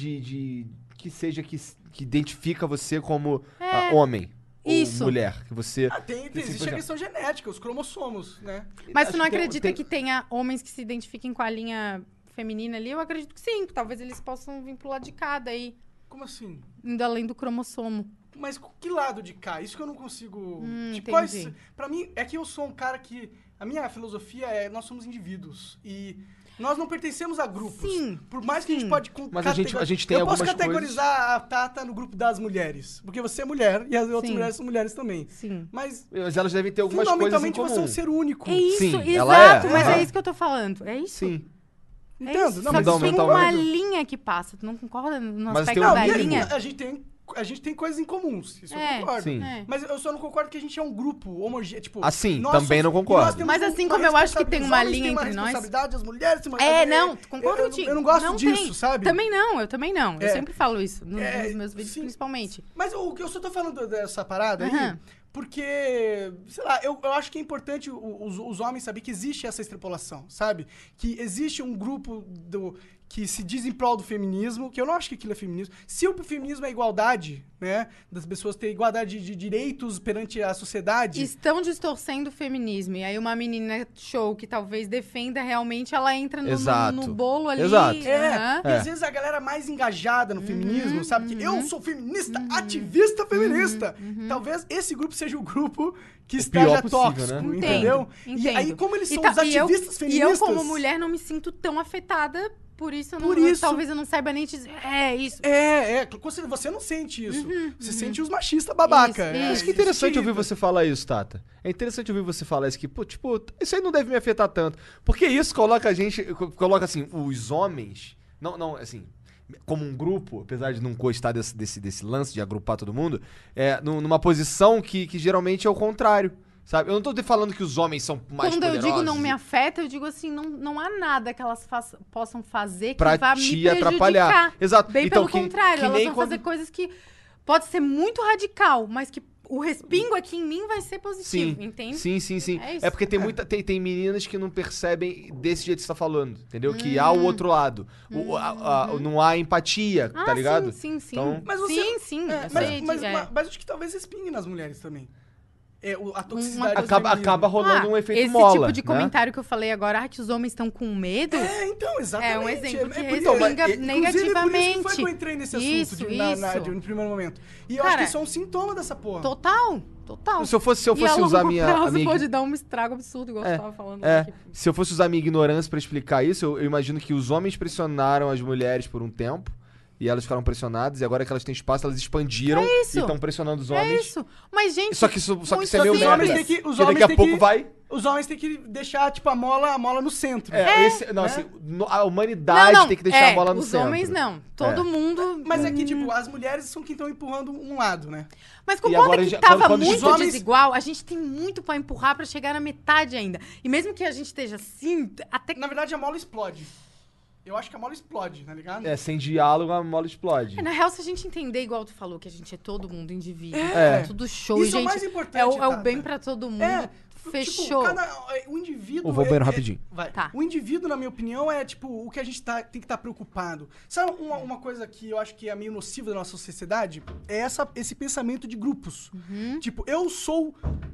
de que seja que identifica você como homem Isso. ou mulher. Que você... Existe a questão genética, os cromossomos, né? Mas Acho tu não que tem- acredita tem- que tenha homens que se identifiquem com a linha feminina ali? Eu acredito que sim. Que talvez eles possam vir pro lado de cá daí. Como assim? Indo além do cromossomo. Mas que lado de cá? Isso que eu não consigo... entendi. Pra mim, é que eu sou um cara que... A minha filosofia é nós somos indivíduos. E nós não pertencemos a grupos. Sim, Por mais que a gente pode... Mas a gente tem eu posso algumas categorizar a Tata no grupo das mulheres. Porque você é mulher e as outras Sim. mulheres são mulheres também. Sim. Mas, Mas elas devem ter algumas coisas em fundamentalmente, comum. você é um ser único. É isso, Sim, ela exato. é. Mas Aham. é isso que eu tô falando. É isso. Sim. É Entendo. isso. Não, Só mas que tem uma fundamentalmente- linha que passa. Tu não concorda no Mas aspecto tem uma da Não, linha? a gente tem coisas em comuns. Isso eu concordo. Sim. É. Mas eu só não concordo que a gente é um grupo homogêneo. Tipo, Assim, nós também não concordo. e nós temos Mas assim como eu acho que tem uma os homens linha têm entre nós- responsabilidade, as mulheres têm uma... Não, concordo contigo. Eu não gosto Não disso, tem. sabe? Também não, eu também não. Eu É. sempre falo isso, nos meus vídeos sim. principalmente. Mas o que eu só tô falando dessa parada aí, Aham. porque, sei lá, eu acho que é importante os homens saber que existe essa extrapolação, sabe? Que existe um grupo que se diz em prol do feminismo, que eu não acho que aquilo é feminismo. Se o feminismo é igualdade, né, das pessoas terem igualdade de direitos perante a sociedade... Estão distorcendo o feminismo. E aí uma menina show que talvez defenda realmente, ela entra Exato. no bolo ali. Exato. Aham. E às vezes a galera mais engajada no feminismo, sabe? Que eu sou feminista, ativista feminista. Talvez esse grupo seja o grupo que pior esteja possível, tóxico, né? entendeu? Entendo. E aí, como eles são tá- os ativistas e feministas... eu, como mulher, não me sinto tão afetada. Por isso, Por isso- talvez eu não saiba nem te dizer. É isso. Você não sente isso. Você sente os machistas babaca. Isso, Mas que interessante ouvir você falar isso, Tata. É interessante ouvir você falar isso, que, pô, tipo, isso aí não deve me afetar tanto. Porque isso coloca a gente, coloca assim, os homens, não, assim, como um grupo, apesar de não gostar desse lance de agrupar todo mundo, numa posição que geralmente é o contrário, sabe? Eu não tô falando que os homens são mais Quando poderosos. eu digo não me afeta, eu digo assim, não há nada que elas possam fazer que pra vá te me prejudicar. atrapalhar. Exato. Bem Então, pelo contrário, que elas nem vão quando- fazer coisas que pode ser muito radical, mas que o respingo aqui em mim vai ser positivo, entende? Sim. É isso. É porque tem meninas que não percebem desse jeito que você tá falando, entendeu? Que há o outro lado. Não há empatia, tá ligado? Sim. Então- Mas você- sim. É, eu sei mas acho que talvez respingue nas mulheres também. A toxicidade do Acaba feminismo. rolando um efeito esse mola, tipo de né? comentário que eu falei agora, que os homens estão com medo, Então, exatamente. é um exemplo que porque- respinga inclusive, negativamente. Por isso que foi que eu entrei nesse assunto Isso. no primeiro momento. E eu Cara, acho que isso é um sintoma dessa porra. Total. Se eu fosse E a usar a longo minha... prazo a minha- pode dar um estrago absurdo, igual você tava falando. Se eu fosse usar a minha ignorância pra explicar isso, eu imagino que os homens pressionaram as mulheres por um tempo e elas ficaram pressionadas, e agora que elas têm espaço, elas expandiram isso. e estão pressionando os É homens. isso. Mas, gente, Só que isso é muito meio Os merda. homens simples. têm que- os Porque homens daqui a têm pouco que- vai... Os homens têm que deixar, tipo, a mola no centro. assim, a humanidade tem que deixar a bola no os centro. homens não. Todo mundo... Mas é que, tipo, as mulheres são quem estão empurrando um lado, né? Mas E concorda agora que já- tava quando os muito homens- desigual? A gente tem muito pra empurrar pra chegar na metade ainda. E mesmo que a gente esteja assim, até que... Na verdade, a mola explode. Eu acho que a mola explode, tá ligado? Sem diálogo a mola explode. Na real, se a gente entender, igual tu falou, que a gente é todo mundo indivíduo, É. tudo show, Isso e, é o gente, mais importante, é o Tata. bem pra todo mundo. Fechou. Tipo, o indivíduo... Eu vou banheiro rapidinho. Vai. Tá. O indivíduo, na minha opinião, é, tipo, o que a gente tem que estar preocupado. Sabe uma coisa que eu acho que é meio nociva da nossa sociedade? É esse pensamento de grupos. Tipo, eu sou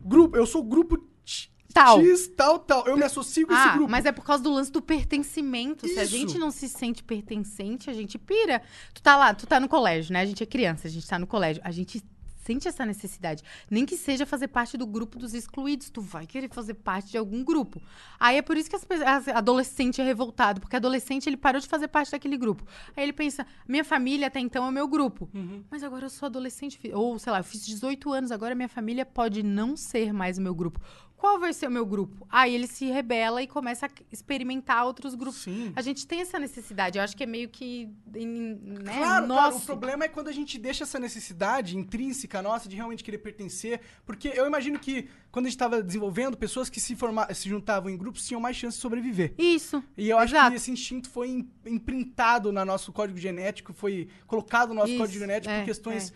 grupo Tal. X, tal. Eu me associo com esse grupo. Mas é por causa do lance do pertencimento. Se a Isso. gente não se sente pertencente, a gente pira. Tu tá lá, tu tá no colégio, né? A gente é criança, a gente tá no colégio. A gente sente essa necessidade. Nem que seja fazer parte do grupo dos excluídos. Tu vai querer fazer parte de algum grupo. Aí é por isso que adolescente é revoltado. Porque adolescente, ele parou de fazer parte daquele grupo. Aí ele pensa, minha família até então é o meu grupo. Mas agora eu sou adolescente. Ou, sei lá, eu fiz 18 anos. Agora minha família pode não ser mais o meu grupo. Qual vai ser o meu grupo? Aí ele se rebela e começa a experimentar outros grupos. Sim. A gente tem essa necessidade. Eu acho que é meio que... Né? Claro, Nosso. o problema é quando a gente deixa essa necessidade intrínseca nossa de realmente querer pertencer, porque eu imagino que quando a gente estava desenvolvendo, pessoas que se juntavam em grupos tinham mais chance de sobreviver. Isso. E eu acho Exato. que esse instinto foi imprintado no nosso código genético, foi colocado no nosso Isso, código genético por é, questões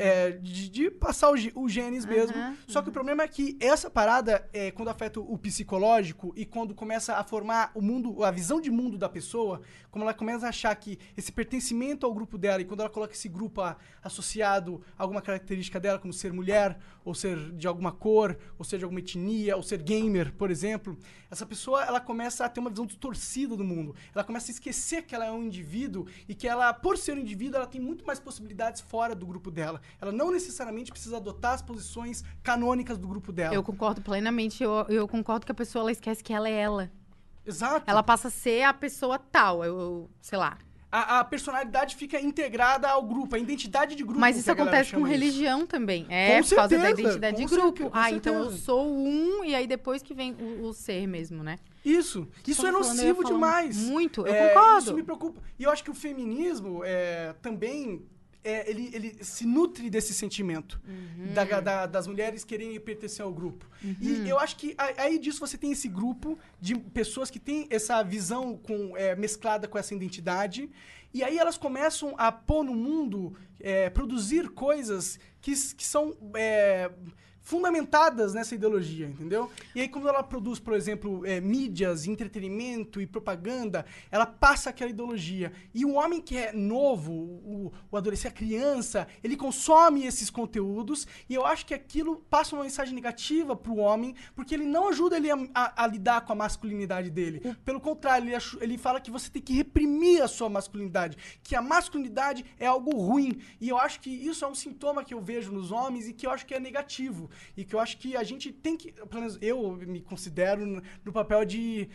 de passar os genes mesmo. Só que o problema é que essa parada, quando afeta o psicológico e quando começa a formar o mundo, a visão de mundo da pessoa, como ela começa a achar que esse pertencimento ao grupo dela, e quando ela coloca esse grupo associado a alguma característica dela, como ser mulher, ou ser de alguma cor, ou ser de alguma etnia, ou ser gamer, por exemplo, essa pessoa, ela começa a ter uma visão distorcida do mundo. Ela começa a esquecer que ela é um indivíduo e que ela, por ser um indivíduo, ela tem muito mais possibilidades fora do grupo dela. Ela não necessariamente precisa adotar as posições canônicas do grupo dela. Eu concordo plenamente. Eu concordo que a pessoa ela esquece que ela é ela. Exato. Ela passa a ser a pessoa tal. Sei lá. A personalidade fica integrada ao grupo, a identidade de grupo. Mas que isso a galera acontece com chama isso. religião também. Com Por causa da certeza, identidade de com grupo. certeza, com Então eu certeza. sou um, e aí depois que vem o ser mesmo, né? Isso é Falando, eu ia nocivo falar demais. muito, eu concordo. Isso me preocupa. E eu acho que o feminismo também... ele se nutre desse sentimento das mulheres quererem pertencer ao grupo. E eu acho que aí disso você tem esse grupo de pessoas que têm essa visão mesclada com essa identidade, e aí elas começam a pôr no mundo, produzir coisas que são fundamentadas nessa ideologia, entendeu? E aí quando ela produz, por exemplo, mídias, entretenimento e propaganda, ela passa aquela ideologia. E o homem que é novo, o adolescente, a criança, ele consome esses conteúdos, e eu acho que aquilo passa uma mensagem negativa pro homem, porque ele não ajuda ele a lidar com a masculinidade dele. Pelo contrário, ele fala que você tem que reprimir a sua masculinidade, que a masculinidade é algo ruim. E eu acho que isso é um sintoma que eu vejo nos homens e que eu acho que é negativo. E que eu acho que a gente tem que, pelo menos eu me considero no papel de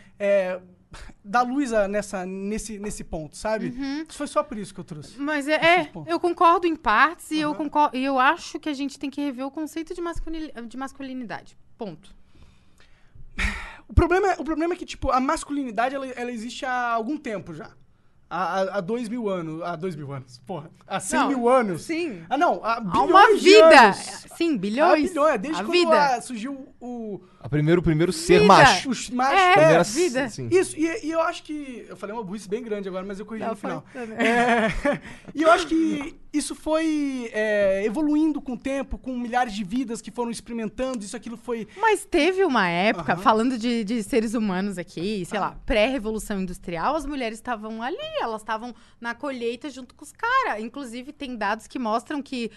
dar luz nesse ponto, sabe? Foi só por isso que eu trouxe. Mas Esses pontos. eu concordo em partes, e eu acho que a gente tem que rever o conceito de masculinidade. Ponto. O problema é que, tipo, a masculinidade, ela existe há algum tempo já. há 2.000 anos. Há 2.000 anos, porra. Há 100 Não, mil anos. sim. Ah, não. Há Há bilhões uma de vida. anos. Sim, Há bilhões. bilhões. Desde a quando vida. surgiu o... O primeiro ser Vida. macho. Os machos. É, Primeira- vida. Sim. Isso, e eu acho que... Eu falei uma burrice bem grande agora, mas eu corrigi Não, no final. foi- E eu acho que isso foi evoluindo com o tempo, com milhares de vidas que foram experimentando, isso, aquilo foi... Mas teve uma época, Aham. falando de seres humanos aqui, sei lá, pré-revolução industrial, as mulheres estavam ali, elas estavam na colheita junto com os caras. Inclusive, tem dados que mostram que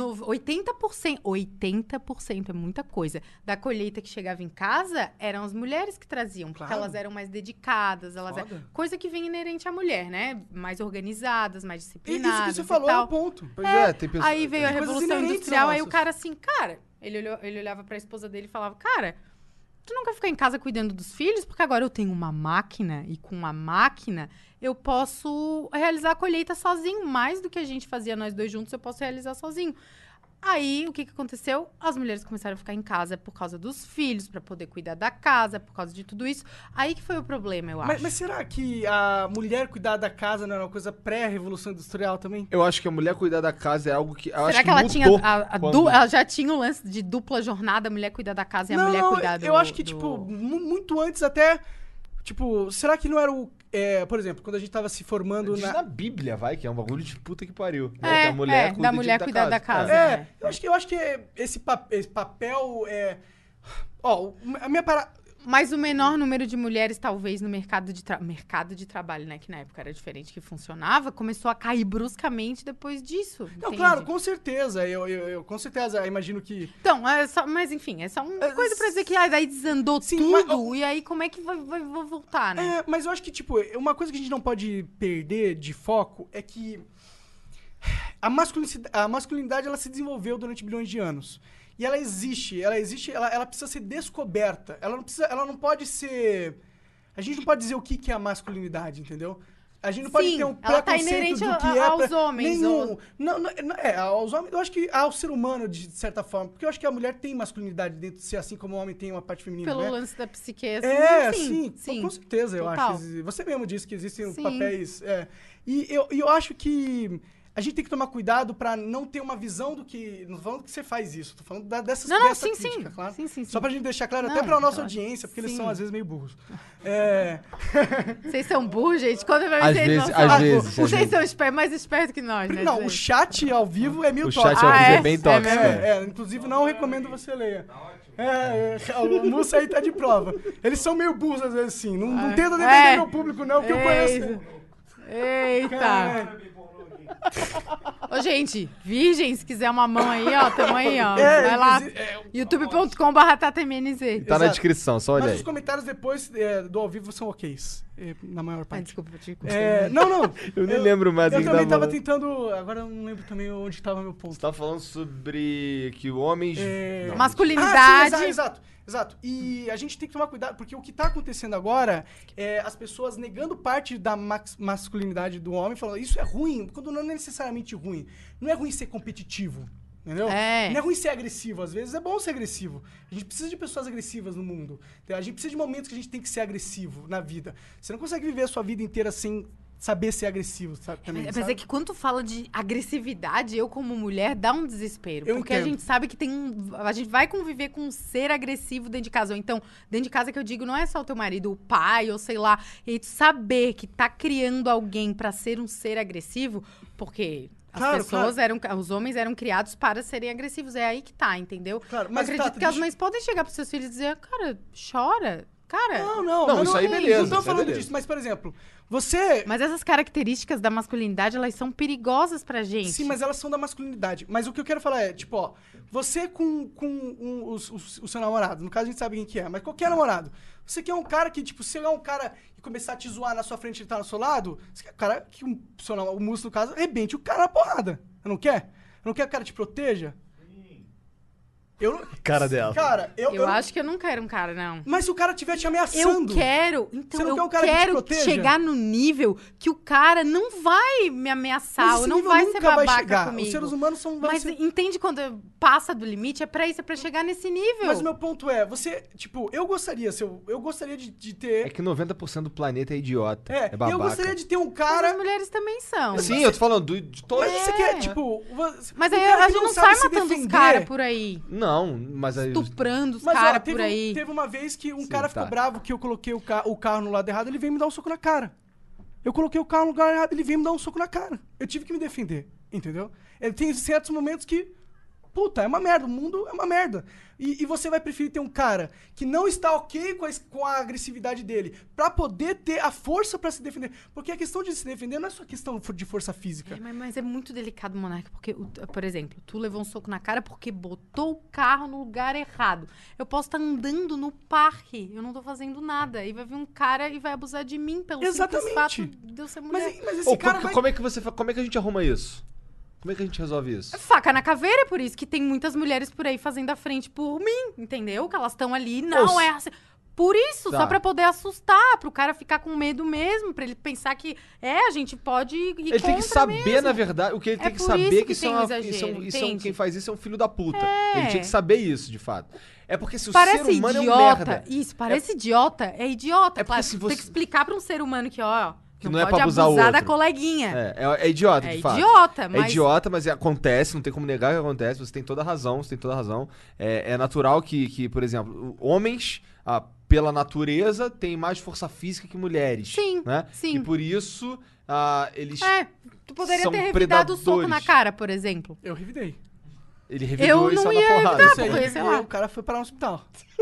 80% é muita coisa, da colheita que chegava em casa eram as mulheres que traziam, porque Claro. elas eram mais dedicadas, Foda. coisa que vem inerente à mulher, né? Mais organizadas, mais Isso disciplinadas que você e falou é tal. um ponto. Pois é, tem pessoas... Aí veio a Coisas Revolução inerentes Industrial, aí o nossas. cara assim, cara, ele olhava pra esposa dele e falava, cara, tu não quer ficar em casa cuidando dos filhos? Porque agora eu tenho uma máquina, e com uma máquina eu posso realizar a colheita sozinho, mais do que a gente fazia nós dois juntos, eu posso realizar sozinho. Aí, o que aconteceu? As mulheres começaram a ficar em casa por causa dos filhos, pra poder cuidar da casa, por causa de tudo isso. Aí que foi o problema, eu acho. Mas será que a mulher cuidar da casa não era uma coisa pré-revolução industrial também? Eu acho que a mulher cuidar da casa é algo que... Eu acho Será que ela tinha mudou quando- ela já tinha o lance de dupla jornada, a mulher cuidar da casa e a mulher cuidar do... eu acho que, do- tipo, muito antes até... Tipo, será que não era o... por exemplo, quando a gente tava se formando Diz na... na Bíblia, vai, que é um bagulho de puta que pariu. É, Né? Que a mulher da mulher cuidar da casa. eu acho que esse papel é... Ó, a minha parada... Mas o menor número de mulheres, talvez, no mercado de trabalho, né? Que na época era diferente, que funcionava, começou a cair bruscamente depois disso. Não, entende? claro, com certeza. Eu com certeza imagino que... Então, mas enfim, é só uma coisa pra dizer que daí desandou Sim, tudo, mas- e aí como é que vai voltar, né? Mas eu acho que, tipo, uma coisa que a gente não pode perder de foco é que a masculinidade ela se desenvolveu durante bilhões de anos. E ela existe, ela precisa ser descoberta. Ela não pode ser... A gente não pode dizer o que é a masculinidade, entendeu? A gente não pode Sim, ter um ela tá preconceito inerente do que aos homens, Nenhum. Aos homens, eu acho que ao ser humano, de certa forma. Porque eu acho que a mulher tem masculinidade dentro de si, assim como o homem tem uma parte feminina, Pelo né? lance da psique, assim, Sim, com certeza, eu Total. acho. Você mesmo disse que existem Sim. papéis. E eu acho que a gente tem que tomar cuidado pra não ter uma visão do que. Não tô falando que você faz isso, tô falando dessa sim, crítica, sim. claro. Sim. Só pra gente deixar claro, Não, até pra nossa relaxa. audiência, porque eles Sim. são às vezes meio burros. Vocês são burros, gente? Conta pra mim, Às vocês vezes- não às são vezes, burros. às Vocês vezes. são mais espertos que nós, né? Não, o chat ao vivo é meio O tóxico. chat ao vivo é? é bem É tóxico. mesmo? Inclusive não recomendo você leia. O Mussa aí tá de prova. Eles são meio burros às vezes, sim. Não tenta defender meu público, não, que eu conheço. Eita! Ô, gente, virgem, se quiser uma mão aí, ó, tamo aí, ó. Vai lá, youtube.com/tatamnz. Tá na Exato. descrição, só olha Mas aí. os comentários depois do ao vivo são ok. Na maior Ai, parte. desculpa, Não. Eu nem lembro mais Eu o que também tava tava tentando. Agora eu não lembro também onde tava meu ponto. Você tá falando sobre que homens... Não, Masculinidade. Ah, sim, exato. E a gente tem que tomar cuidado, porque o que tá acontecendo agora é as pessoas negando parte da masculinidade do homem, falando isso é ruim, quando não é necessariamente ruim. Não é ruim ser competitivo, entendeu? É. Não é ruim ser agressivo, às vezes é bom ser agressivo. A gente precisa de pessoas agressivas no mundo. A gente precisa de momentos que a gente tem que ser agressivo na vida. Você não consegue viver a sua vida inteira sem saber ser agressivo, sabe? Também, Mas sabe? é que quando tu fala de agressividade, eu como mulher, dá um desespero. Eu porque a entendo. gente sabe que a gente vai conviver com um ser agressivo dentro de casa. Ou então, dentro de casa que eu digo, não é só o teu marido, o pai, ou sei lá. E aí tu saber que tá criando alguém pra ser um ser agressivo, porque... Claro, Os homens eram criados para serem agressivos. É aí que tá, entendeu? Claro, Eu mas, acredito Tata, que as deixa- mães podem chegar pros seus filhos e dizer, cara, chora. Cara, Não, Não, mas isso aí é beleza, Não tô isso aí falando beleza. disso, mas, por exemplo, você... mas essas características da masculinidade, elas são perigosas pra gente. Sim, mas elas são da masculinidade. Mas o que eu quero falar é, tipo, ó, você com o seu namorado, no caso a gente sabe quem que é, mas qualquer namorado, você quer um cara que, tipo, se chegar um cara e começar a te zoar na sua frente e ele tá no seu lado, você quer um cara que o Musso, no caso, arrebente o cara na porrada. Não quer? Não quer que o cara te proteja? Cara dela. Cara, Eu acho que eu não quero um cara, não. Mas se o cara estiver te Eu ameaçando... quero, Você então não quer eu um cara que te quero proteja? chegar no nível que o cara não vai me ameaçar, Mas ou esse não nível vai ser nunca vai babaca chegar. comigo. Os seres humanos vão Mas ser... entende quando passa do limite? É pra isso, é pra chegar nesse nível. Mas o meu ponto é, você... Tipo, eu gostaria de ter... É que 90% do planeta é idiota. É, É babaca. eu gostaria de ter um Mas cara... as mulheres também são. Sim, eu tô falando de todos. Mas você quer, tipo... Mas um aí cara a que gente não sabe sai se matando os defender. caras por aí. Não, mas aí... Estuprando os Mas, ó, caras teve por aí. teve uma vez que um Sim, cara ficou tá. bravo que eu coloquei o carro no lado errado, ele veio me dar um soco na cara. Eu coloquei o carro no lugar errado, ele veio me dar um soco na cara. Eu tive que me defender, entendeu? Tem certos momentos que, puta, é uma merda, o mundo é uma merda. E você vai preferir ter um cara que não está ok com a agressividade dele, pra poder ter a força pra se defender. Porque a questão de se defender não é só questão de força física. Mas é muito delicado, Monarca, porque, por exemplo, tu levou um soco na cara porque botou o carro no lugar errado. Eu posso estar andando no parque, eu não tô fazendo nada. E vai vir um cara e vai abusar de mim pelo simples Exatamente. fato de eu ser mulher. Mas esse cara vai... como é que a gente arruma isso? Como é que a gente resolve isso? Faca na caveira, é por isso que tem muitas mulheres por aí fazendo a frente por mim, entendeu? Que elas estão ali, não Nossa. é assim. Por isso, Tá. só pra poder assustar, pro cara ficar com medo mesmo, pra ele pensar que, a gente pode ir Ele tem que contra saber, mesmo. na verdade, o que ele É tem que por saber isso que que isso tem é um uma, exagero, entende? quem faz isso é um filho da puta. É. Ele tinha que saber isso, de fato. É porque se o Parece ser humano idiota. é um merda. Isso, parece idiota. É idiota. É porque claro. se Tem você- que explicar pra um ser humano que, ó, Que não é pode pra abusar o abusar da outro. coleguinha. É idiota, É de fato. idiota, mas... É idiota, mas acontece, não tem como negar que acontece, você tem toda a razão, É natural que, por exemplo, homens, pela natureza, têm mais força física que mulheres. Sim, né? sim. E por isso, eles... Tu poderia são ter revidado o soco predadores. na cara, por exemplo. Eu revidei. Ele revidou Eu e não saiu ia na porrada. revidar, Isso aí, porque, sei lá. o cara foi parar no hospital.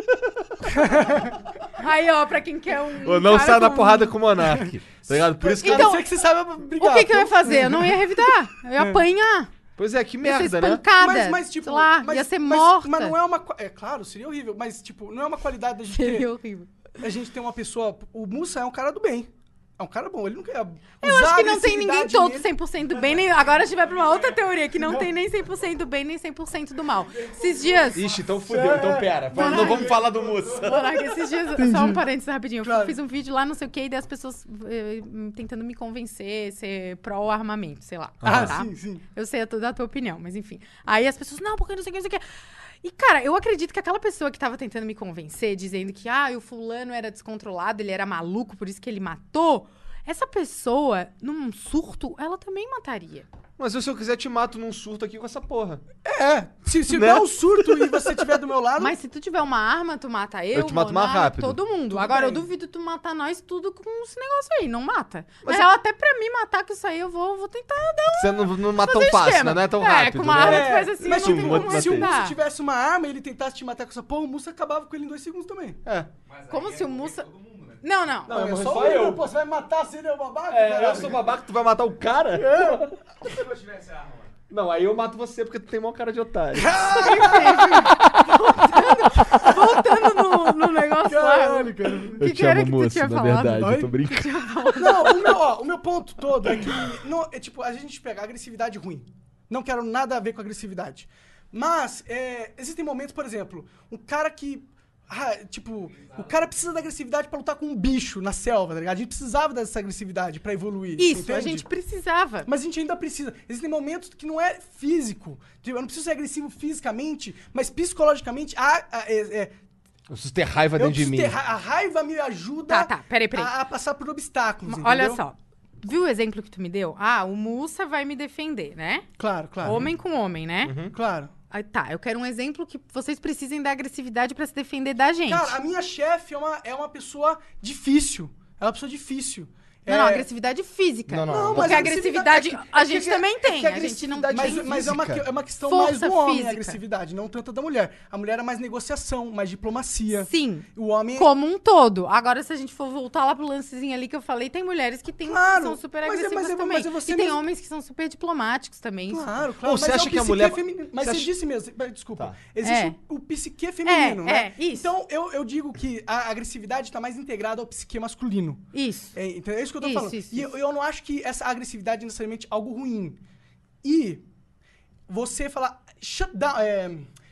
Aí, ó, pra quem quer um Ou não cara sai na com- porrada com o Monark. Tá ligado? Por isso que... A Então, não ser que você saiba brigar. O que eu ia fazer? Eu não ia revidar. Eu ia apanhar. Pois é, que Ia merda, ser né? espancada. Mas, tipo, sei lá, mas- ia ser mas- morta. Mas não é uma... É claro, seria horrível. Mas, tipo, não é uma qualidade da gente ter... Seria horrível. A gente ter uma pessoa... O Mussa é um cara do bem. É um cara bom. Ele não quer Eu acho que não tem ninguém todo nele. 100% do bem. Nem... Agora a gente vai pra uma outra teoria, que não tem nem 100% do bem, nem 100% do mal. Esses dias... Ixi, então fudeu. Então pera. Não vamos falar do Mussa. Monarca, esses dias, só um parênteses rapidinho. Claro. Eu fiz um vídeo lá, não sei o que, e daí as pessoas tentando me convencer, ser pró-armamento, sei lá. Ah, tá? sim. Eu sei da tua opinião, mas enfim. Aí as pessoas, não, porque não sei o que, não sei o que. E, cara, eu acredito que aquela pessoa que tava tentando me convencer, dizendo que, o fulano era descontrolado, ele era maluco, por isso que ele matou, essa pessoa, num surto, ela também mataria. Mas se eu quiser, te mato num surto aqui com essa porra. Se Né? der um surto e você estiver do meu lado... Mas se tu tiver uma arma, tu mata eu, Eu te mato mais Monarca, rápido. todo mundo. Tudo Agora, eu bem. duvido tu matar nós tudo com esse negócio aí, não mata. Mas ela até pra mim matar com isso aí, eu vou tentar dar Você não mata fazer tão fácil, esquema. né? Não é tão É, rápido, com uma né? arma tu faz assim, mas não tem tipo, como se o ajudar. Mussa tivesse uma arma e ele tentasse te matar com essa porra, o Mussa acabava com ele em 2 segundos também. É. Como se o Mussa... Não. Não, é mas só só ele, eu. Pô, você vai matar se ele é o babaca? É, caralho? eu sou babaca, tu vai matar o cara? Se eu tivesse arma, mano. Não, aí eu mato você porque tu tem maior cara de otário. Voltando no negócio lá. Caralho, cara. O que era que tu tinha falado? eu tô brincando. Não, o meu ponto todo é que é tipo, a gente pega a agressividade ruim. Não quero nada a ver com agressividade. Mas, existem momentos, por exemplo, um cara que... o cara precisa da agressividade pra lutar com um bicho na selva, tá ligado? A gente precisava dessa agressividade pra evoluir. Isso, a entende? gente precisava. Mas a gente ainda precisa. Existem momentos que não é físico. Tipo, eu não preciso ser agressivo fisicamente, mas psicologicamente Eu preciso ter raiva eu dentro de preciso mim. ter a raiva me ajuda Tá, peraí. a passar por obstáculos, Olha entendeu? só. Viu o exemplo que tu me deu? O Mussa vai me defender, né? Claro. Homem com homem, né? Claro. Aí, tá, eu quero um exemplo que vocês precisem da agressividade pra se defender da gente. Cara, a minha chefe é uma pessoa difícil. Ela é uma pessoa difícil. Não, agressividade física. Não, Porque mas a agressividade a gente que- também tem. que a gente não tem. Mas é uma questão Força mais do homem, física. a agressividade, não tanto da mulher. A mulher é mais negociação, mais diplomacia. Sim. O homem... Como um todo. Agora, se a gente for voltar lá pro lancezinho ali que eu falei, tem mulheres que, Claro, que são super mas agressivas mas também. você E tem mesmo- homens que são super diplomáticos também. Claro. Ou você mas acha o que a psiquê mulher- feminino. Mas você você acha- disse mesmo, desculpa. Tá. Existe o psiquê feminino, né? isso. Então, eu digo que a agressividade tá mais integrada ao psiquê masculino. Isso. Então, é isso que eu tô Isso, falando. isso, E isso. eu não acho que essa agressividade é necessariamente algo ruim. E você falar, shut down,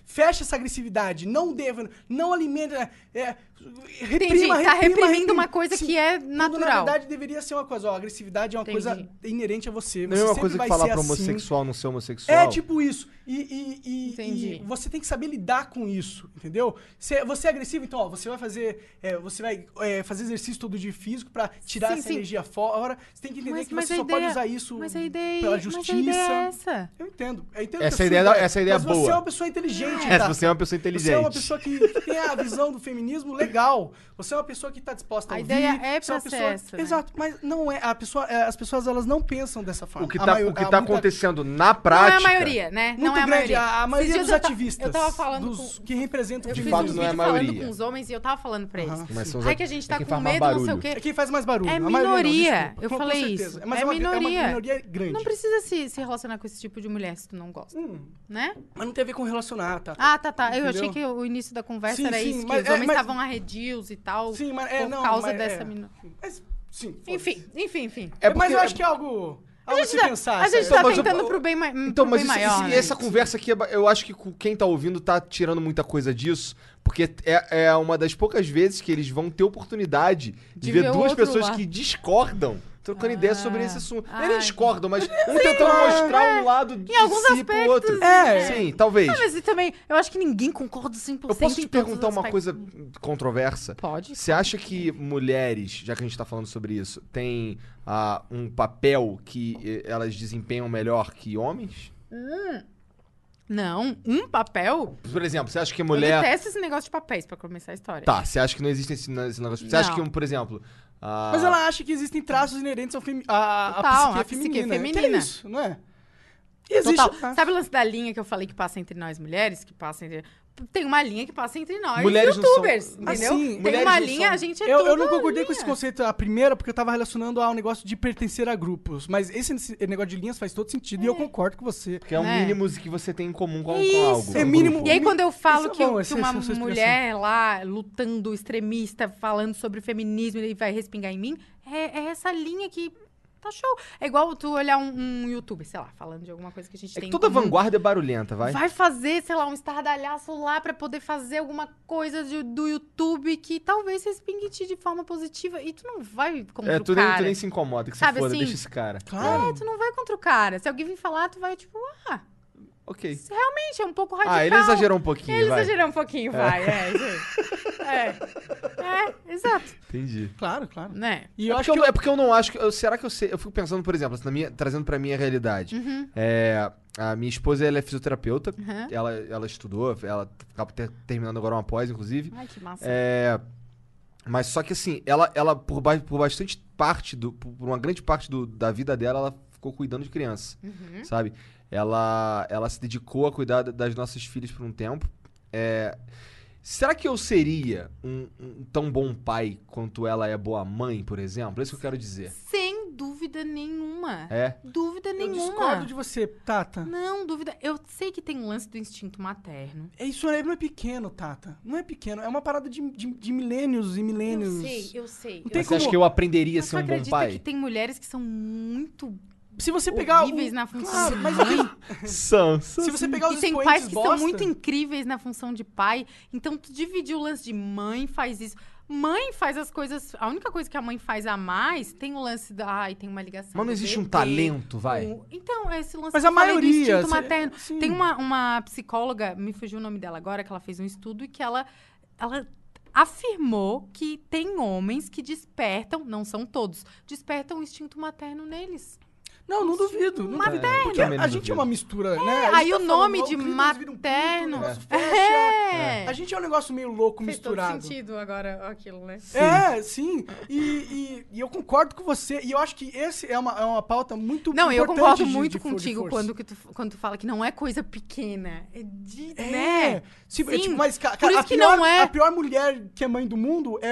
Fecha essa agressividade. Não alimenta. Entendi, tá reprimindo uma coisa que é Quando, natural. na verdade, deveria ser uma coisa. Ó, a agressividade é uma coisa inerente a você. Não é Você uma sempre coisa que vai falar ser pro assim. homossexual não ser homossexual. É tipo isso. Entendi. E você tem que saber lidar com isso, entendeu? Você é agressivo, então, ó, você vai fazer. Você vai fazer exercício todo dia físico pra tirar Sim, essa sim. energia fora. Você tem que entender que você a só pode usar isso mas a ideia, pela Mas justiça. a ideia é essa. Eu entendo. Essa que a ideia sua essa ideia é mas você boa. é uma pessoa inteligente, É, tá? você é uma pessoa Você é inteligente. uma pessoa que tem a visão do feminismo legal. Você é uma pessoa que tá disposta a A ouvir. ideia é você uma pra ser pessoa... essa, né? Exato, mas não é. As pessoas, elas não pensam dessa forma. O que A tá, maio- o que a tá muita- acontecendo na Não é prática... a maioria, né? Muito Não é a grande. maioria. A maioria Esses dos dias ativistas. Eu tava falando que representam o Eu De fiz fato, um não é a vídeo falando maioria. com os homens e eu tava falando pra eles. Mas são os Ai, que a gente tá quem com faz mais medo, não sei o barulho. quê. É quem faz mais barulho. É A maioria não, minoria. desculpa. Eu Com falei certeza. isso. Mas É é uma minoria. minoria grande. Não precisa se relacionar com esse tipo de mulher se tu não gosta, né? Mas não tem a ver com relacionar, tá? Ah, tá. Eu Entendeu? achei que o início da conversa Sim, era sim, isso, que mas- os homens mas- estavam arredios e tal Sim, mas por não, causa mas dessa minoria. Mas, sim. foda-se. Enfim. Mas eu acho que é algo a se pensar. A gente sabe? tá mas eu- tentando pro bem, Então, pro mas bem isso- maior, isso- né? essa conversa aqui, eu acho que quem tá ouvindo tá tirando muita coisa disso, porque é uma das poucas vezes que eles vão ter oportunidade de ver ver o duas outro pessoas lado. que discordam, trocando ideia sobre esse assunto. Ah, Eles discordam, mas um tentando mostrar um lado de alguns si pro outro. Sim, talvez. Ah, mas e também, eu acho que ninguém concorda 100% Eu posso te em todos os perguntar uma aspectos. coisa controversa? Pode. Você acha que mulheres, já que a gente tá falando sobre isso, têm um papel que elas desempenham melhor que homens? Não, um papel? Por exemplo, você acha que a Eu mulher... detesto esse negócio de papéis pra começar a história. Tá, você acha que não existe esse negócio? Você acha Não. que, por exemplo... Mas ela acha que existem traços inerentes ao Total, a psique feminina. Que é feminina. isso, não é? Existe. Total. Sabe o lance da linha que eu falei que passa entre nós mulheres? Que passa entre... Tem uma linha que passa entre nós Mulheres não youtubers, são- entendeu? Assim, Tem mulheres uma não linha, são- a gente é Eu tudo não concordei com linha. esse conceito, a primeira, porque eu tava relacionando ao negócio de pertencer a grupos. Mas esse negócio de linhas faz todo sentido e eu concordo com você. Que é um Né? mínimo que você tem em comum com Isso. algo. É um mínimo- grupo. E aí, quando eu falo Isso é bom, que essa uma sua explicação. mulher lá, lutando, extremista, falando sobre feminismo e vai respingar em mim, é essa linha que tá show. É igual tu olhar um youtuber, sei lá, falando de alguma coisa que a gente É tem que em toda comum. vanguarda é barulhenta, vai? Vai fazer, sei lá, um estardalhaço lá pra poder fazer alguma coisa do YouTube que talvez respingue em ti de forma positiva e tu não vai contra o Tu cara. nem se incomoda, que Sabe se foda, assim? deixa esse cara. Claro. Tu não vai contra o cara. Se alguém vir falar, tu vai tipo, Ok. realmente é um pouco radical. Ah, ele exagerou um pouquinho, Ele vai. exagerou um pouquinho, vai. Exato. Entendi. Claro, claro. Né? E eu É acho porque, que é porque eu não acho que... será que eu sei... Eu fico pensando, por exemplo, trazendo pra minha realidade. Uhum. A minha esposa, ela é fisioterapeuta. Uhum. Ela estudou, ela acaba terminando agora uma pós, inclusive. Ai, que massa. Mas só que assim, ela por bastante parte, por uma grande parte da vida dela, ela ficou cuidando de criança, sabe? Ela se dedicou a cuidar das nossas filhas por um tempo. Será que eu seria um tão bom pai quanto ela é boa mãe, por exemplo? É isso que eu quero dizer. Sem dúvida nenhuma. É? Dúvida eu nenhuma. discordo de você, Tata. Não, dúvida. Eu sei que tem um lance do instinto materno. Isso aí não é pequeno, Tata. Não é pequeno. É uma parada de milênios e milênios. Eu sei. Não tem Mas você acha como- que eu aprenderia a Mas ser tu um bom acredita pai? que tem mulheres que são muito Se você pegar horríveis na função Claro, de mas mãe. se você pegar os E tem expoentes pais que bosta, são muito incríveis na função de pai. Então, tu dividir o lance de mãe faz isso. Mãe faz as coisas... A única coisa que a mãe faz a mais tem o lance da... Ai, tem uma ligação Mas não do existe um bebê, talento, vai? Então, é esse lance Mas que a eu falei do maioria, instinto materno. sim. Tem uma psicóloga, me fugiu o nome dela agora, que ela fez um estudo e que ela afirmou que tem homens que despertam, não são todos, despertam o instinto materno neles. Não duvido. Não Materno. duvido. Porque Também não a gente duvido. é uma mistura, né? A Aí gente o tá nome falando, de ó, o clima vira um pinto, materno... o negócio fecha. É. A gente é um negócio meio louco, Fez todo misturado. sentido agora aquilo, né? Sim. E eu concordo com você. E eu acho que esse é uma pauta muito Não, importante. eu concordo de muito for- de contigo força. quando tu fala que não é coisa pequena. É de, É. né? Sim, Sim. tipo, mas, Por isso a que pior, não é- a pior mulher que é mãe do mundo é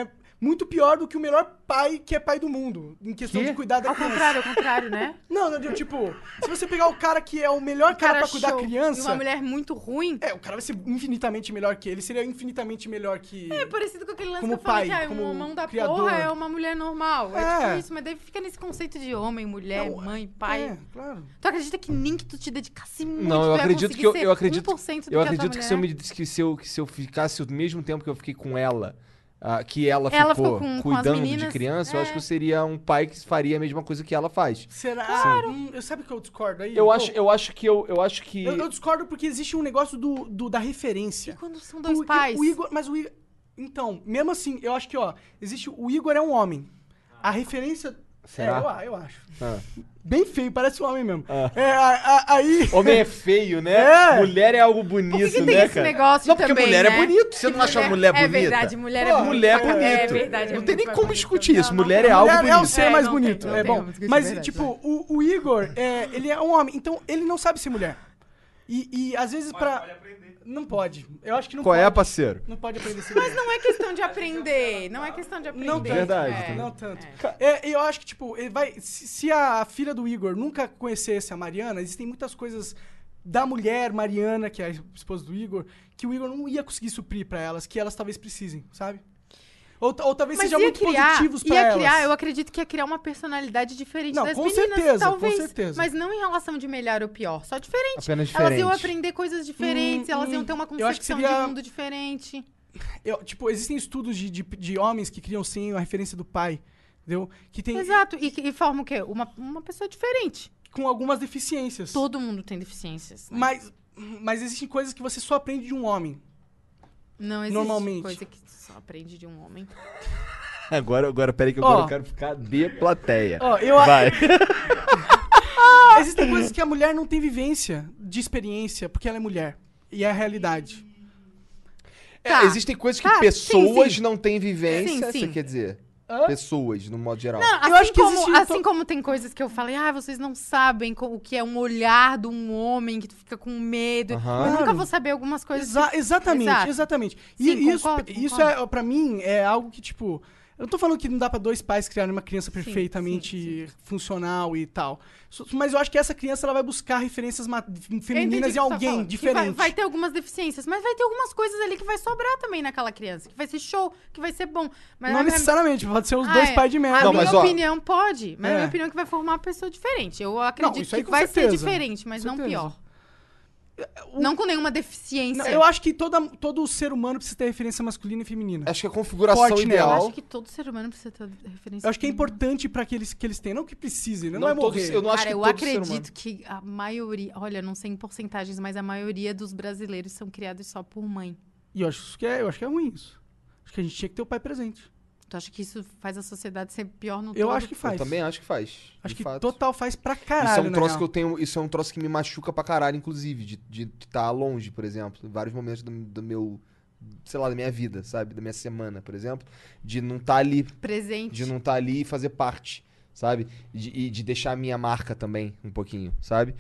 muito pior do que o melhor pai que é pai do mundo, em questão de cuidar da Ao contrário, né? Não, tipo, se você pegar o cara que é o melhor cara pra cuidar da show criança... E uma mulher muito ruim. O cara vai ser infinitamente melhor que ele, seria infinitamente melhor que... É parecido com aquele lance Como que eu falei, pai, que como uma mão da criador. porra é uma mulher normal. É tipo É. isso, mas daí fica nesse conceito de homem, mulher, Não, mãe, pai. É, claro. Tu acredita que nem que tu te dedicasse muito, Não, eu tu ia acredito conseguir que eu ser acredito 1% do Eu que a tua acredito que mulher? se eu ficasse o mesmo tempo que eu fiquei com ela, que ela Ela ficou ficou com as cuidando de meninas, criança, eu acho é. que eu seria um pai que faria a mesma coisa que ela faz. Será? Eu sabe que eu discordo aí? Eu um acho que Eu discordo porque existe um negócio da referência. E quando são dois pais? O Igor... Mas o Igor... Então, mesmo assim, eu acho que, existe... O Igor é um homem. A referência... Será? Eu acho. Ah. Bem feio, parece um homem mesmo. Ah. Aí... Homem é feio, né? É. Mulher é algo bonito, Por que né, tem esse cara? negócio Não, porque também, mulher né? é bonito. Você Que não acha a mulher bonita? É verdade, mulher é Pô, bonito. mulher é bonito. É verdade. Não tem nem muito como bonito. discutir isso. Não, Mulher não, é algo Mulher é o bonito. ser mais não bonito. tem, É não tem bom. como discutir, Mas, verdade, tipo, o Igor, ele é um homem. Então, ele não sabe ser mulher. E às vezes Pode pra... aprender. Não pode. Eu acho que não Qual pode. é, parceiro? Não pode aprender a ser mulher. Mas não é questão de aprender. Não é questão de aprender. Não tanto. Verdade, É. também. Não tanto. Eu acho que, tipo, ele vai. Se a filha do Igor nunca conhecesse a Mariana, existem muitas coisas da mulher Mariana, que é a esposa do Igor, que o Igor não ia conseguir suprir pra elas, que elas talvez precisem, sabe? Ou talvez Mas seja ia muito criar, positivos pra elas. eu acredito que ia criar uma personalidade diferente Não, das com meninas, certeza, talvez. com certeza. Mas não em relação de melhor ou pior, só diferente. Apenas Elas iam diferente. aprender coisas diferentes, elas iam ter uma eu acho que concepção seria- de mundo diferente. Tipo, existem estudos de homens que criam sem a referência do pai, entendeu? Que tem Exato, e forma o quê? Uma pessoa diferente. com algumas deficiências. Todo mundo tem deficiências. Né? Mas existem coisas que você só aprende de um homem. Não existe normalmente. coisa que só aprende de um homem. Agora, peraí que Ó. eu quero ficar de plateia. Vai. Existem coisas que a mulher não tem vivência de experiência, porque ela é mulher. E é a realidade. Tá. Existem coisas que Tá, pessoas sim, sim. não têm vivência, Sim, você sim. quer dizer? Hã? Pessoas, no modo geral. Não, Eu acho que como, existe assim como tem coisas que eu falei, vocês não sabem o que é um olhar de um homem que tu fica com medo. Aham. Eu nunca Claro. vou saber algumas coisas. Exatamente, Exato. exatamente. Sim, isso, concordo, isso concordo. é, pra mim, é algo que, tipo... Eu não tô falando que não dá pra dois pais criarem uma criança perfeitamente funcional e tal. Mas eu acho que essa criança ela vai buscar referências femininas em alguém diferente. Vai ter algumas deficiências, mas vai ter algumas coisas ali que vai sobrar também naquela criança. Que vai ser show, que vai ser bom. Mas Não a minha- necessariamente, pode ser os dois pais de merda. A Não, minha mas, ó, opinião pode, mas a É. minha opinião é que vai formar uma pessoa diferente. Eu acredito isso aí que com vai ser certeza. diferente, mas Com não certeza. pior. Não com nenhuma deficiência. Não, eu acho que todo ser humano precisa ter referência masculina e feminina. Acho que a configuração Forte nela. Eu ideal. acho que todo ser humano precisa ter referência. Eu acho que é feminina. importante pra que eles tenham. Não que precisem, né? Não, Não é todos- morrer. eu não acho Cara, que eu todo ser humano- acredito que a maioria, olha, não sei em porcentagens, mas a maioria dos brasileiros são criados só por mãe. E eu acho que é ruim isso. Acho que a gente tinha que ter o pai presente. Tu acha que isso faz a sociedade ser pior no Eu todo? acho que faz. Eu também acho que faz. Acho de que fato. total faz pra Isso é caralho, um na troço real. que eu tenho. Isso é um troço que me machuca pra caralho, inclusive, de estar longe, por exemplo. Em vários momentos do meu. Sei lá, da minha vida, sabe? Da minha semana, por exemplo. De não estar ali. Presente. De não estar ali e fazer parte, sabe? E de deixar a minha marca também, um pouquinho, sabe?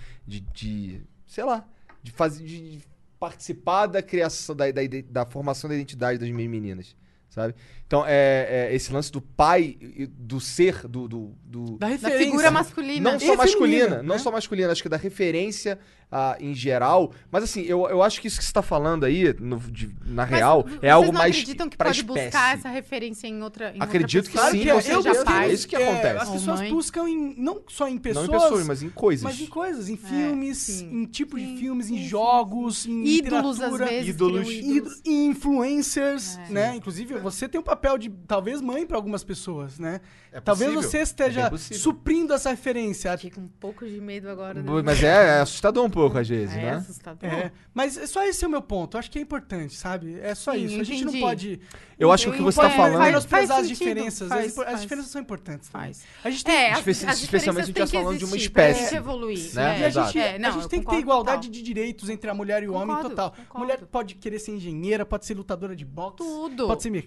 Sei lá. De participar da criação, da formação da identidade das minhas meninas, sabe? Então, esse lance do pai, do ser, Da Da referência. figura masculina. não só E masculina, feminina, não né? só masculina, acho que da referência em geral. Mas assim, eu acho que isso que você tá falando aí, na Mas real, vocês é algo não mais acreditam que pra pode espécie. buscar essa referência em outra Acredito que outra sim, pessoa, com seja certeza. pai? É isso que acontece. As Ou pessoas mãe. buscam não só em pessoas, Não em pessoas, mas em coisas. mas em coisas, em filmes, sim. em tipos de Sim, filmes, em sim, jogos, em Ídolos, às literatura. vezes. ídolos. criam ídolos. E influencers, É. né? Inclusive, você tem um papel de, talvez, mãe pra algumas pessoas, né? É Talvez possível, você é esteja bem possível. suprindo essa referência. Fico um pouco de medo agora. Mas é assustador um pouco, às vezes, É né? assustador. É, mas é só esse é o meu ponto. Eu acho que é importante, sabe? É só Sim, isso. A gente não entendi. pode... Eu acho que o que não você tá pode falando... menosprezar Faz as sentido, diferenças. faz, As faz. diferenças são importantes. também. Faz. A gente tem... É, especialmente se a gente tá falando de uma espécie. Pra espécie, gente evoluir. né? E a Exato. gente, não, a gente eu tem que ter concordo igualdade total. de direitos entre a mulher e o homem Concordo, total. concordo. Mulher pode querer ser engenheira, pode ser lutadora de boxe, Tudo. pode ser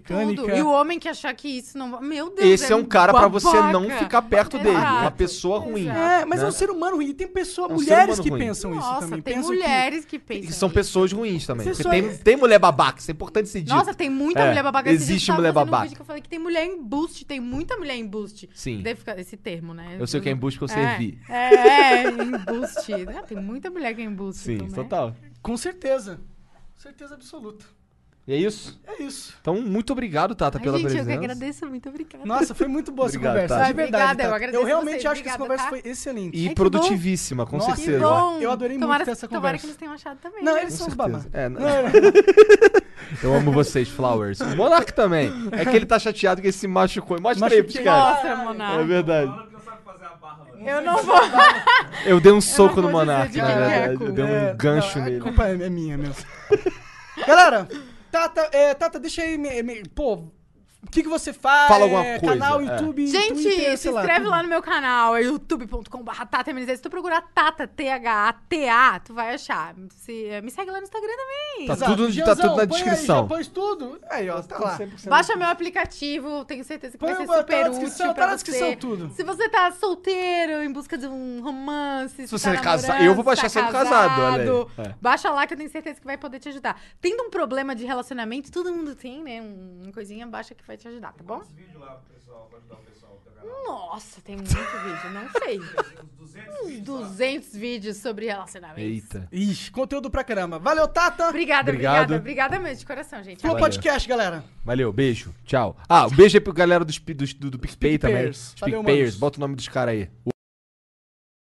mecânica. Tudo. E o homem que achar que isso não... Meu Deus, Esse é um cara pra você não babaca. ficar perto dele. Exato. Uma pessoa ruim. Exato. Mas é né? um ser humano ruim. E tem pessoas, É um ser mulheres humano que ruim. pensam isso Nossa, também. tem Pensam mulheres que E pensam são isso. pessoas ruins também. Porque Pessoas- tem mulher babaca, isso é importante ser dito. Nossa, tem muita É, mulher babaca. Esse dia existe eu tava mulher fazendo babaca. Um vídeo que eu falei que tem mulher em boost. Tem muita mulher em boost. Sim. Deve ficar esse termo, né? Eu sei o que é embuste porque eu servi. Em boost. Tem muita mulher que é em boost. Sim, também. total. Com certeza. Certeza absoluta. E é isso? É isso. Então, muito obrigado, Tata, Ai, pela gente, presença. eu que agradeço. Muito obrigada. Nossa, foi muito boa essa Obrigado, conversa. Tati. De verdade. Obrigada, eu Tati. agradeço Eu realmente vocês. acho que essa Obrigada, conversa tá? foi excelente. E que produtivíssima, com Nossa, certeza. Bom. Eu adorei muito ter essa Tomara conversa. que eles tenham achado também. Não, né? eles Com são os certeza. babás. É, eu amo vocês, Flowers. O Monark também. É que ele tá chateado que ele se machucou. Mostra aí pros Machuquei. caras. Mostra, É Monarca. verdade. Falando que não sabe fazer a barra, mano. Eu não vou. Eu dei um soco no vou dizer Monark, de na quem é a verdade. culpa. Eu dei um gancho não, nele. A culpa é minha mesmo. Galera, Tata, deixa aí. Pô, o que você faz? Fala alguma coisa, Canal, é. YouTube, Gente, Twitter, se sei inscreve tudo. lá no meu canal, é youtube.com/Tata MNZ. Se tu procurar Tata, T-H-A-T-A, tu vai achar. Me segue lá no Instagram também. Tá Exato. tudo na Gianzão, põe aí, descrição. já pôs tudo. Aí, ó, tá lá. Baixa meu aplicativo, tenho certeza que Põe vai ser tá super na descrição, útil tá na pra descrição você. tudo. Se você tá solteiro, em busca de um romance, Se você tá é casado, namorando, eu vou baixar se tá sendo casado, olha aí. É. Baixa lá que eu tenho certeza que vai poder te ajudar. Tendo um problema de relacionamento, todo mundo tem, né? Uma coisinha, baixa que vai te ajudar, tá bom? Esse vídeo lá pro pessoal, pra ajudar o pessoal do teu canal. Nossa, tem muito vídeo, não sei. Uns 200 Uns vídeos lá. 200 vídeos sobre relacionamentos. Eita. Ixi, conteúdo pra caramba. Valeu, Tata. Obrigada, Obrigado. obrigada mesmo, de coração, gente. Flow Valeu. Podcast, galera. Valeu, beijo. Tchau. Ah, um beijo aí pro galera do PicPay também. PicPayers. Os Valeu, PicPayers. manos. Bota o nome dos caras aí.